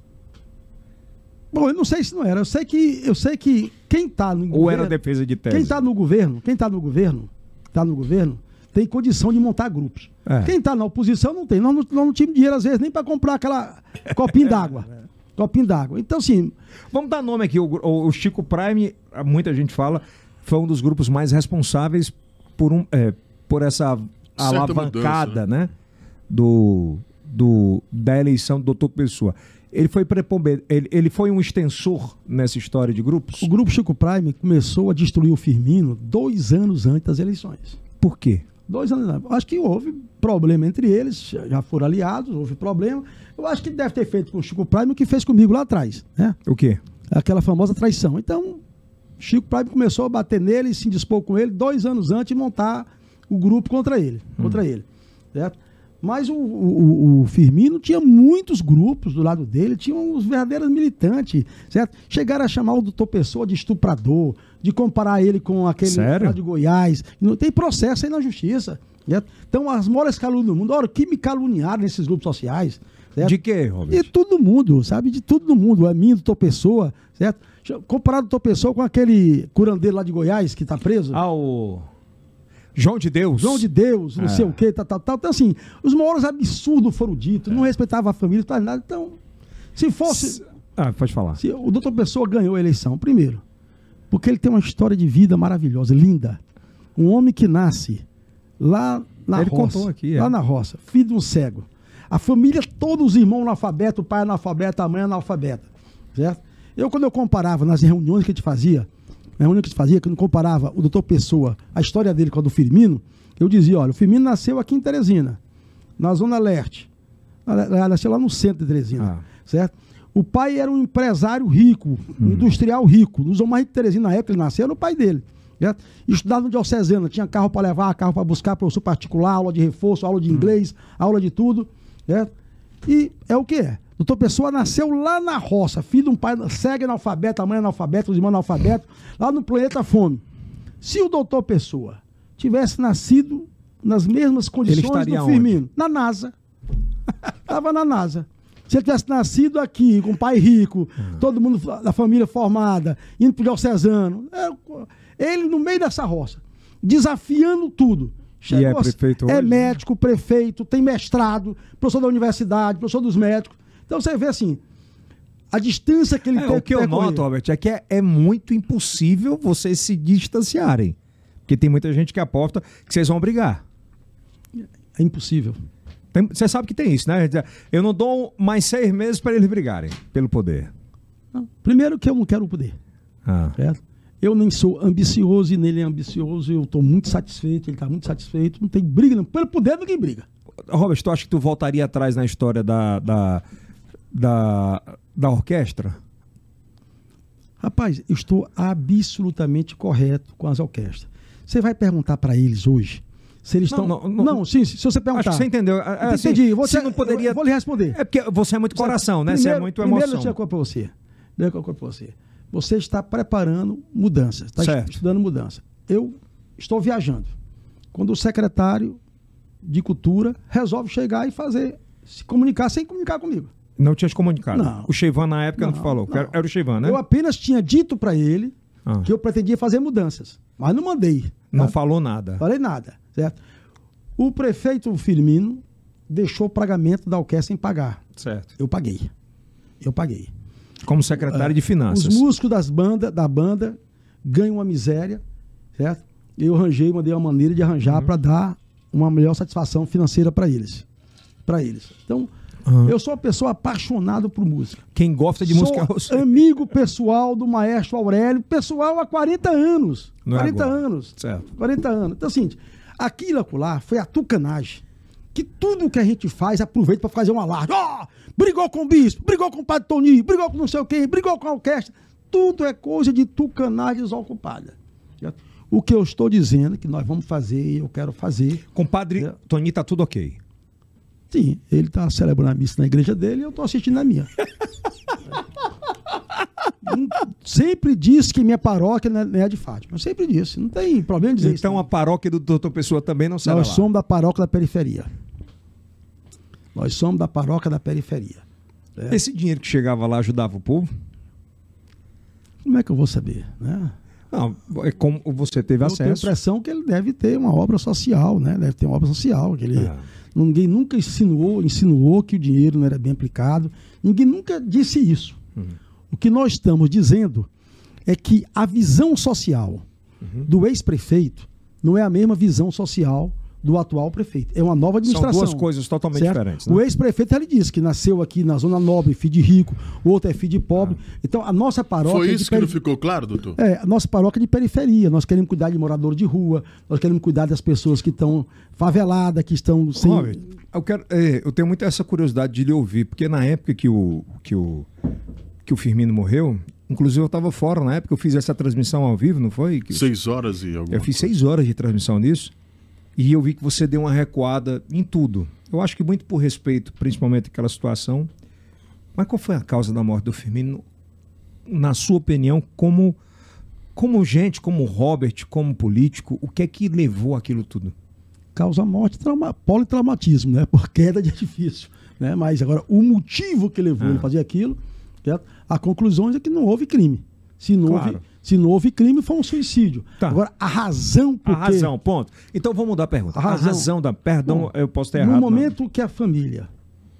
Bom, eu não sei se não era. Eu sei que, eu sei que quem está no Ou governo, era defesa de tese? Quem está no governo, quem está no governo, tá no governo, tem condição de montar grupos. É. Quem está na oposição não tem. Nós não, nós não tínhamos dinheiro, às vezes, nem para comprar aquela copinho d'água. Copinho d'água. Então, assim... Vamos dar nome aqui. O, o, o Chico Prime, muita gente fala, foi um dos grupos mais responsáveis por, um, é, por essa alavancada, mudança, né? Do, do, da eleição do doutor Pessoa. Ele foi, prepomber... ele, ele foi um extensor nessa história de grupos? O grupo Chico Prime começou a destruir o Firmino dois anos antes das eleições. Por quê? Dois anos antes. Acho que houve problema entre eles, já foram aliados, houve problema. Eu acho que deve ter feito com o Chico Prime o que fez comigo lá atrás, né? O quê? Aquela famosa traição. Então, Chico Prime começou a bater nele, se indispôs com ele dois anos antes de montar o grupo contra ele. Hum. Contra ele, certo? Mas o, o, o Firmino tinha muitos grupos do lado dele, tinha uns verdadeiros militantes, certo? Chegaram a chamar o doutor Pessoa de estuprador, de comparar ele com aquele Sério? lá de Goiás. Não tem processo aí na justiça, certo? Então, as maiores calúnias do mundo, olha, que me caluniaram nesses grupos sociais, certo? De quê, Robert? De todo mundo, sabe? De todo mundo, a mim, doutor Pessoa, certo? Comparado o doutor Pessoa com aquele curandeiro lá de Goiás que está preso. Ah, o... João de Deus. João de Deus, não É. sei o que, tal, tal, tal. Então, assim, os maiores absurdos foram ditos, não respeitava a família, não nada. Então, se fosse. Ah, pode falar. Se o doutor Pessoa ganhou a eleição, primeiro, porque ele tem uma história de vida maravilhosa, linda. Um homem que nasce lá na Ele roça. contou aqui, é. Lá na roça, filho de um cego. A família, todos os irmãos analfabetos, o pai analfabeto, a mãe analfabeta. Certo? Eu, quando eu comparava nas reuniões que a gente fazia, na reunião que a gente fazia, quando comparava o doutor Pessoa, a história dele com a do Firmino, eu dizia, olha, o Firmino nasceu aqui em Teresina, na Zona Leste. Nasceu lá no centro de Teresina, Ah. certo? O pai era um empresário rico, um industrial rico. Nos mais ricos de Teresina, na época ele nasceu, era o pai dele. Certo? Estudava no Diocesano, tinha carro para levar, carro para buscar, professor particular, aula de reforço, aula de inglês, aula de tudo. Certo? E é o que é. Doutor Pessoa nasceu lá na roça, filho de um pai cego analfabeto, a mãe analfabeta, os irmãos analfabetos, lá no planeta Fome. Se o doutor Pessoa tivesse nascido nas mesmas condições do estaria Firmino, onde? Na NASA. Estava na NASA. Se ele tivesse nascido aqui, com um pai rico, todo mundo da família formada, indo para o Diocesano, é, ele no meio dessa roça, desafiando tudo. E é prefeito É hoje? médico, prefeito, tem mestrado, professor da universidade, professor dos médicos. Então você vê assim, a distância que ele É, tem o que eu noto, Robert, é que é, é muito impossível vocês se distanciarem. Porque tem muita gente que aposta que vocês vão brigar. É impossível. Tem- Você sabe que tem isso, né? Eu não dou mais seis meses para eles brigarem pelo poder. Não. Primeiro que eu não quero o poder. Ah. Certo? Eu nem sou ambicioso e nele é ambicioso, eu estou muito satisfeito, ele está muito satisfeito, não tem briga, não. Pelo poder ninguém briga. Robert, tu acha que tu voltaria atrás na história da, da, da, da orquestra? Rapaz, eu estou absolutamente correto com as orquestras. Você vai perguntar para eles hoje se eles Não, estão... não, Não, não. sim, se você perguntar... Acho que você entendeu. É, assim, Entendi. Vou se te- não poderia... eu Vou lhe responder. É porque você é muito coração, né? Você é muito Primeiro, emoção. eu tinha coisa para você. Primeiro eu coisa para você. Você está preparando mudanças, está Certo. estudando mudança. Eu estou viajando. Quando o secretário de Cultura resolve chegar e fazer, se comunicar sem comunicar comigo. Não tinha te comunicado. Não. O Cheivan na época não, te falou. não. Era, era o Cheivan, né? Eu apenas tinha dito para ele Ah. que eu pretendia fazer mudanças, mas não mandei. Não tá? falou nada. Falei nada, certo? O prefeito Firmino deixou o pagamento da orquestra sem pagar. Certo. Eu paguei. Eu paguei. Como secretário de Finanças. Os músicos das banda, da banda ganham uma miséria, certo? Eu arranjei, mandei uma maneira de arranjar uhum. para dar uma melhor satisfação financeira para eles. Para eles. Então, uhum. eu sou uma pessoa apaixonada por música. Quem gosta de sou música é você. Amigo pessoal do maestro Aurélio, pessoal há quarenta anos. Não quarenta é anos. Certo. quarenta anos. Então, assim, aquilo acolá foi a tucanagem. Que tudo que a gente faz aproveita para fazer um alarde. Ó, oh, brigou com o bispo, brigou com o padre Toninho, brigou com não sei o quê, brigou com a orquestra. Tudo é coisa de tucanagem desocupada. Certo? O que eu estou dizendo é que nós vamos fazer, eu quero fazer. Com o padre é. Toninho tá tudo ok? Sim, ele está celebrando a missa na igreja dele e eu estou assistindo na minha. Sempre disse que minha paróquia não é de Fátima. Eu sempre disse, não tem problema de dizer então, isso. Então a paróquia do doutor Pessoa também não será Nós lá. somos da paróquia da periferia. Nós somos da paróquia da periferia. É. Esse dinheiro que chegava lá ajudava o povo? Como é que eu vou saber, né? Não, é como você teve eu acesso. Eu tenho a impressão que ele deve ter uma obra social, né? Deve ter uma obra social. Que ele, é. Ninguém nunca insinuou, insinuou que o dinheiro não era bem aplicado. Ninguém nunca disse isso. Uhum. O que nós estamos dizendo é que a visão social uhum. do ex-prefeito não é a mesma visão social do atual prefeito. É uma nova administração. São duas coisas totalmente certo? diferentes. Né? O ex-prefeito, ele disse que nasceu aqui na Zona Nobre, filho de rico, o outro é filho de pobre. Ah. Então, a nossa paróquia... Foi isso que peri... não ficou claro, doutor? É, a nossa paróquia é de periferia. Nós queremos cuidar de moradores de rua, nós queremos cuidar das pessoas que estão faveladas, que estão sem... Robert, eu, quero, é, eu tenho muito essa curiosidade de lhe ouvir, porque na época que o, que o, que o Firmino morreu, inclusive eu estava fora na época, eu fiz essa transmissão ao vivo, não foi? Que seis horas e alguma Eu fiz coisa. seis horas de transmissão disso. E eu vi que você deu uma recuada em tudo. Eu acho que muito por respeito, principalmente àquela situação. Mas qual foi a causa da morte do Firmino? Na sua opinião, como, como gente, como Robert, como político, o que é que levou aquilo tudo? Causa morte, trauma, politraumatismo, né? Por queda de edifício. Né? Mas agora, o motivo que levou ah. ele a fazer aquilo, certo? A conclusão é que não houve crime. Se não, claro. houve, se não houve crime, foi um suicídio. Tá. Agora, a razão por A razão, ponto. Então vamos mudar a pergunta. A razão, a razão da... Perdão, bom, eu posso ter errado. No momento não. que a família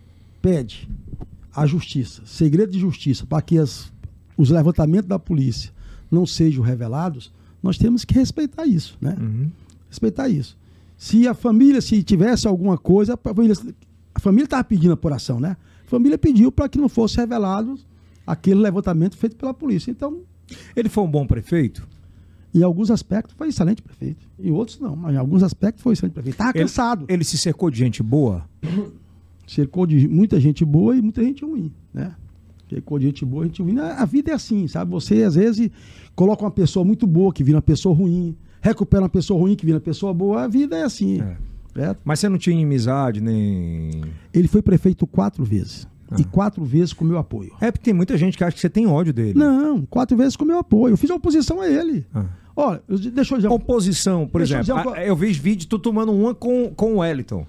pede a justiça, segredo de justiça, para que as, os levantamentos da polícia não sejam revelados, nós temos que respeitar isso, né? Uhum. Respeitar isso. Se a família, se tivesse alguma coisa, a família a família estava pedindo apuração, né? A família pediu para que não fosse revelado aquele levantamento feito pela polícia. Então, ele foi um bom prefeito? Em alguns aspectos foi excelente prefeito. Em outros não, mas em alguns aspectos foi excelente prefeito. Estava cansado. Ele, ele se cercou de gente boa? Cercou de muita gente boa e muita gente ruim, né? Cercou de gente boa e gente ruim. A vida é assim, sabe? Você, às vezes, coloca uma pessoa muito boa que vira uma pessoa ruim, recupera uma pessoa ruim que vira uma pessoa boa. A vida é assim. É. Certo? Mas você não tinha inimizade, nem... Ele foi prefeito quatro vezes. Ah. E quatro vezes com meu apoio. É porque tem muita gente que acha que você tem ódio dele. Não, quatro vezes com meu apoio. Eu fiz oposição a ele. Ah. Olha, deixa eu dizer... Oposição, por deixa exemplo. Eu, dizer... eu vi vídeo tu tomando uma com, com o Wellington.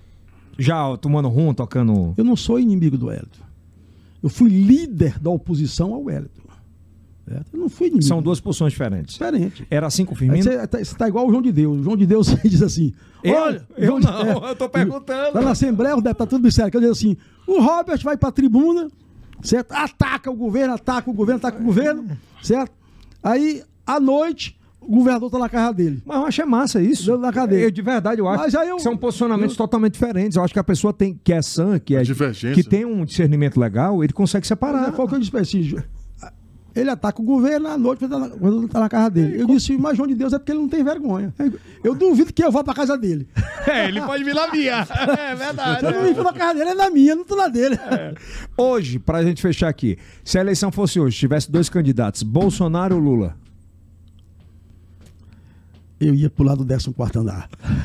Já tomando rum, tocando... Eu não sou inimigo do Wellington. Eu fui líder da oposição ao Wellington. Eu não fui inimigo. São duas posições diferentes. Diferente. Era assim com o Firmino? Você está tá igual o João de Deus. O João de Deus diz assim... Eu, olha, eu não, é, eu estou perguntando. Está na Assembleia, o deputado tudo sério. Quer dizer assim, o Robert vai para a tribuna, certo? Ataca o governo, ataca o governo, ataca o governo, certo? Aí, à noite, o governador está na casa dele. Mas eu acho é massa isso. Na cadeia. Eu, de verdade, eu acho eu, que são posicionamentos eu, totalmente diferentes. Eu acho que a pessoa tem, que é sã, que, é, que tem um discernimento legal, ele consegue separar. É, foi o que eu disse assim, ele ataca o governo à noite quando está na casa dele. Eu disse, mas João de Deus é porque ele não tem vergonha. Eu duvido que eu vá para casa dele. É, ele pode vir na minha. É verdade. Eu não ir na casa dele, é na minha, não estou na dele. É. Hoje, para a gente fechar aqui, se a eleição fosse hoje, tivesse dois candidatos, Bolsonaro ou Lula? Eu ia pro lado do décimo quarto andar.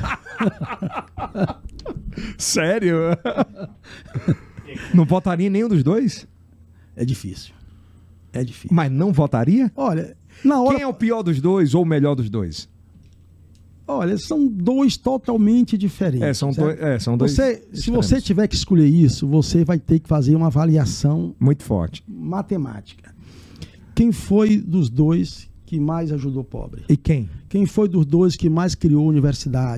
Sério? Não votaria em nenhum dos dois? É difícil. É difícil. Mas não votaria? Olha, na hora... Quem é o pior dos dois ou o melhor dos dois? Olha, são dois totalmente diferentes. É, são, dois, é, são dois. Você, se você tiver que escolher isso, você vai ter que fazer uma avaliação muito forte, matemática. Quem foi dos dois que mais ajudou o pobre? E quem? Quem foi dos dois que mais criou universidade?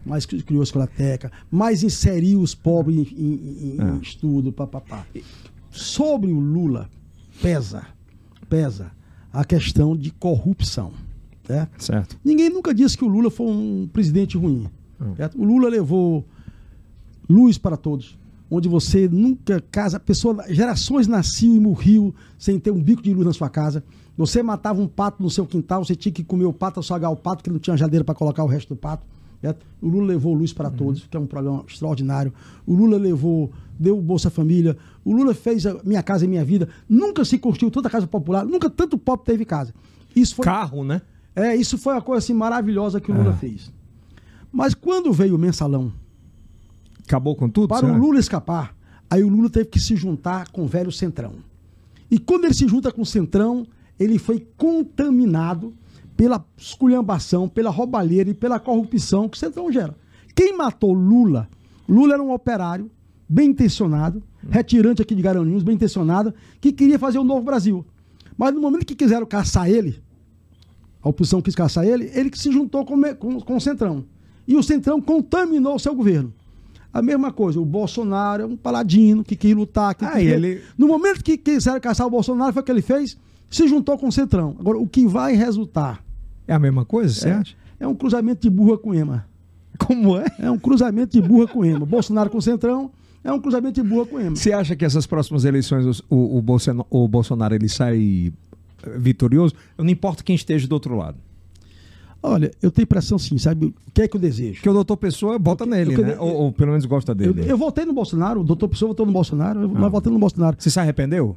mais criou a escolateca, mais inseriu os pobres em, em, em É. estudo, papapá. Sobre o Lula, pesa, pesa a questão de corrupção. Certo? Certo. Ninguém nunca disse que o Lula foi um presidente ruim. Certo? O Lula levou luz para todos, onde você nunca casa, pessoa, gerações nasciam e morriam sem ter um bico de luz na sua casa. Você matava um pato no seu quintal, você tinha que comer o pato, salgar o pato, porque não tinha geladeira para colocar o resto do pato. Certo? O Lula levou luz para todos, que é um programa extraordinário. O Lula levou, deu Bolsa Família. O Lula fez a Minha Casa e Minha Vida. Nunca se construiu tanta casa popular, nunca tanto pobre teve casa. Isso foi, Carro, né? é, isso foi uma coisa assim, maravilhosa que o Lula É. fez. Mas quando veio o mensalão, Acabou com tudo? para será? o Lula escapar, aí o Lula teve que se juntar com o velho Centrão. E quando ele se junta com o Centrão, ele foi contaminado pela esculhambação, pela roubalheira e pela corrupção que o Centrão gera. Quem matou Lula? Lula era um operário, bem intencionado, retirante aqui de Garanhuns, bem intencionado, que queria fazer um novo Brasil. Mas no momento que quiseram caçar ele, a oposição quis caçar ele, ele que se juntou com, com, com o Centrão. E o Centrão contaminou o seu governo. A mesma coisa, o Bolsonaro é um paladino que quis lutar. Que Ah, quis... e ele- No momento que quiseram caçar o Bolsonaro, foi o que ele fez? Se juntou com o Centrão. Agora, o que vai resultar É a mesma coisa, você é, acha? é um cruzamento de burra com ema. Como é? É um cruzamento de burra com ema. Bolsonaro com o Centrão é um cruzamento de burra com ema. Você acha que essas próximas eleições os- o, o, Bolsonaro, o Bolsonaro ele sai eh, vitorioso? Não importa quem esteja do outro lado. Olha, eu tenho impressão sim, sabe? O que é que eu desejo? Porque o doutor Pessoa bota nele, eu- né? Ou, ou pelo menos gosta Eu, dele. eu votei no Bolsonaro, o doutor Pessoa votou no Bolsonaro, eu, nós votamos no Bolsonaro. Você se arrependeu?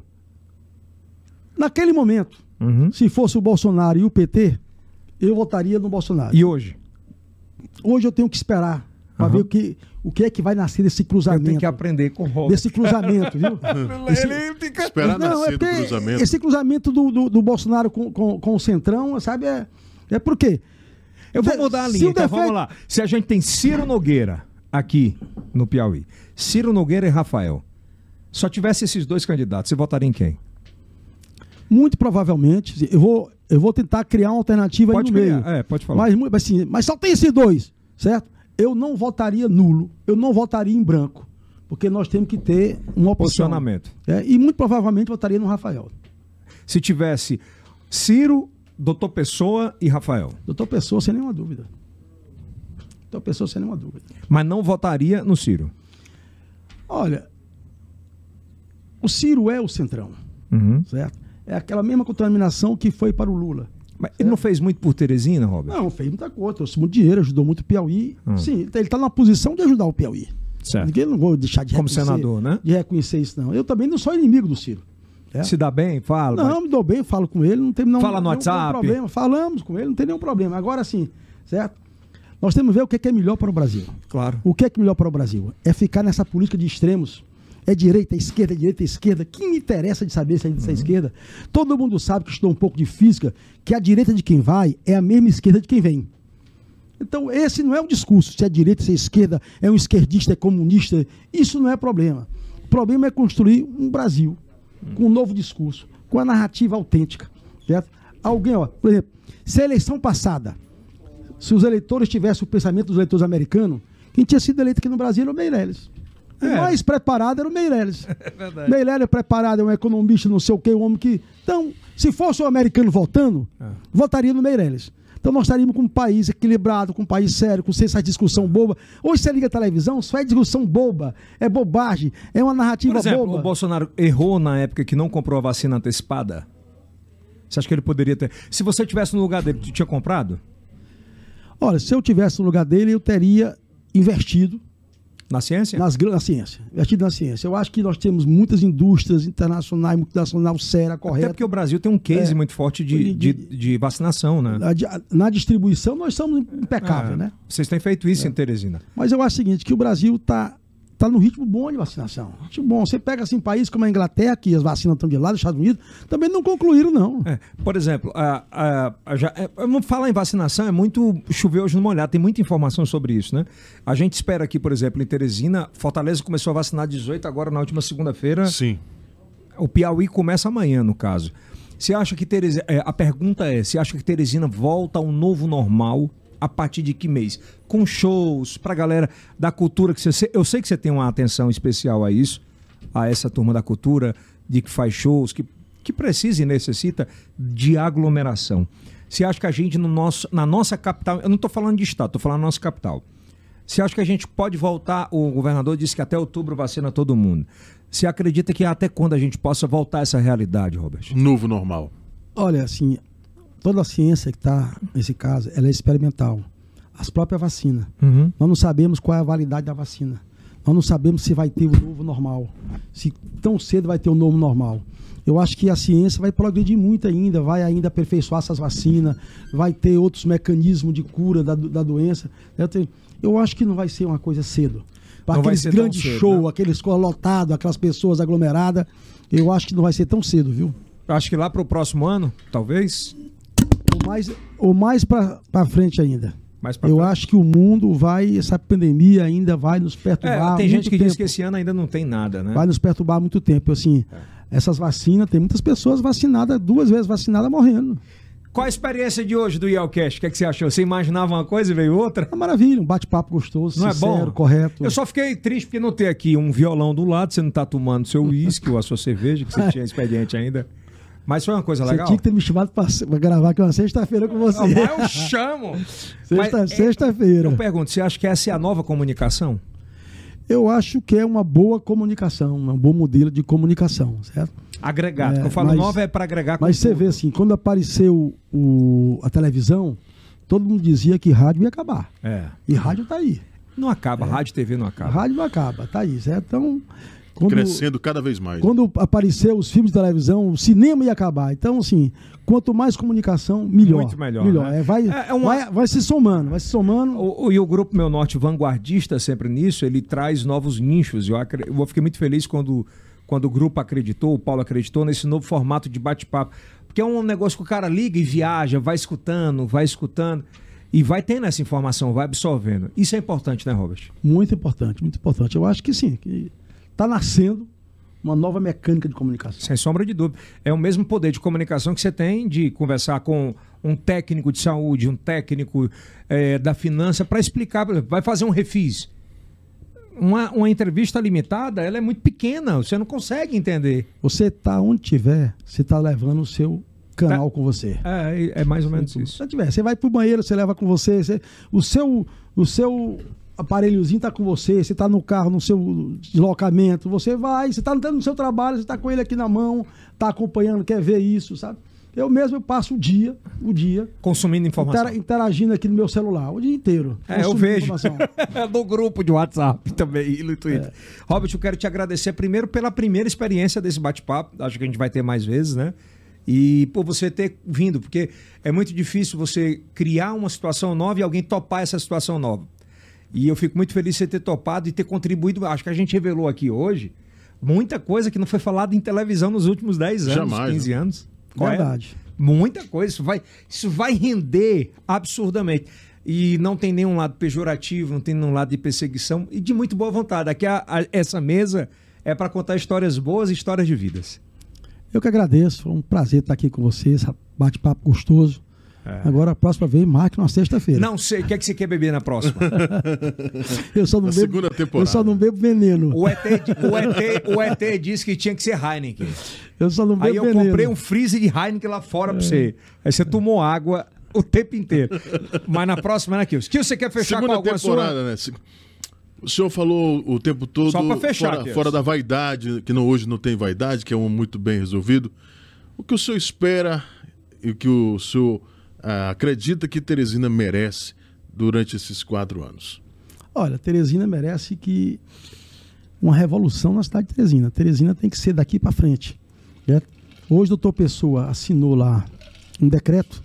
Naquele momento, Uhum. se fosse o Bolsonaro e o P T, eu votaria no Bolsonaro. E hoje? Hoje eu tenho que esperar para Aham. ver o que, o que é que vai nascer desse Eu cruzamento. tenho que aprender com o Robert. Desse cruzamento, viu? Esse- Ele fica... Esperar Não, nascer é do porque cruzamento. esse cruzamento do, do, do Bolsonaro com, com, com o Centrão, sabe, é, é por quê? Eu vou De- mudar a se linha, o então defeito- vamos lá. Se a gente tem Ciro Nogueira aqui no Piauí, Ciro Nogueira e Rafael, só tivesse esses dois candidatos, você votaria em quem? Muito provavelmente, eu vou, eu vou tentar criar uma alternativa Pode aí no criar, meio. é, pode falar. Mas, mu- mas, assim, mas só tem esses dois, certo? Eu não votaria nulo, eu não votaria em branco, porque nós temos que ter uma opção. Posicionamento. É, e muito provavelmente votaria no Rafael. Se tivesse Ciro, doutor Pessoa e Rafael, Doutor Pessoa, sem nenhuma dúvida. Doutor Pessoa, sem nenhuma dúvida. mas não votaria no Ciro. Olha, o Ciro é o Centrão, Uhum. certo? É aquela mesma contaminação que foi para o Lula. Mas ele não fez muito por Teresina, Robert? Não, fez muita coisa, trouxe muito dinheiro, ajudou muito o Piauí. Hum. Sim, ele está na posição de ajudar o Piauí. Certo. Ninguém não vou deixar de Como reconhecer, senador, né? de reconhecer isso, não. Eu também não sou inimigo do Ciro. É? Se dá bem, fala. Não, me dou bem, falo com ele, não tem não, Fala no não, WhatsApp. Não tem problema. Falamos com ele, não tem nenhum problema. Agora sim, certo? Nós temos que ver o que é melhor para o Brasil. Claro. O que é que é melhor para o Brasil? É ficar nessa política de extremos. É direita, é esquerda, é direita, é esquerda. Que me interessa de saber se é direita, Uhum. é esquerda? Todo mundo sabe que estudou um pouco de física, que a direita de quem vai é a mesma esquerda de quem vem. Então, esse não é o discurso. Se é direita, se é esquerda, é um esquerdista, é comunista. Isso não é problema. O problema é construir um Brasil com um novo discurso, com a narrativa autêntica. Certo? Alguém, ó, por exemplo, se a eleição passada, se os eleitores tivessem o pensamento dos eleitores americanos, quem tinha sido eleito aqui no Brasil era o Meirelles. O É. mais preparado era o Meirelles. É verdade. Meirelles é preparado, é um economista, não sei o quê, um homem que... Então, se fosse o americano votando, É. votaria no Meirelles. Então nós estaríamos com um país equilibrado, com um país sério, com sem essa discussão boba. Hoje você liga a televisão, só é discussão boba, é bobagem, é uma narrativa Por exemplo, boba. o Bolsonaro errou na época que não comprou a vacina antecipada? Você acha que ele poderia ter... Se você tivesse no lugar dele, tu tinha comprado? Olha, se eu tivesse no lugar dele, eu teria investido Na ciência? nas, gran- na ciência. Investido na ciência. Eu acho que nós temos muitas indústrias internacionais, multinacional séria, Até correta. porque o Brasil tem um case É. muito forte de, de, De- de vacinação, né? Na, di- na distribuição nós somos impecáveis, É. né? Vocês têm feito isso em Teresina. Mas eu acho o seguinte, que o Brasil está tá no ritmo bom de vacinação. Ritmo bom. Você pega assim países como a Inglaterra, que as vacinas estão de lá, dos Estados Unidos, também não concluíram, não. É, por exemplo, a, a, a, já, é, vamos falar em vacinação, é muito chover hoje no molhado, tem muita informação sobre isso, né? A gente espera aqui, por exemplo, em Teresina, Fortaleza começou a vacinar dezoito agora na última segunda-feira. Sim. O Piauí começa amanhã, no caso. Você acha que Teresina, é, a pergunta é, você acha que Teresina volta ao novo normal a partir de que mês? Com shows, pra galera da cultura, que você, eu sei que você tem uma atenção especial a isso, a essa turma da cultura, de que faz shows, que, que precisa e necessita de aglomeração. Você acha que a gente, no nosso, na nossa capital, eu não estou falando de estado, estou falando na nossa capital, você acha que a gente pode voltar, o governador disse que até outubro vacina todo mundo, você acredita que até quando a gente possa voltar a essa realidade, Robert? Novo normal. Olha, assim, toda a ciência que está nesse caso, ela é experimental. As próprias vacinas. Uhum. Nós não sabemos qual é a validade da vacina. Nós não sabemos se vai ter o novo normal. Se tão cedo vai ter o novo normal. Eu acho que a ciência vai progredir muito ainda, vai ainda aperfeiçoar essas vacinas, vai ter outros mecanismos de cura da, da doença. Eu, tenho, eu acho que não vai ser uma coisa cedo. Para aqueles grandes shows, né? Aqueles lotados, aquelas pessoas aglomeradas, eu acho que não vai ser tão cedo, viu? Acho que lá para o próximo ano, talvez? Ou mais, ou mais para frente ainda. Mais pra eu frente. acho que o mundo vai, essa pandemia ainda vai nos perturbar. É, tem gente que tempo. diz que esse ano ainda não tem nada, né? Vai nos perturbar muito tempo. Assim, é. Essas vacinas, tem muitas pessoas vacinadas, duas vezes vacinadas, morrendo. Qual a experiência de hoje do Yelcast? O que, é que você achou? Você imaginava uma coisa e veio outra? É maravilha, um bate-papo gostoso, não sincero, é bom? Correto. Eu só fiquei triste porque não tem aqui um violão do lado, você não está tomando seu uísque ou a sua cerveja, que você tinha expediente ainda. Mas foi uma coisa você legal. Você tinha que ter me chamado para gravar aqui uma sexta-feira com você. Não, mas eu chamo. Sexta, mas, sexta-feira. Eu pergunto, você acha que essa é a nova comunicação? Eu acho que é uma boa comunicação, um bom modelo de comunicação, certo? Agregar. É, eu falo mas, nova é para agregar com Mas você tudo. vê assim, quando apareceu o, a televisão, todo mundo dizia que rádio ia acabar. É. E rádio está aí. Não acaba, é. Rádio e T V não acaba. Rádio não acaba, está aí, certo? Então, quando, crescendo cada vez mais. Quando apareceu os filmes de televisão, o cinema ia acabar. Então, assim, quanto mais comunicação, melhor. Muito melhor. melhor. Né? É, vai, é, é uma... vai, vai se somando, vai se somando. O, o, e o Grupo Meu Norte vanguardista sempre nisso, ele traz novos nichos. Eu, acre... eu fiquei muito feliz quando, quando o grupo acreditou, o Paulo acreditou nesse novo formato de bate-papo. Porque é um negócio que o cara liga e viaja, vai escutando, vai escutando. E vai tendo essa informação, vai absorvendo. Isso é importante, né, Robert? Muito importante, muito importante. Eu acho que sim, que está nascendo uma nova mecânica de comunicação. Sem sombra de dúvida. É o mesmo poder de comunicação que você tem de conversar com um técnico de saúde, um técnico é, da finança, para explicar, por exemplo, vai fazer um refis. Uma, uma entrevista limitada, ela é muito pequena, você não consegue entender. Você está onde tiver, você está levando o seu canal tá. com você. É, é mais ou menos isso. Se tiver, você vai pro banheiro, você leva com você, você o seu, o seu aparelhozinho tá com você, você tá no carro, no seu deslocamento, você vai, você tá no seu trabalho, você tá com ele aqui na mão, tá acompanhando, quer ver isso, sabe? Eu mesmo eu passo o dia, o dia... Consumindo informação. Interagindo aqui no meu celular, o dia inteiro. É, eu vejo. Do grupo de WhatsApp também e no Twitter. É. Robert, eu quero te agradecer primeiro pela primeira experiência desse bate-papo, acho que a gente vai ter mais vezes, né? E por você ter vindo, porque é muito difícil você criar uma situação nova e alguém topar essa situação nova. E eu fico muito feliz de você ter topado e ter contribuído. Acho que a gente revelou aqui hoje muita coisa que não foi falada em televisão nos últimos dez anos, Jamais, quinze né? anos. Verdade. É? Muita coisa. Isso vai, isso vai render absurdamente. E não tem nenhum lado pejorativo, não tem nenhum lado de perseguição e de muito boa vontade. Aqui a, a, essa mesa é para contar histórias boas e histórias de vidas. Eu que agradeço, foi um prazer estar aqui com vocês, bate-papo gostoso. É. Agora, a próxima vez, marque na sexta-feira. Não sei, o que é que você quer beber na próxima? eu, só não na bebo, segunda temporada. eu só não bebo veneno. O E T, o E T, o E T disse que tinha que ser Heineken. Eu só não bebo Aí eu veneno. comprei um freezer de Heineken lá fora é. pra você. Aí você tomou água o tempo inteiro. Mas na próxima, né, Kilson? Kilson, você quer fechar segunda com alguma temporada, sua? Né? O senhor falou o tempo todo Só pra fechar, fora, fora da vaidade, que não, hoje não tem vaidade, que é um muito bem resolvido. O que o senhor espera e o que o senhor ah, acredita que Teresina merece durante esses quatro anos? Olha, Teresina merece que uma revolução na cidade de Teresina. Teresina tem que ser daqui para frente. Certo? Hoje o doutor Pessoa assinou lá um decreto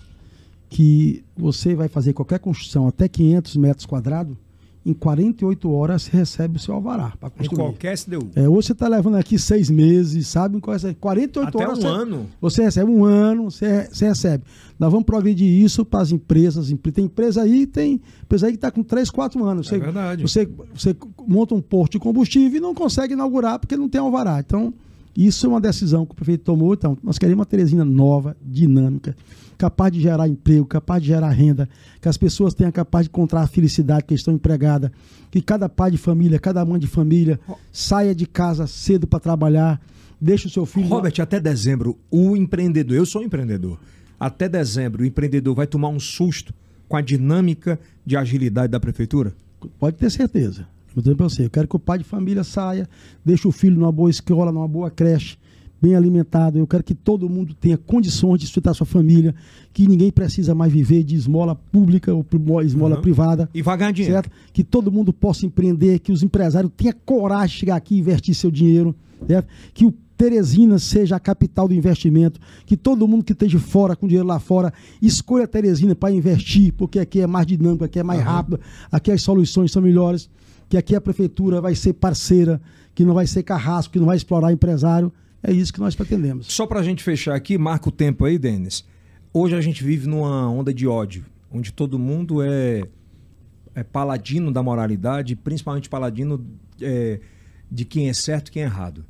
que você vai fazer qualquer construção até quinhentos metros quadrados, em quarenta e oito horas você recebe o seu alvará para construir. Em qualquer S D U. É, hoje você está levando aqui seis meses, sabe? quarenta e oito Até horas. um você, ano. Você recebe um ano, você, você recebe. Nós vamos progredir isso para as empresas. Tem empresa aí, tem empresa aí que está com três, quatro anos. Você, é verdade. Você, você monta um posto de combustível e não consegue inaugurar porque não tem alvará. Então, Isso é uma decisão que o prefeito tomou. Então, nós queremos uma Teresina nova, dinâmica, capaz de gerar emprego, capaz de gerar renda, que as pessoas tenham capaz de encontrar a felicidade, que estão empregadas, que cada pai de família, cada mãe de família saia de casa cedo para trabalhar, deixe o seu filho... Robert, até dezembro, o empreendedor, eu sou empreendedor, até dezembro o empreendedor vai tomar um susto com a dinâmica de agilidade da prefeitura? Pode ter certeza. Eu tenho para você, eu quero que o pai de família saia, deixe o filho numa boa escola, numa boa creche, bem alimentado. Eu quero que todo mundo tenha condições de sustentar sua família, que ninguém precisa mais viver de esmola pública ou esmola uhum. privada. E vai ganhar dinheiro. Certo? Que todo mundo possa empreender, que os empresários tenham coragem de chegar aqui e investir seu dinheiro. Certo? Que o Teresina seja a capital do investimento, que todo mundo que esteja fora, com dinheiro lá fora, escolha a Teresina para investir, porque aqui é mais dinâmico, aqui é mais uhum. rápido, aqui as soluções são melhores, que aqui a prefeitura vai ser parceira, que não vai ser carrasco, que não vai explorar empresário. É isso que nós pretendemos. Só para a gente fechar aqui, marca o tempo aí, Denis. Hoje a gente vive numa onda de ódio, onde todo mundo é, é paladino da moralidade, principalmente paladino é, de quem é certo e quem é errado.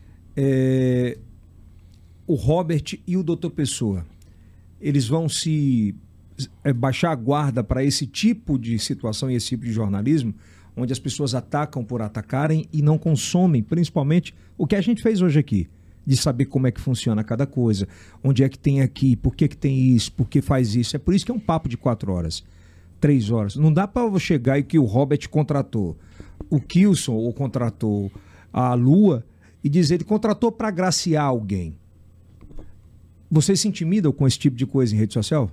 É, o Robert e o doutor Pessoa, eles vão se é, baixar a guarda para esse tipo de situação e esse tipo de jornalismo, onde as pessoas atacam por atacarem e não consomem, principalmente o que a gente fez hoje aqui, de saber como é que funciona cada coisa, onde é que tem aqui, por que que tem isso, por que faz isso. É por isso que é um papo de quatro horas, três horas. Não dá para chegar e que o Robert contratou o Kilson ou contratou a Lua e dizer que contratou para agraciar alguém. Vocês se intimidam com esse tipo de coisa em rede social?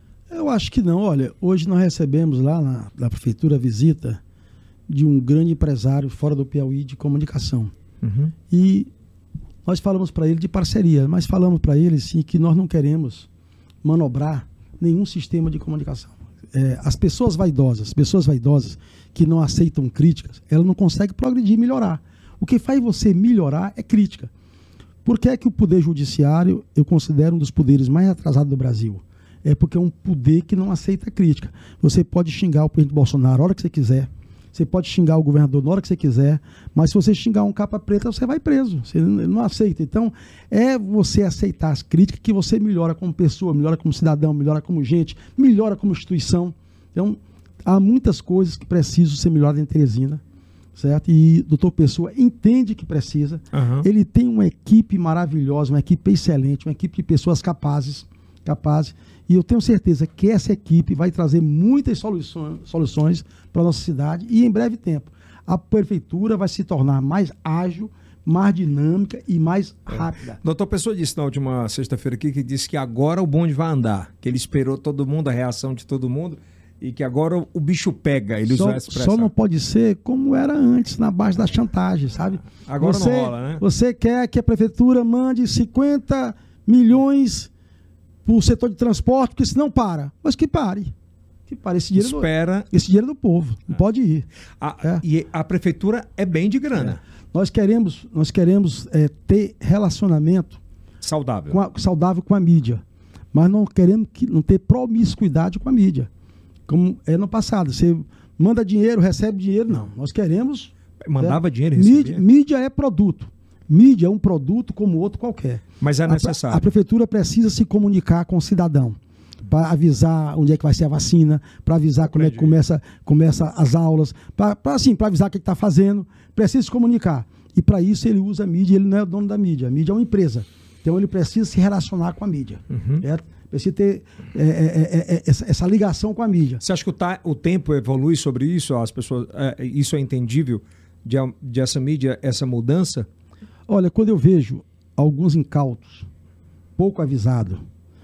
Eu acho que não. Olha, hoje nós recebemos lá na, na prefeitura a visita de um grande empresário fora do Piauí de comunicação. Uhum. E nós falamos para ele de parceria, mas falamos para ele sim que nós não queremos manobrar nenhum sistema de comunicação. É, as pessoas vaidosas, pessoas vaidosas que não aceitam críticas, elas não conseguem progredir e melhorar. O que faz você melhorar é crítica. Por que é que o poder judiciário eu considero um dos poderes mais atrasados do Brasil? É porque é um poder que não aceita crítica. Você pode xingar o presidente Bolsonaro a hora que você quiser, você pode xingar o governador na hora que você quiser, mas se você xingar um capa preta, você vai preso. Você não aceita. Então, é você aceitar as críticas que você melhora como pessoa, melhora como cidadão, melhora como gente, melhora como instituição. Então, há muitas coisas que precisam ser melhoradas em Teresina, certo? E o doutor Pessoa entende que precisa. Uhum. Ele tem uma equipe maravilhosa, uma equipe excelente, uma equipe de pessoas capazes, capazes. E eu tenho certeza que essa equipe vai trazer muitas soluções, soluções para a nossa cidade e em breve tempo a prefeitura vai se tornar mais ágil, mais dinâmica e mais rápida. É. Doutor Pessoa disse na última sexta-feira aqui que disse que agora o bonde vai andar, que ele esperou todo mundo, a reação de todo mundo e que agora o bicho pega, ele usou essa expressão. Só não pode ser como era antes, na base da chantagem, sabe? Agora você, não rola, né? Você quer que a prefeitura mande cinquenta milhões para o setor de transporte, porque senão para. Mas que pare. Que pare. Esse dinheiro, Espera. Do, esse dinheiro é do povo. Não é. Pode ir. A, é. E a prefeitura é bem de grana. É. Nós queremos, nós queremos é, ter relacionamento saudável. Com a, saudável com a mídia. Mas não queremos que, não ter promiscuidade com a mídia. Como é no passado. Você manda dinheiro, recebe dinheiro. Não. Nós queremos... Mandava é, dinheiro e recebia. Mídia, mídia é produto. Mídia é um produto como outro qualquer. Mas é necessário. A, a prefeitura precisa se comunicar com o cidadão para avisar onde é que vai ser a vacina, para avisar quando é que começa, começa as aulas, para assim, para avisar o que está fazendo. Precisa se comunicar. E para isso ele usa a mídia, ele não é o dono da mídia. A mídia é uma empresa. Então ele precisa se relacionar com a mídia. Uhum. Certo? Precisa ter é, é, é, essa, essa ligação com a mídia. Você acha que o, ta, o tempo evolui sobre isso? As pessoas, é, isso é entendível de, de essa mídia, essa mudança? Olha, quando eu vejo alguns incautos, pouco avisados,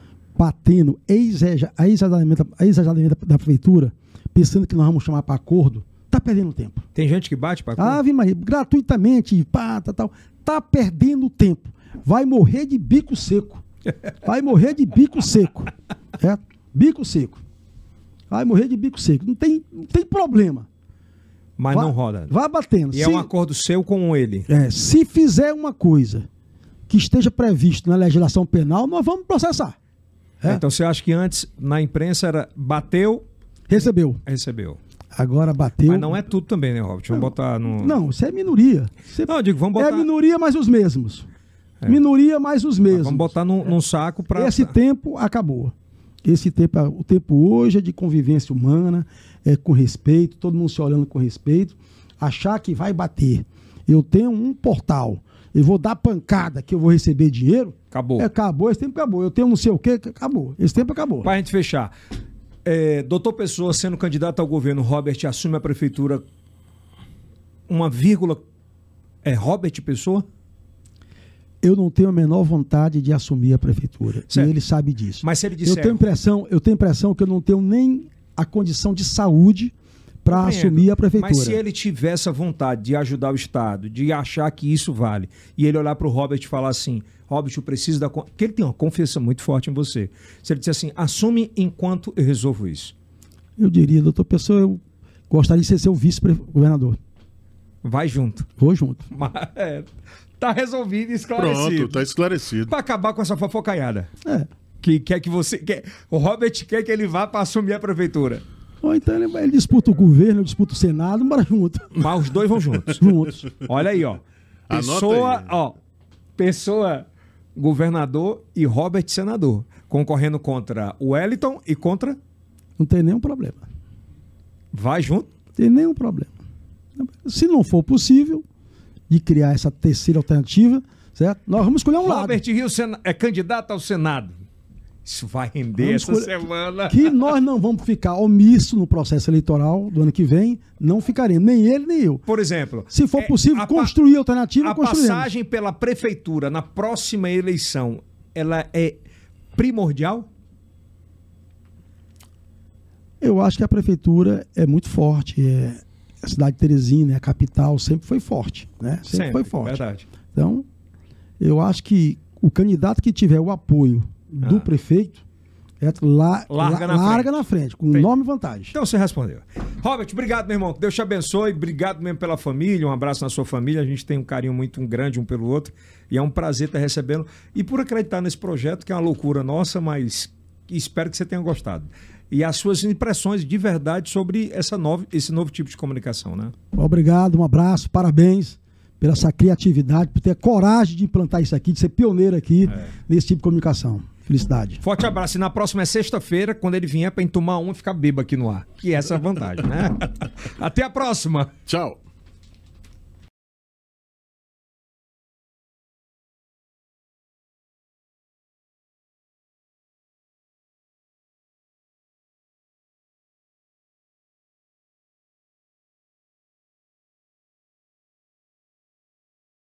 batendo exageradamente da prefeitura, pensando que nós vamos chamar para acordo, tá perdendo tempo. Tem gente que bate para acordo? Ave Maria, gratuitamente, pá, tá, tal, tá perdendo tempo. Vai morrer de bico seco. Vai morrer de bico seco. É? Bico seco. Vai morrer de bico seco. Não tem, não tem problema. Mas vá, não roda. Vá batendo. E se, é um acordo seu com ele. É, se fizer uma coisa que esteja previsto na legislação penal, nós vamos processar. É? Então você acha que antes na imprensa era bateu, recebeu. Recebeu. Agora bateu. Mas não é tudo também, né, Robert? Vamos botar no. Não, isso é minoria. Isso não, eu digo, vamos botar. É minoria, mas os mesmos. É. Minoria mais os mesmos. Vamos botar num, num saco para... Esse tempo acabou. Esse tempo, o tempo hoje é de convivência humana, é com respeito, todo mundo se olhando com respeito. Achar que vai bater. Eu tenho um portal, eu vou dar pancada que eu vou receber dinheiro. Acabou. É, acabou, esse tempo acabou. Eu tenho não sei o quê, acabou. Esse tempo acabou. Para a gente fechar, é, doutor Pessoa, sendo candidato ao governo, Robert assume a prefeitura, uma vírgula, é Robert Pessoa? Eu não tenho a menor vontade de assumir a prefeitura. Certo. E ele sabe disso. Mas se ele disser... Eu tenho impressão, eu tenho impressão que eu não tenho nem a condição de saúde para assumir a prefeitura. Mas se ele tiver essa vontade de ajudar o Estado, de achar que isso vale, e ele olhar para o Robert e falar assim, Robert, eu preciso da... Porque ele tem uma confiança muito forte em você. Se ele disser assim, assume enquanto eu resolvo isso. Eu diria, doutor Pessoa, eu gostaria de ser seu vice-governador. Vai junto. Vou junto. Mas, é, tá resolvido e esclarecido. Pronto, tá esclarecido. Para acabar com essa fofocaiada. É. Que quer que você... Quer, o Robert quer que ele vá para assumir a prefeitura. Ou então ele, ele disputa o governo, eu disputo o Senado, bora junto. Mas os dois vão juntos. Juntos. Olha aí, ó. Anota Pessoa, aí. ó. Pessoa governador e Robert senador. Concorrendo contra o Wellington e contra... Não tem nenhum problema. Vai junto. Não tem nenhum problema. Se não for possível de criar essa terceira alternativa, certo? Nós vamos escolher um lado. Robert Rios é candidato ao Senado. Isso vai render Vamos essa escolher- semana. Que nós não vamos ficar omissos no processo eleitoral do ano que vem, não ficaremos, nem ele nem eu. Por exemplo... Se for é, possível a pa- construir alternativa, A construiremos. passagem pela prefeitura na próxima eleição, ela é primordial? Eu acho que a prefeitura é muito forte. É, a cidade de Teresina, a capital, sempre foi forte. Né? Sempre, Sempre, foi forte. verdade. Então, eu acho que o candidato que tiver o apoio do Ah. prefeito, é, lá, Larga lá- na larga frente. na frente, com Entendi. enorme vantagem. Então você respondeu. Robert, obrigado, meu irmão. Que Deus te abençoe. Obrigado mesmo pela família. Um abraço na sua família. A gente tem um carinho muito grande um pelo outro. E é um prazer estar recebendo. E por acreditar nesse projeto, que é uma loucura nossa, mas espero que você tenha gostado. E as suas impressões de verdade sobre essa nova, esse novo tipo de comunicação, né? Obrigado, um abraço, parabéns pela essa criatividade, por ter a coragem de implantar isso aqui, de ser pioneiro aqui É. nesse tipo de comunicação. Felicidade. Forte abraço. E na próxima é sexta-feira, quando ele vier para entomar um e ficar bêbado aqui no ar. Que essa é a vantagem, né? Até a próxima. Tchau.